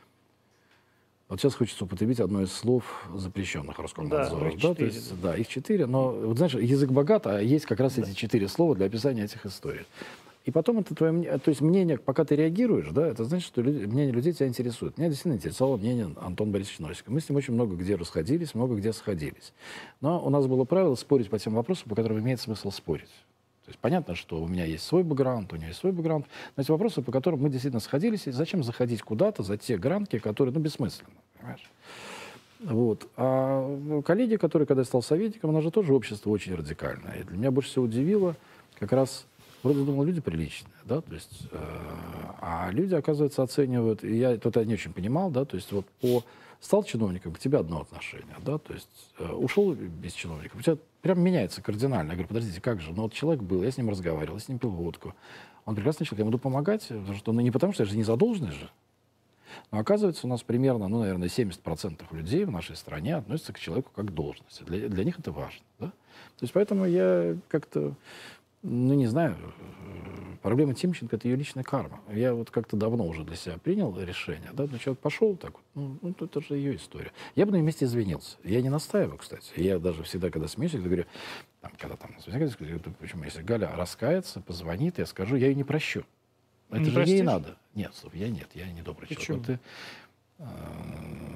C: Вот сейчас хочется употребить одно из слов, запрещенных Роскомнадзором.
A: Да, их
C: то
A: четыре,
C: есть, да, их четыре. Но, вот знаешь, язык богат, а есть как раз эти четыре слова для описания этих историй. И потом это твое мнение, то есть мнение, пока ты реагируешь, да, это значит, что люди, мнение людей тебя интересует. Меня действительно интересовало мнение Антона Борисовича Носика. Мы с ним очень много где расходились, много где сходились. Но у нас было правило спорить по тем вопросам, по которым имеет смысл спорить. То есть понятно, что у меня есть свой бэкграунд, у него есть свой бэкграунд, но эти вопросы, по которым мы действительно сходились, и зачем заходить куда-то за те гранки, которые, ну, бессмысленно, понимаешь? Вот. А коллеги, которые, когда я стал советником, у нас же тоже общество очень радикальное. И для меня больше всего удивило как раз... Вроде думал, люди приличные, да, то есть, э, а люди, оказывается, оценивают, и я это не очень понимал, да, то есть вот по стал чиновником, к тебе одно отношение, да, то есть э, ушел без чиновников, у тебя прям меняется кардинально. Я говорю, подождите, как же, ну вот человек был, я с ним разговаривал, я с ним пил водку, он прекрасный человек, я ему буду помогать, потому что, ну не потому, что я же не задолженность же, но оказывается, у нас примерно, ну, наверное, семьдесят процентов людей в нашей стране относятся к человеку как к должности, для, для них это важно, да, то есть поэтому я как-то... Ну, не знаю, проблема Тимченко — это ее личная карма. Я вот как-то давно уже для себя принял решение, да, но человек пошел так вот, ну, ну, это же ее история. Я бы на ее месте извинился. Я не настаиваю, кстати. Я даже всегда, когда смеюсь, я говорю, там, когда там, почему, если Галя раскается, позвонит, я скажу, я ее не прощу. Это
A: Не
C: же
A: простишь?
C: ей надо. Нет, стоп, я нет, я не добрый
A: Почему?
C: человек. Вот ты, э,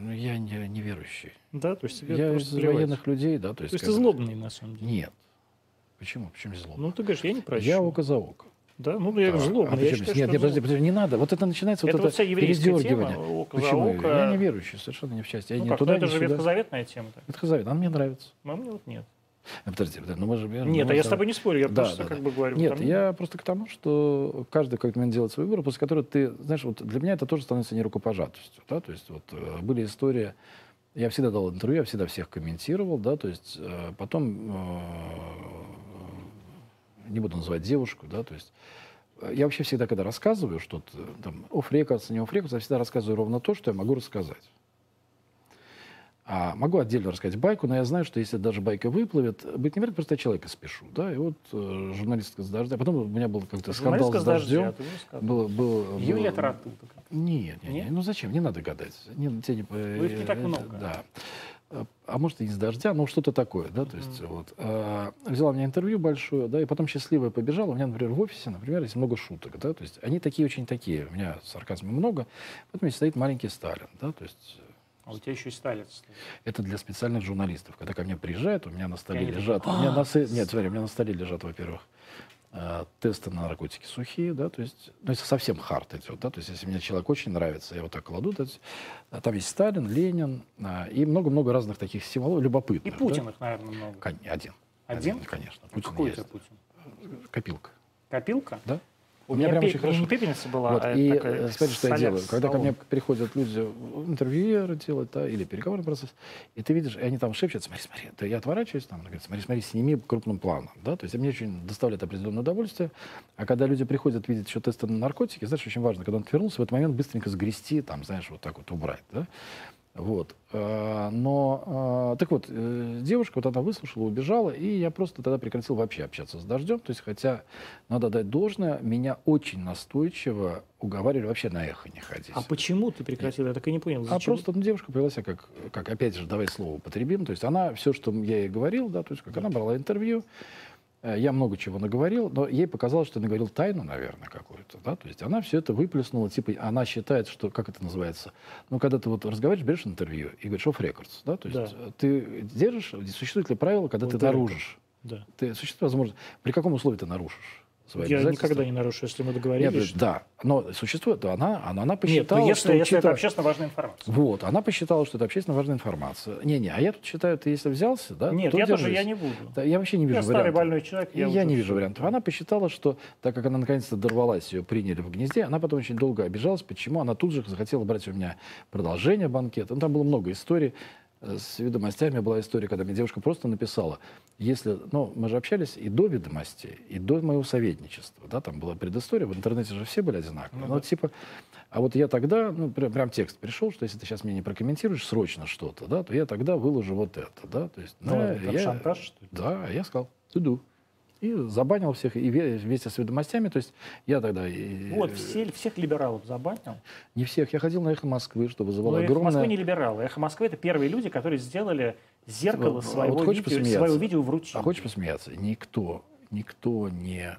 C: ну, я не, не верующий.
A: Да, то есть тебе
C: Я
A: просто
C: из
A: плевать.
C: военных людей, да. То
A: То
C: есть,
A: есть ты
C: как бы-
A: злобный, на самом деле.
C: Нет. Почему? Почему не злобный?
A: Ну, ты говоришь, я не прощу.
C: Я око за око.
A: Да, ну, я
C: Да.
A: говорю, злобный.
C: А
A: я
C: почему?
A: считаю,
C: Нет,
A: что
C: нет, подожди,
A: злобный.
C: подожди, не надо. Вот это начинается
A: Это
C: вот
A: вот
C: это
A: вся еврейская
C: передергивание.
A: тема, око за
C: Почему?
A: око.
C: Я не верующий, совершенно не в части. Я
A: Ну,
C: не
A: как,
C: туда,
A: ну, это
C: не
A: же
C: сюда.
A: ветхозаветная тема-то.
C: Ветхозавет, она мне нравится.
A: А мне вот нет.
C: А, подожди, подожди, ну мы же...
A: Нет, а я с тобой не спорю, я
C: Да,
A: просто
C: да,
A: как
C: да.
A: бы говорю.
C: Нет,
A: там-
C: я просто к тому, что каждый в какой-то момент делает свой выбор, после которого ты, знаешь, вот для меня это тоже становится не рукопожатностью, да, то есть вот э, были истории, я всегда дал интервью, я всегда всех комментировал, да, то есть э, потом, э, не буду называть девушку, да, то есть э, я вообще всегда, когда рассказываю что-то, там, офф-рекордс, не офф-рекордс, я всегда рассказываю ровно то, что я могу рассказать. А могу отдельно рассказать байку, но я знаю, что если даже байка выплывет, быть не может, просто я человека спешу. Да? И вот э, журналистка с дождя. Потом у меня был как-то скандал
A: Журналистка
C: с
A: с дождя,
C: дождем.
A: ты не сказал.
C: Был, был,
A: Юлия
C: был-
A: Таратута.
C: Нет, нет,
A: Нет?
C: нет, ну зачем? Не надо гадать. Не, тебе не,
A: Ну, их не так
C: э,
A: много.
C: Да. А, а может и не с дождя, но что-то такое, да, то есть вот. А, взяла у меня интервью большое, да, и потом счастливая побежала. У меня, например, в офисе, например, есть много шуток, да, то есть они такие очень такие. У меня сарказма много, поэтому здесь стоит маленький Сталин, да, то есть
A: А у тебя еще и Сталин.
C: это для специальных журналистов. Когда ко мне приезжают, у меня на столе
A: они
C: лежат...
A: такие,
C: у меня на с- Нет, смотри, у меня на столе лежат, во-первых, э, тесты на наркотики сухие, да, то есть, ну, если совсем хард идет, да, то есть, если мне человек очень нравится, я вот так кладу, то есть, а там есть Сталин, Ленин, а, и много-много разных таких символов,
A: И
C: любопытных.
A: Путин
C: да.
A: их, наверное, много.
C: Кон- Один.
A: Один?
C: Конечно.
A: Ну,
C: Путин
A: какой
C: есть.
A: это Путин?
C: Копилка,
A: Копилка?
C: да?
A: У
C: меня
A: меня
C: прям
A: пе-
C: очень хорошо.
A: не пепельница была,
C: Вот,
A: а
C: и
A: такая
C: э, смотри, что я
A: соляр-
C: делаю. Когда ко
A: солома.
C: мне приходят люди в интервьюеры делать, да, или переговорный процесс, и ты видишь, и они там шепчут, смотри, смотри, то я отворачиваюсь, там, она говорит, смотри, смотри, сними крупным планом, да, то есть мне очень доставляет определенное удовольствие, а когда люди приходят видеть еще тесты на наркотики, знаешь, очень важно, когда он отвернулся, в этот момент быстренько сгрести, там, знаешь, вот так вот убрать, да, вот. А, Но, а, так вот, э, девушка, вот она выслушала, убежала, и я просто тогда прекратил вообще общаться с дождем. То есть, хотя, надо дать должное, меня очень настойчиво уговаривали вообще на эхо не ходить.
A: А почему ты прекратил? Я так и не понял.
C: А
A: Зачем?
C: просто ну, девушка повела себя как, как, опять же, давай слово употребим. То есть она, все, что я ей говорил, да, то есть как она брала интервью, э, я много чего наговорил, но ей показалось, что я наговорил тайну, наверное, какую-то, да, то есть она все это выплеснула, типа, она считает, что, как это называется, ну, когда ты вот разговариваешь, берешь интервью и говоришь off-records, да, то есть
A: Да.
C: э, ты держишь, существует ли правило, когда
A: Вот
C: ты
A: это.
C: нарушишь?
A: Да.
C: Ты, существует возможность, при каком условии ты нарушишь свои
A: Я
C: обязательства?
A: никогда не нарушу, если мы
C: Нет,
A: договорились.
C: то есть, да, но существует, да, она, она, она
A: Нет,
C: посчитала,
A: ну, если,
C: что
A: если это
C: учитывая-
A: общественно важная информация.
C: вот, она посчитала, что это общественно важная информация. Не-не, а я тут считаю, ты если взялся, да,
A: Нет,
C: то
A: я тоже
C: держись.
A: я не буду.
C: Да, я вообще не вижу
A: Я старый
C: вариантов.
A: больной человек.
C: И я,
A: уже
C: не вижу
A: всё.
C: вариантов. Она посчитала, что так как она наконец-то дорвалась, ее приняли в гнезде, она потом очень долго обижалась, почему она тут же захотела брать у меня продолжение банкета. Ну, там было много историй. Э, С ведомостями была история, когда мне девушка просто написала, если, ну, мы же общались и до ведомостей, и до моего советничества, да, там была предыстория, в интернете же все были одинаковые.
A: Ну
C: Ну,
A: да.
C: типа, а вот я тогда, ну, прям, прям текст пришел, что если ты сейчас мне не прокомментируешь срочно что-то, да, то я тогда выложу вот это, да, то есть,
A: Ну,
C: ну,
A: ладно, там
C: я-
A: шантаж, что ли?
C: да, я сказал, иду. И забанил всех, и ве- вместе с ведомостями, то есть я тогда... и-
A: Вот, все, всех либералов забанил.
C: Не всех, я ходил на «Эхо Москвы», что вызывало
A: Но «Эхо
C: огромное...
A: Москвы» не либералы. «Эхо Москвы» — это первые люди, которые сделали зеркало
C: А
A: своего,
C: вот хочешь
A: видео,
C: посмеяться?
A: своего видео в рутине.
C: А хочешь посмеяться? Никто, никто не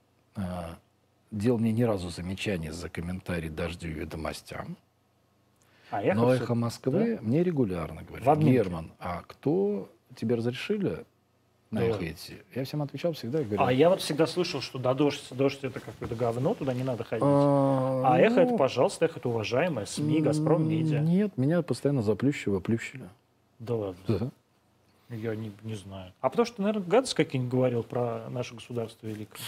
C: а, делал мне ни разу замечания за комментарий «Дождю» и «Ведомостям».
A: А «Эхо»
C: Но
A: всё-
C: «Эхо Москвы» мне регулярно говорит:
A: В админке.
C: Герман, а кто тебе разрешили на
A: Да
C: «Эхо»
A: ладно.
C: идти? Я всем отвечал всегда и говорю...
A: А я вот всегда слышал, что да, дождь, дождь это какое-то говно, туда не надо ходить.
C: А,
A: А «Эхо» это,
C: ну,
A: пожалуйста, «Эхо» это уважаемое СМИ, «Газпром», «Медиа».
C: Нет, меня постоянно заплющивало, плющили.
A: Да ладно,
C: Да.
A: я не, не знаю. А потому что, наверное, гадость какие-нибудь говорил про наше государство великое.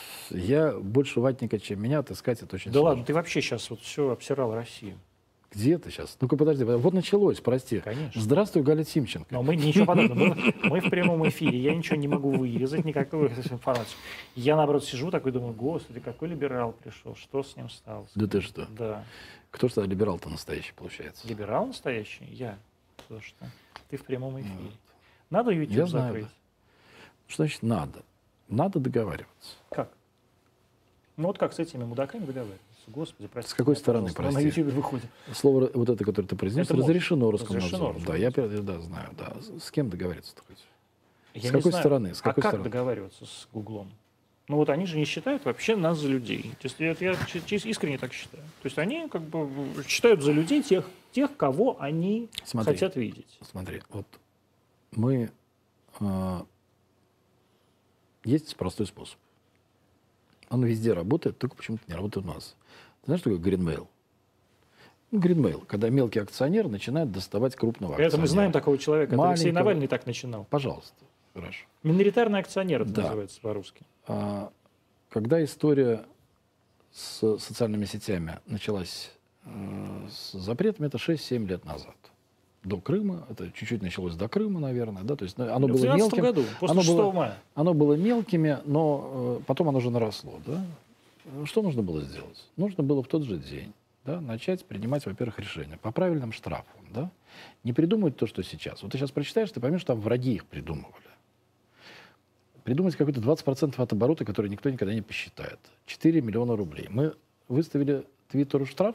C: Я больше ватника, чем меня, отыскать это очень
A: Да
C: сложно.
A: ладно, ты вообще сейчас вот все обсирал Россию.
C: Где ты сейчас? Ну-ка, подожди, вот началось, прости.
A: Конечно.
C: Здравствуй, Галя Тимченко.
A: Но мы ничего подобного. Мы, мы в прямом эфире. Я ничего не могу вырезать, никакую информацию. Я, наоборот, сижу такой, думаю, господи, какой либерал пришел, что с ним стало?
C: Да ты что?
A: Да.
C: Кто же тогда либерал-то настоящий, получается?
A: Либерал настоящий? Я. Потому что ты в прямом эфире. Надо YouTube
C: Я знаю,
A: закрыть.
C: да. Что значит надо? Надо договариваться.
A: Как? Ну вот как с этими мудаками договариваться? Господи, прости.
C: С какой
A: меня,
C: стороны,
A: пожалуйста,
C: прости?
A: На YouTube выходит.
C: Слово вот это, которое ты произнес,
A: Это можно.
C: разрешено
A: Разрешено
C: Роскомнадзором. Да, я
A: Роскомнадзором.
C: пер- да, знаю, да. С кем договариваться-то хоть?
A: Я
C: С
A: не
C: какой
A: знаю,
C: стороны? С
A: а
C: какой
A: как
C: стороны?
A: договариваться с Гуглом? Ну вот они же не считают вообще нас за людей. То есть, я, я искренне так считаю. То есть они как бы считают за людей тех, тех кого они
C: Смотри,
A: хотят видеть.
C: Смотри, вот мы... Э, есть простой способ. Он везде работает, только почему-то не работает у нас. Ты знаешь, что такое Greenmail? Ну, Greenmail, когда мелкий акционер начинает доставать крупного акционера.
A: Это мы знаем такого человека. Это Алексей
C: Маленького.
A: Навальный так начинал.
C: Пожалуйста, хорошо.
A: Миноритарный акционер это
C: Да.
A: называется по-русски.
C: А, когда история с социальными сетями началась э, с запретами, это шесть-семь лет назад. До Крыма, это чуть-чуть началось до Крыма, наверное, да, то есть ну, оно
A: В
C: было
A: две тысячи двенадцатом
C: мелким.
A: году, после
C: оно
A: шестого
C: было,
A: мая.
C: Оно было мелкими, но э, потом оно уже наросло, да. Что нужно было сделать? Нужно было в тот же день, да, начать принимать, во-первых, решения по правильным штрафам, да, не придумывать то, что сейчас. Вот ты сейчас прочитаешь, ты поймешь, что там враги их придумывали. Придумать какой-то двадцать процентов от оборота, который никто никогда не посчитает. четыре миллиона рублей. Мы выставили Твиттеру штраф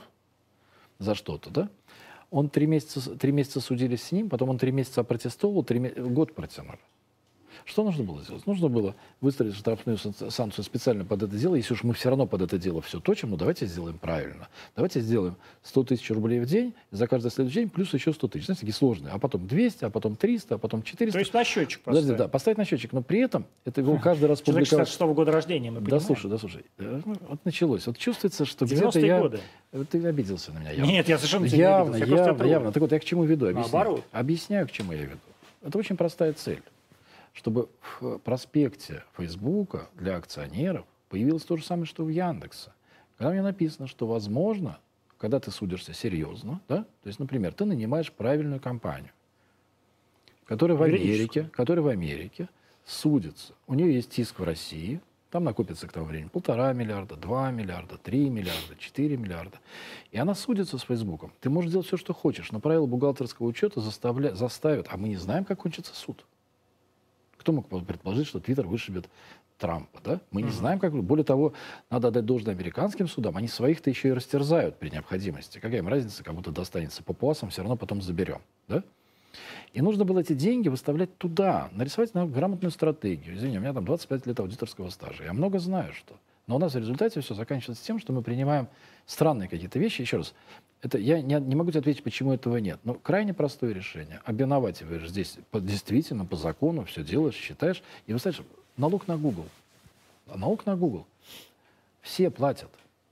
C: за что-то, да? Он три месяца, три месяца судились с ним, потом он три месяца протестовал, три, год протянули. Что нужно было сделать? Нужно было выставить штрафную санкцию специально под это дело. Если уж мы все равно под это дело все точим, ну давайте сделаем правильно. Давайте сделаем сто тысяч рублей в день, за каждый следующий день плюс еще сто тысяч. Знаете, такие сложные. А потом двести, а потом триста, а потом четыреста.
A: То есть на счетчик
C: Подожди,
A: поставить.
C: да, поставить на счетчик. Но при этом это его каждый раз
A: Человек
C: публиковал.
A: шестьдесят шестого года рождения, мы
C: Да
A: понимаем.
C: слушай, да слушай. Э, ну, Вот началось. Вот чувствуется, что где-то
A: девяностые
C: я...
A: годы.
C: Вот ты обиделся на меня явно.
A: Нет, я совершенно тебя не
C: Явно,
A: обиделся, я просто
C: явно,
A: трогаю.
C: явно. Так вот, я к чему веду? Объясняю.
A: Наоборот.
C: Объясняю, к чему я веду. Это очень простая цель. Чтобы в проспекте Фейсбука для акционеров появилось то же самое, что в Яндексе. Когда мне написано, что возможно, когда ты судишься серьезно, да, то есть, например, ты нанимаешь правильную компанию, которая в Америке, которая в Америке судится. У нее есть иск в России, там накопится к тому времени полтора миллиарда, два миллиарда, три миллиарда, четыре миллиарда. И она судится с Фейсбуком. Ты можешь делать все, что хочешь, но правила бухгалтерского учета заставля... заставят, а мы не знаем, как кончится суд. Кто мог предположить, что Твиттер вышибет Трампа, да? Мы не знаем, как... Более того, надо отдать должное американским судам. Они своих-то еще и растерзают при необходимости. Какая им разница, кому-то достанется папуасам, все равно потом заберем, да? И нужно было эти деньги выставлять туда, нарисовать нам грамотную стратегию. Извини, у меня там двадцать пять лет аудиторского стажа. Я много знаю, что. Но у нас в результате все заканчивается тем, что мы принимаем странные какие-то вещи. Еще раз, это, я не, не могу тебе ответить, почему этого нет. Но крайне простое решение. Обвинувативаешь здесь по, действительно по закону, все делаешь, считаешь. И вы знаете, налог на Google. Налог на Google. Все платят.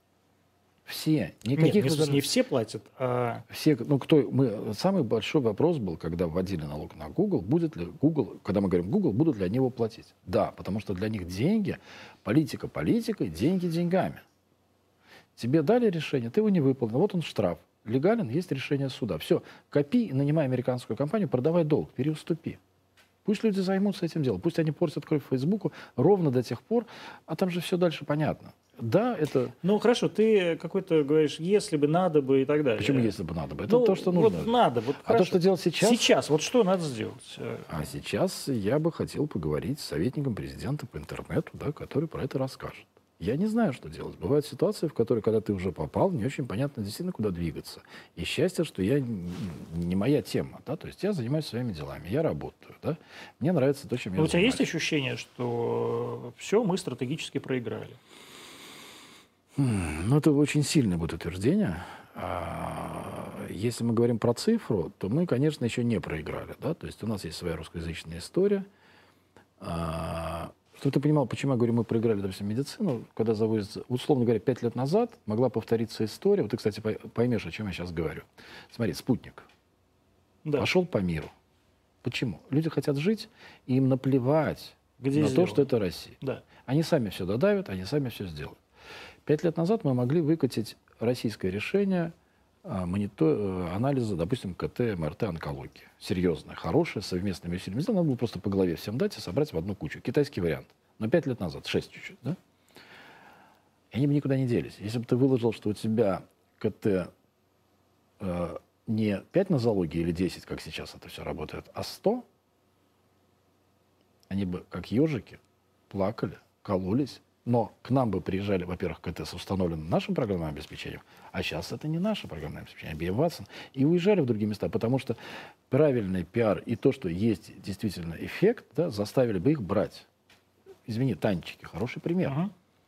C: Все. Никаких
A: Нет, не,
C: возражений.
A: не все платят, а...
C: Все, ну, кто, мы, самый большой вопрос был, когда вводили налог на Google, будет ли Google, когда мы говорим Google, будут ли они его платить? Да, потому что для них деньги, политика политикой, деньги деньгами. Тебе дали решение, ты его не выполнил, вот он штраф. Легален, есть решение суда. Все, копи, нанимай американскую компанию, продавай долг, переуступи. Пусть люди займутся этим делом, пусть они портят кровь Фейсбуку ровно до тех пор, а там же все дальше понятно. Да, это...
A: Ну, хорошо, ты какой-то говоришь, если бы, надо бы и так далее.
C: Почему если бы надо бы? Это
A: Ну,
C: то, что нужно.
A: Вот надо. Вот
C: а
A: хорошо.
C: то, что делать сейчас...
A: Сейчас, вот что надо сделать?
C: А сейчас я бы хотел поговорить с советником президента по интернету, да, который про это расскажет. Я не знаю, что делать. Бывают ситуации, в которые, когда ты уже попал, не очень понятно действительно, куда двигаться. И счастье, что я не моя тема. Да? То есть я занимаюсь своими делами, я работаю. Да? Мне нравится то, чем я
A: Но у тебя
C: занимаюсь.
A: есть ощущение, что все, мы стратегически проиграли?
C: Ну, это очень сильное будет утверждение. Если мы говорим про цифру, то мы, конечно, еще не проиграли. Да? То есть у нас есть своя русскоязычная история. Чтобы ты понимал, почему я говорю, мы проиграли, допустим, медицину, когда завозится, условно говоря, пять лет назад могла повториться история. Вот ты, кстати, поймешь, о чем я сейчас говорю. Смотри, спутник
A: Да.
C: пошел по миру. Почему? Люди хотят жить, и им наплевать
A: Где
C: на
A: сделано.
C: то, что это Россия.
A: Да.
C: Они сами все додавят, они сами все сделают. Пять лет назад мы могли выкатить российское решение а, монито... анализа, допустим, КТ, МРТ, онкологии. Серьезное, хорошее, совместными усилиями. Надо было просто по голове всем дать и собрать в одну кучу. Китайский вариант. Но пять лет назад, шесть чуть-чуть, да? И они бы никуда не делись. Если бы ты выложил, что у тебя КТ э, не пять нозологий или десять, как сейчас это все работает, а сто, они бы, как ежики, плакали, кололись. Но к нам бы приезжали, во-первых, КТ с установленным нашим программным обеспечением, а сейчас это не наше программное обеспечение, а би эм Watson, и уезжали в другие места, потому что правильный пиар и то, что есть действительно эффект, да, заставили бы их брать. извини, танчики, хороший пример.
A: Ага.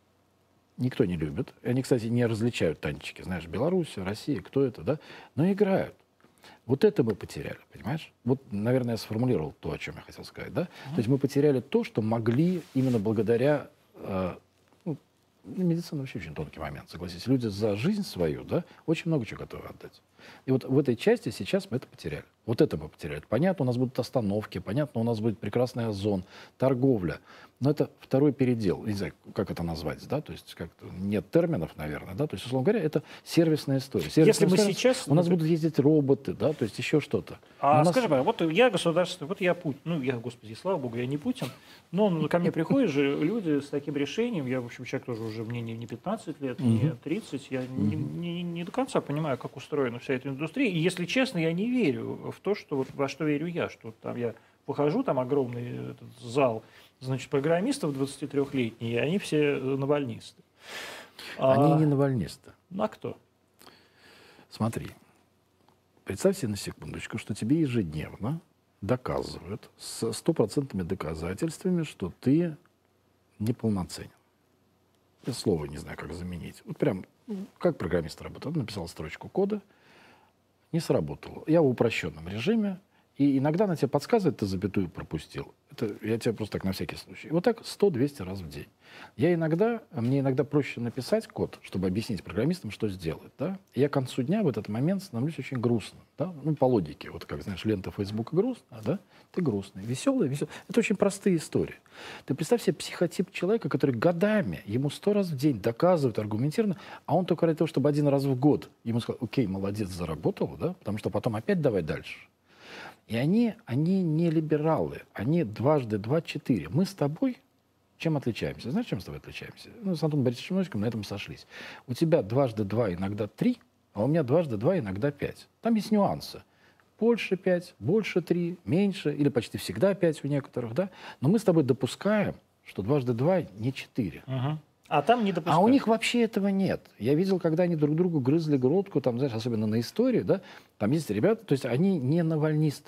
C: Никто не любит. И они, кстати, не различают танчики. Знаешь, Беларусь, Россия, кто это, да? Но играют. Вот это мы потеряли, понимаешь? Вот, наверное, я сформулировал то, о чем я хотел сказать, да? Mm-hmm. То есть мы потеряли то, что могли именно благодаря... Э, ну, медицина вообще очень тонкий момент, согласитесь. Люди за жизнь свою, да, очень много чего готовы отдать. И вот в этой части сейчас мы это потеряли. Вот это мы потеряли. Понятно, у нас будут остановки, понятно, у нас будет прекрасный озон, торговля. Но это второй передел. Не знаю, как это назвать, да? То есть как нет терминов, наверное, да? То есть, условно говоря, это сервисная история. Сервисная
A: Если мы
C: история,
A: сейчас...
C: У нас будут ездить роботы, да? То есть еще что-то.
A: А
C: нас...
A: скажи, вот я государство, вот я Путин, ну я, господи, слава богу, я не Путин, но ну, ко мне приходят же люди с таким решением, я, в общем, человек тоже уже, мне не пятнадцать лет, не тридцать, я не, не, не до конца понимаю, как устроена вся эта индустрия, и, если честно, я не верю в то, что, вот, во что верю я, что там я выхожу, там огромный этот зал, значит, программистов двадцатитрёхлетние, и они все навальнисты.
C: Они
A: а,
C: не навальнисты.
A: Ну, а кто?
C: Смотри, представь себе на секундочку, что тебе ежедневно доказывают с стопроцентными доказательствами, что ты неполноценен. Я слово не знаю, как заменить. Вот прям, как программист работает. Он написал строчку кода, не сработало. Я в упрощенном режиме, и иногда она тебе подсказывает, ты запятую пропустил. Это я тебе просто так на всякий случай. И вот так сто-двести раз в день. Я иногда, мне иногда проще написать код, чтобы объяснить программистам, что сделать. Да? И я к концу дня в этот момент становлюсь очень грустным. Да? Ну, по логике. Вот как, знаешь, лента Фейсбука грустная, да? Ты грустный. Веселый, веселый. Это очень простые истории. Ты представь себе психотип человека, который годами, ему сто раз в день доказывают аргументированно, а он только ради того, чтобы один раз в год ему сказал, окей, молодец, заработал, да? Потому что потом опять давай дальше. И они, они не либералы, они дважды два — четыре. Мы с тобой чем отличаемся? Знаешь, чем с тобой отличаемся? Ну, с Антоном Борисовичем Носиком на этом сошлись. У тебя дважды два иногда три, а у меня дважды два иногда пять. Там есть нюансы. Больше пять, больше три, меньше, или почти всегда пять у некоторых, да? Но мы с тобой допускаем, что дважды два не четыре.
A: Угу. А там не допускают.
C: А у них вообще этого нет. Я видел, когда они друг другу грызли глотку, там, знаешь, особенно на истории, да, там есть ребята, то есть они не навальнисты.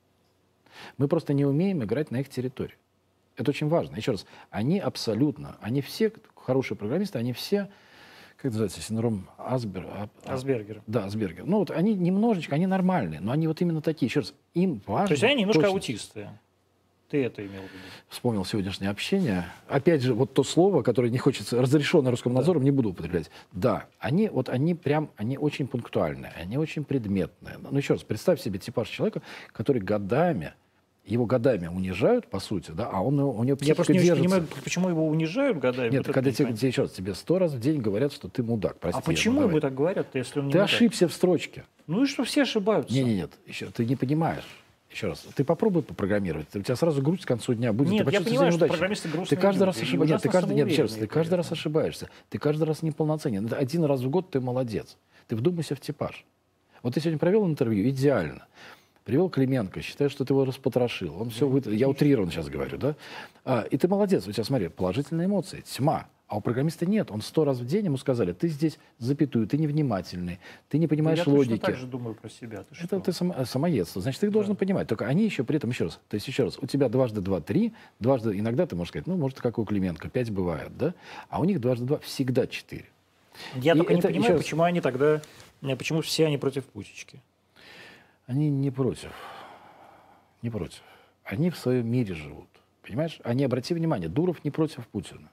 C: Мы просто не умеем играть на их территории. Это очень важно. Еще раз, они абсолютно, они все, хорошие программисты, они все, как называется, синдром Асбер, а,
A: Асбергера.
C: Да, Асбергера. Ну вот они немножечко, они нормальные, но они вот именно такие. Еще раз, им важно...
A: То есть они немножко
C: точно...
A: аутисты. Ты это имел в виду?
C: Вспомнил сегодняшнее общение. Опять же, вот то слово, которое не хочется, разрешенное Роскомнадзором, да. Не буду употреблять. Да, они вот они прям, они очень пунктуальные, они очень предметные. Но еще раз, представь себе типаж человека, который годами, его годами унижают, по сути, да, а он, у него психика
A: Я просто не очень
C: держится.
A: понимаю, почему его унижают годами.
C: Нет,
A: вот
C: когда тебе, тебе, еще раз, тебе сто раз в день говорят, что ты мудак. Прости,
A: а почему
C: ну,
A: ему так говорят, если он не
C: Ты
A: мудак?
C: ошибся в строчке.
A: Ну и что, все ошибаются.
C: Нет, нет, нет, еще ты не понимаешь. Еще раз, ты попробуй попрограммировать. У тебя сразу грусть к концу дня будет.
A: Нет,
C: ты
A: я понимаю, что
C: неудачник.
A: программисты грустные
C: Ты каждый
A: люди,
C: раз ошибаешься. Нет, ты каждый, нет, еще раз, ты каждый раз ошибаешься. Ты каждый раз неполноценен. Это один раз в год ты молодец. Ты вдумайся в типаж. Вот ты сегодня провел интервью, идеально. Привел Клименко, считаю, что ты его распотрошил. Он все вы... Я утрированно сейчас говорю, да? А, и ты молодец. У тебя, смотри, положительные эмоции, тьма. А у программиста нет. Он сто раз в день ему сказали, ты здесь запятую, ты невнимательный, ты не понимаешь
A: я
C: логики.
A: Я точно так же думаю про себя. Ты
C: Это ты сам, самоедство. Значит, ты их должен
A: да. понимать.
C: Только они еще при этом, еще раз, то есть еще раз, у тебя дважды два — три, дважды, иногда ты можешь сказать, ну, может, как у Клименко, пять бывает, да? А у них дважды два всегда четыре.
A: Я
C: И
A: только не
C: это,
A: понимаю,
C: раз,
A: почему они тогда, почему все они против Путички.
C: Они не против. Не против. Они в своем мире живут. Понимаешь? Они, обрати внимание, Дуров не против Путина.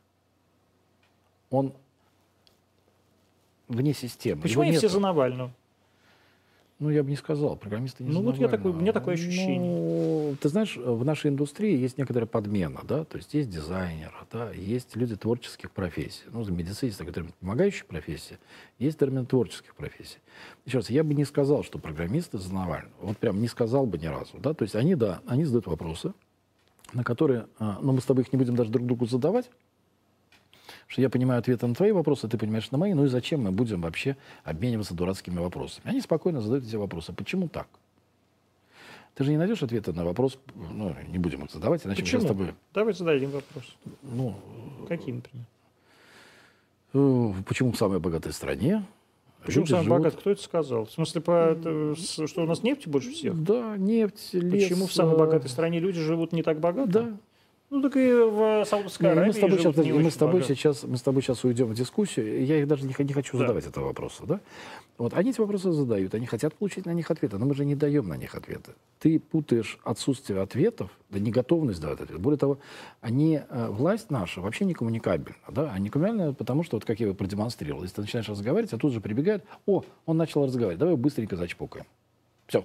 C: Он вне системы.
A: Почему они все за Навального?
C: Ну, я бы не сказал. Программисты не
A: Ну,
C: за
A: вот я такой, у меня такое
C: Ну,
A: ощущение.
C: ты знаешь, в нашей индустрии есть некоторая подмена, да, то есть есть дизайнеры, да, есть люди творческих профессий. Ну, в медицине есть термин помогающая профессия, есть термин творческих профессий. Еще раз, я бы не сказал, что программисты за Навального. Вот прям не сказал бы ни разу, да, то есть они, да, они задают вопросы, на которые, но мы с тобой их не будем даже друг другу задавать, что я понимаю ответы на твои вопросы, ты понимаешь на мои, ну и зачем мы будем вообще обмениваться дурацкими вопросами? Они спокойно задают эти вопросы. Почему так? Ты же не найдешь ответа на вопрос, ну, не будем их задавать, иначе
A: Почему?
C: мы с тобой...
A: Давай зададим вопрос.
C: Ну,
A: какие, например?
C: Почему в самой богатой стране?
A: Почему
C: люди
A: самый
C: живут...
A: богатый? Кто это сказал? В смысле, по, это, что у нас нефти больше всех?
C: Да, нефть, лес...
A: Почему в самой богатой стране люди живут не так богато?
C: Да.
A: Ну, так и в Саудовской
C: Не, и
A: Аравии
C: мы с тобой,
A: живут
C: сейчас,
A: не
C: и мы
A: очень
C: с тобой
A: богато.
C: сейчас, мы с тобой сейчас уйдем в дискуссию. Я их даже не, х- не хочу
A: Да.
C: задавать этого вопроса. Да? Вот они эти вопросы задают, они хотят получить на них ответы, но мы же не даем на них ответы. Ты путаешь отсутствие ответов, да неготовность давать ответы. Более того, они, э, власть наша вообще не коммуникабельна. Да? А не коммуникабельна, потому что, вот как я его продемонстрировал, если ты начинаешь разговаривать, а тут же прибегает, о, он начал разговаривать, давай его быстренько зачпокаем. Все.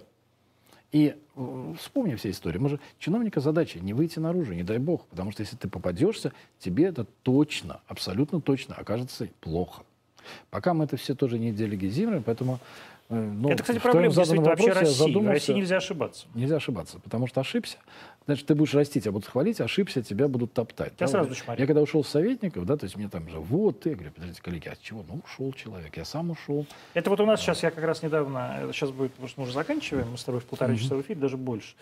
C: И э, вспомни все истории. Мы же, чиновника задача не выйти наружу, не дай бог. Потому что если ты попадешься, тебе это точно, абсолютно точно окажется плохо. Пока мы это все тоже не делегизируем, поэтому... э, ну,
A: Это, кстати,
C: в твоем
A: проблема
C: заданном
A: действительно вообще
C: вопросе я
A: России. В
C: задумался.
A: России нельзя ошибаться.
C: Нельзя ошибаться, потому что ошибся. Значит, ты будешь расти, тебя будут хвалить, ошибся, тебя будут топтать.
A: Я
C: Да,
A: сразу
C: вот.
A: чморю.
C: Я когда ушел с советников, да, то есть мне там же, вот ты, я говорю, подождите, коллеги, а от чего? Ну, ушел человек, я сам ушел.
A: Это вот у нас сейчас, я как раз недавно, это сейчас будет, потому что мы уже заканчиваем, мы с тобой в полтора
C: Мгм.
A: часа в эфире, даже больше.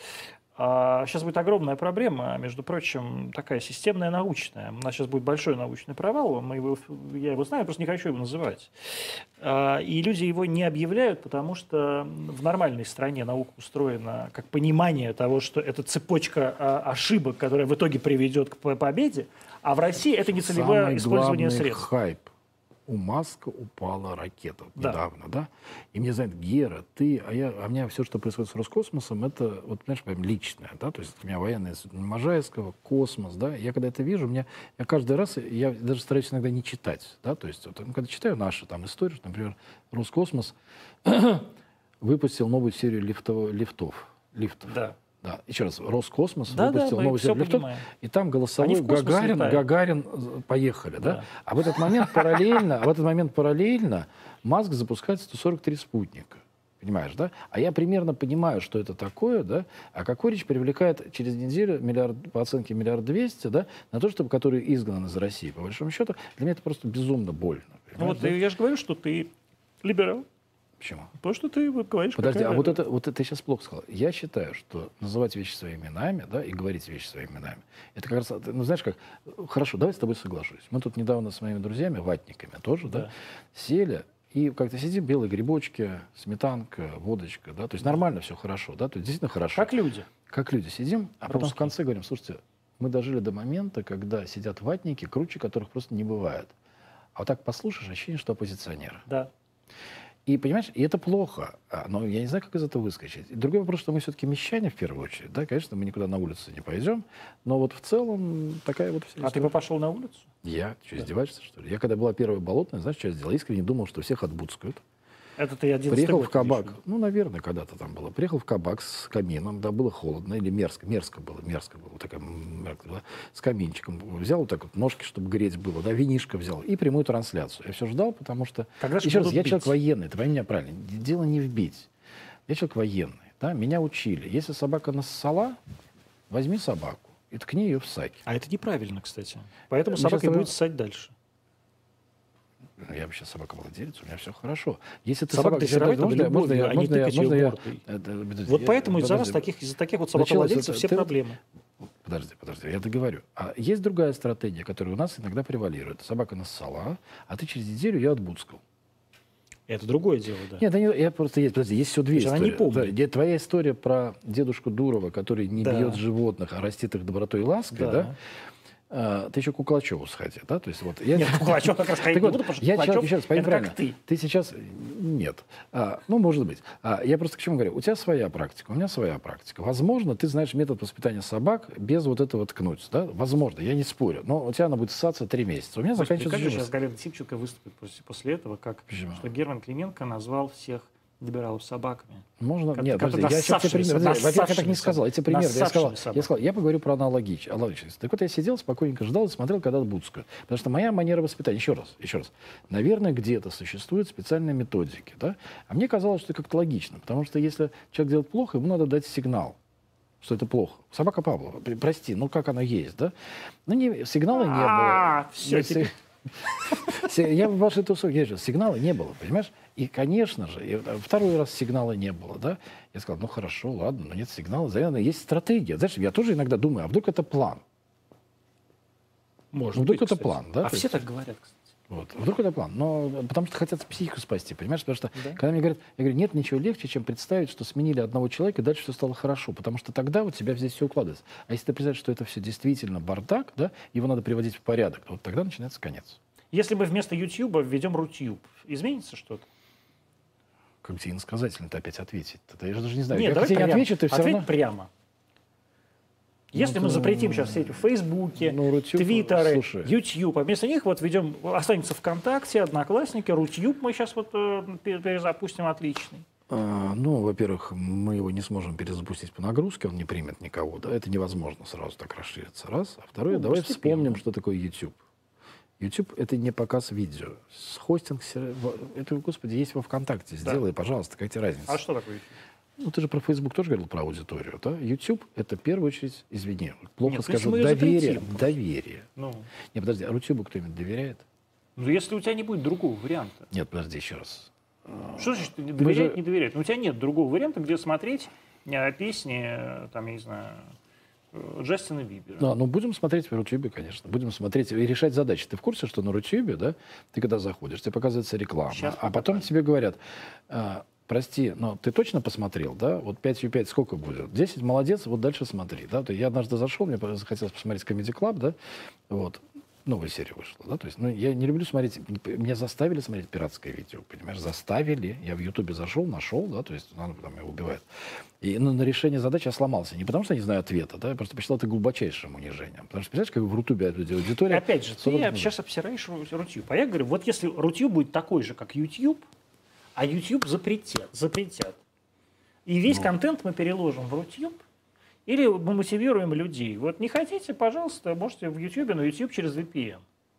A: А сейчас будет огромная проблема, между прочим, такая системная, научная. У нас сейчас будет большой научный провал, мы его, я его знаю, просто не хочу его называть. А, и люди его не объявляют, потому что в нормальной стране наука устроена как понимание того, что это цепочка а, ошибок, которая в итоге приведет к по- победе, а в России это нецелевое
C: Самый
A: использование
C: главный
A: средств.
C: хайп. У Маска упала ракета
A: Да.
C: недавно, да? И мне звонят, Гера, ты, а, я, а у меня все, что происходит с Роскосмосом, это, вот, понимаешь, прям личное, да? То есть у меня военная Можайского, космос, да? Я когда это вижу, у меня, я каждый раз, я даже стараюсь иногда не читать, да? То есть, вот, ну, когда читаю наши там истории, что, например, Роскосмос выпустил новую серию лифтов, лифтов, лифтов.
A: Да.
C: Да, еще раз, Роскосмос
A: Да, да,
C: выпустил
A: мы
C: новую
A: всё
C: серию лифтов,
A: понимаем.
C: и там голосовой
A: Они в космос
C: Гагарин,
A: летают.
C: Гагарин, э, поехали, да?
A: Да.
C: А в этот момент параллельно, а в этот момент параллельно Маск запускает сто сорок три спутника. Понимаешь, да? А я примерно понимаю, что это такое, да? А Кокорич привлекает через неделю миллиард, по оценке миллиард двести, да, на то, чтобы которые изгнаны из России. По большому счету, для меня это просто безумно больно.
A: Ну
C: понимаешь,
A: вот
C: да?
A: и я же говорю, что ты либерал.
C: Почему?
A: То, что ты вот говоришь.
C: Подожди,
A: какая-
C: а вот это, вот это ты сейчас плохо сказал. Я считаю, что называть вещи своими именами, да, и говорить вещи своими именами, это как раз, ну знаешь как, хорошо, давай с тобой соглашусь. Мы тут недавно с моими друзьями, ватниками тоже, да,
A: Да.
C: сели, и как-то сидим, белые грибочки, сметанка, водочка, да, то есть нормально все хорошо, да, то есть действительно хорошо.
A: Как люди.
C: Как люди сидим, а потом в
A: Русские.
C: конце говорим, слушайте, мы дожили до момента, когда сидят ватники, круче которых просто не бывает. А вот так послушаешь, ощущение, что оппозиционеры.
A: Да.
C: И, понимаешь, и это плохо, а, но я не знаю, как из этого выскочить. И другой вопрос, что мы все-таки мещане в первую очередь, да, конечно, мы никуда на улицу не пойдем, но вот в целом такая вот вся
A: А ты
C: история.
A: бы пошел на улицу?
C: Я? Что, издеваешься, что ли? Я когда была первая болотная, знаешь, что я сделал? Искренне думал, что всех отбудскают.
A: Это ты один
C: Приехал в кабак, ну, наверное, когда-то там было. Приехал в кабак с камином, да, было холодно или мерзко, мерзко было, мерзко было, такая мерзко была, с каминчиком. Взял вот так вот ножки, чтобы греть было, да, винишко взял и прямую трансляцию. Я все ждал, потому что...
A: Когда ж
C: Еще раз,
A: будут
C: я
A: бить?
C: человек военный, ты пойми меня правильно, дело не в бить. Я человек военный, да, меня учили. Если собака нассала, возьми собаку и ткни ее в саки.
A: А это неправильно, кстати. Поэтому
C: Мы
A: собака
C: щас
A: и
C: с тобой-
A: будет ссать дальше.
C: Ну, я бы сейчас собака владелец, у меня все хорошо. Если ты
A: Собак
C: собака...
A: дрессировать
C: можно,
A: надо
C: я- можно, я-
A: любовью, а не
C: можно я-
A: тыкать её
C: можно я-
A: мордой.
C: это, подожди,
A: Вот
C: я-
A: поэтому из-за вас
C: подожди.
A: таких, из-за таких вот
C: Началось
A: собаковладельцев
C: это-
A: все
C: ты вот-
A: проблемы.
C: Подожди, подожди, я договорю. А есть другая стратегия, которая у нас иногда превалирует. Собака нассала, а ты через неделю ее отбудскал.
A: Это другое дело, да.
C: Нет, да не- я просто есть, подожди, есть все две
A: То есть она
C: истории.
A: не помнит.
C: Да, где твоя история про дедушку Дурова, который не
A: Да.
C: бьет животных, а растит их добротой и лаской, да?
A: Да.
C: А, ты еще к Куклачеву сходи, да? То есть вот я...
A: Нет, Куклачев как раз ходить
C: Так
A: не
C: вот,
A: буду, потому что
C: я
A: Куклачев
C: человек, еще раз, пойми
A: это
C: правильно.
A: как ты.
C: Ты сейчас... Нет. А, ну, может быть. А, я просто к чему говорю. У тебя своя практика, у меня своя практика. Возможно, ты знаешь метод воспитания собак без вот этого ткнуть. Да? Возможно, я не спорю. Но у тебя она будет ссаться три месяца. У меня
A: Господи,
C: заканчивается
A: как же
C: живость.
A: сейчас Галина Тимченко выступит после, после этого, как
C: Почему?
A: что Герман Клименко назвал всех либералов собаками.
C: Можно...
A: Как-
C: Нет,
A: как
C: подожди, я сейчас тебе пример...
A: нассавшимися,
C: Во-первых, я так не
A: нассавшимися,
C: сказал. Я тебе пример. Я сказал,
A: нассавшимися
C: я, сказал, я поговорю про аналогич, аналогичность. Так вот, я сидел спокойненько, ждал и смотрел, когда отбудскую. Потому что моя манера воспитания... Еще раз, еще раз. Наверное, где-то существуют специальные методики. Да? А мне казалось, что это как-то логично. Потому что если человек делает плохо, ему надо дать сигнал, что это плохо. Собака Павлова, при- прости, ну как она есть, да? Ну, не, сигнала не было.
A: А, всё,
C: Ну,
A: теперь-
C: си- си- Я в вашей тусовке езжу, сигнала не было, понимаешь? И, конечно же, и второй раз сигнала не было, да? Я сказал, ну хорошо, ладно, но нет сигнала, наверное, есть стратегия. Знаешь, я тоже иногда думаю, а вдруг это план?
A: Может
C: Ну, вдруг
A: быть,
C: это
A: кстати.
C: план, да?
A: А
C: То
A: все
C: есть-
A: так говорят, кстати.
C: Вот. Вдруг это план. Но потому что хотят психику спасти, понимаешь? Потому что,
A: Да.
C: когда мне говорят, я говорю, нет ничего легче, чем представить, что сменили одного человека, и дальше все стало хорошо. Потому что тогда у тебя здесь все укладывается. А если ты представляешь, что это все действительно бардак, да, его надо приводить в порядок, вот тогда начинается конец.
A: Если мы вместо YouTube введем Рутюб, изменится что-то?
C: Как тебе иносказательно-то опять ответить? Это я же даже не знаю.
A: Нет,
C: Как
A: давай
C: я тебе не
A: прямо.
C: отвечу, ты все
A: Ответь
C: равно...
A: прямо. Если
C: Ну,
A: мы
C: то-
A: запретим сейчас все эти Фейсбуки,
C: Ну, Рутюб,
A: Твиттеры,
C: слушай.
A: Ютьюб, а вместо них вот ведем, останется ВКонтакте, Одноклассники, Рутюб мы сейчас вот э, пе- перезапустим отличный.
C: А, ну, во-первых, мы его не сможем перезапустить по нагрузке, он не примет никого, да, это невозможно сразу так расшириться, раз. А второе,
A: Ну,
C: давай
A: постепенно.
C: вспомним, что такое YouTube. YouTube — это не показ видео. С хостинг, сер- во- это, господи, есть во ВКонтакте,
A: Да.
C: сделай, пожалуйста, какая тебе разница.
A: А что такое YouTube?
C: Ну, ты же про Facebook тоже говорил, про аудиторию, да? YouTube — это в первую очередь, извини, плохо
A: Нет,
C: скажу,
A: если мы её
C: доверие.
A: запретим.
C: Доверие.
A: Ну,
C: Не, подожди, а Рутюбу кто-нибудь доверяет?
A: ну, если у тебя не будет другого варианта.
C: Нет, подожди, еще раз.
A: Что значит не
C: Мы
A: доверять,
C: же-
A: не доверять? Ну, у тебя нет другого варианта, где смотреть э, песни, э, там, я не знаю, э, Джастина Бибера.
C: Да, ну будем смотреть в Рутюбе, конечно. Будем смотреть и решать задачи. Ты в курсе, что на Рутюбе, да, ты когда заходишь, тебе показывается реклама,
A: Сейчас
C: а потом
A: покажу.
C: тебе говорят, а, прости, но ты точно посмотрел, да? Вот пять ю пять сколько будет? десять, молодец, вот дальше смотри, да? То есть я однажды зашел, мне захотелось посмотреть Comedy Club, да, вот. Новая серия вышла, да, то есть, ну, я не люблю смотреть, меня заставили смотреть пиратское видео, понимаешь, заставили, я в Ютубе зашел, нашел, да, то есть, надо, там, меня убивает. И ну, на решение задачи я сломался, не потому что я не знаю ответа, да, я просто посчитал это глубочайшим унижением, потому что, представляешь, как в Рутубе аудитория...
A: Опять же, ты
C: собрана-
A: сейчас обсираешь Ру- Рутюб. А я говорю, вот если Рутюб будет такой же, как YouTube, а YouTube запретят, запретят, и весь
C: Ну.
A: контент мы переложим в Рутюб, или мы мотивируем людей. Вот не хотите, пожалуйста, можете в YouTube, но YouTube через ви пи эн.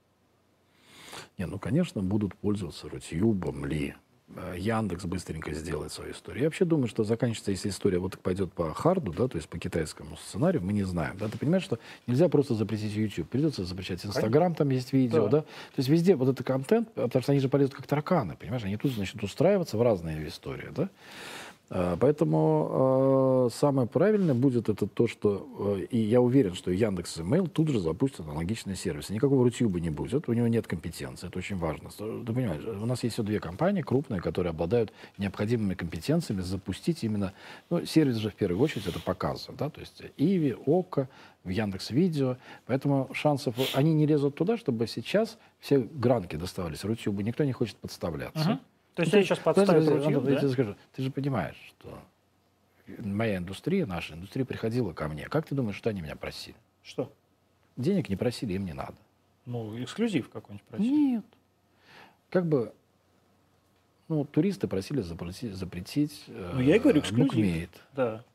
C: Не, ну, конечно, будут пользоваться Рутюбом ли. Э, Яндекс быстренько сделает свою историю. Я вообще думаю, что заканчивается, если история вот так пойдет по харду, да, то есть по китайскому сценарию, мы не знаем. Да? Ты понимаешь, что нельзя просто запретить YouTube. Придется запрещать Инстаграм, там есть видео,
A: Да.
C: да. То есть везде вот этот контент, потому что они же полезут как тараканы, понимаешь, они тут начнут устраиваться в разные истории, да. А, Поэтому э, самое правильное будет это то, что, э, и я уверен, что Яндекс и Mail тут же запустят аналогичные сервисы. Никакого Рутюба не будет, у него нет компетенции, это очень важно. Ты понимаешь, у нас есть всего две компании крупные, которые обладают необходимыми компетенциями запустить именно, ну, сервис же в первую очередь это показы, да, то есть Иви, Ока, в Яндекс Видео, поэтому шансов, они не лезут туда, чтобы сейчас все гранки доставались Рутюбу, никто не хочет подставляться.
A: Мгм. То есть
C: Ну,
A: они сейчас подставят
C: подожди,
A: Рутюб,
C: Антон, я
A: да?
C: тебе скажу, ты же понимаешь, что моя индустрия, наша индустрия приходила ко мне. Как ты думаешь, что они меня просили?
A: Что?
C: Денег не просили, им не надо.
A: Ну, эксклюзив какой-нибудь просили.
C: Нет. Как бы, ну, туристы просили запретить, запретить
A: Ну, я и говорю,
C: э,
A: эксклюзив.
C: букмейт.
A: Да.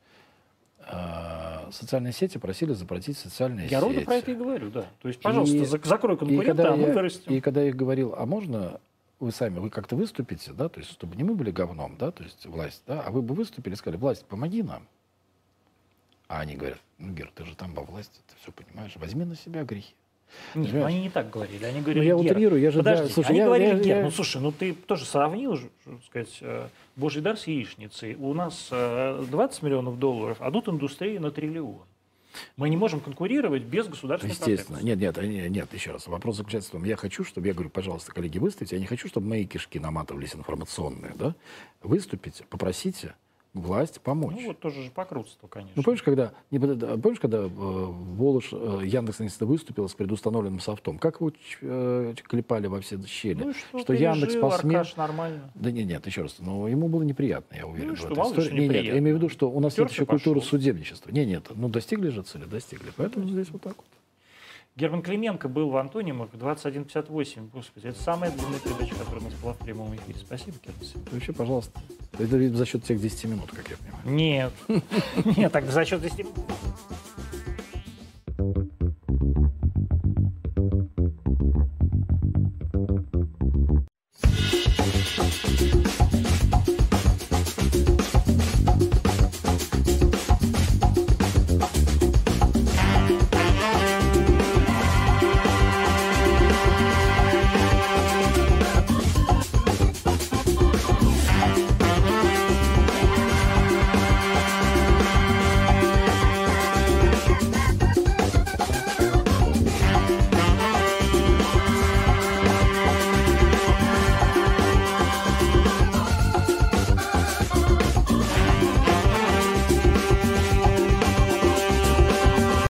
C: Э, социальные сети просили запретить социальные
A: Я
C: сети.
A: ровно про это и говорю, да. То есть, пожалуйста,
C: И-
A: зак- закрой
C: И
A: конкурента,
C: когда,
A: а мы
C: я,
A: вырастем.
C: и когда я говорил, а можно вы сами, вы как-то выступите, да, то есть, чтобы не мы были говном, да, то есть власть, да, а вы бы выступили и сказали, власть, помоги нам. А они говорят, ну, Гер, ты же там во власти, ты все понимаешь, возьми на себя грехи.
A: Нет,
C: Понимаешь?
A: они не так говорили. Они
C: Ну,
A: говорили,
C: я
A: Гера,
C: утрирую, я же... да,
A: подожди,
C: слушай,
A: они
C: я-
A: говорили,
C: я-
A: Гера,
C: я-
A: ну слушай, ну ты тоже сравнил, же, так сказать, э, божий дар с яичницей. У нас э, двадцать миллионов долларов, а тут индустрия на триллион. Мы не можем конкурировать без государственной
C: Естественно.
A: протекции.
C: Нет, нет, они- нет, еще раз. Вопрос заключается в том, я хочу, чтобы, я говорю, пожалуйста, коллеги, выставите, я не хочу, чтобы мои кишки наматывались информационные, да. Выступите, попросите власть помочь.
A: Ну вот тоже же покрутство, конечно.
C: Ну, помнишь, когда, не, под- да, помнишь, когда э, Волош, э, Яндекс наконец-то выступил с предустановленным софтом? Как его ч- э, клепали во все щели?
A: Ну и что,
C: что Яндекс
A: пережил,
C: посмел...
A: Аркаш, нормально.
C: Да нет, нет, еще раз. Но ему было неприятно, я уверен.
A: Ну и
C: в
A: что,
C: этой
A: мало ли,
C: истории.
A: что
C: Не, нет, я
A: неприятно.
C: имею в виду, что у нас нет
A: Уперся,
C: еще культуры
A: пошел.
C: судебничества. Нет, нет, ну достигли же цели, достигли. Поэтому здесь вот так вот.
A: Герман Клименко был в Антонимах двадцать один пятьдесят восемь. Господи, это самая длинная передача, которая у нас была в прямом эфире. Спасибо, Герман.
C: Вообще, пожалуйста. Это за счет тех десяти минут, как я понимаю.
A: Нет. Нет, так за счет десяти минут.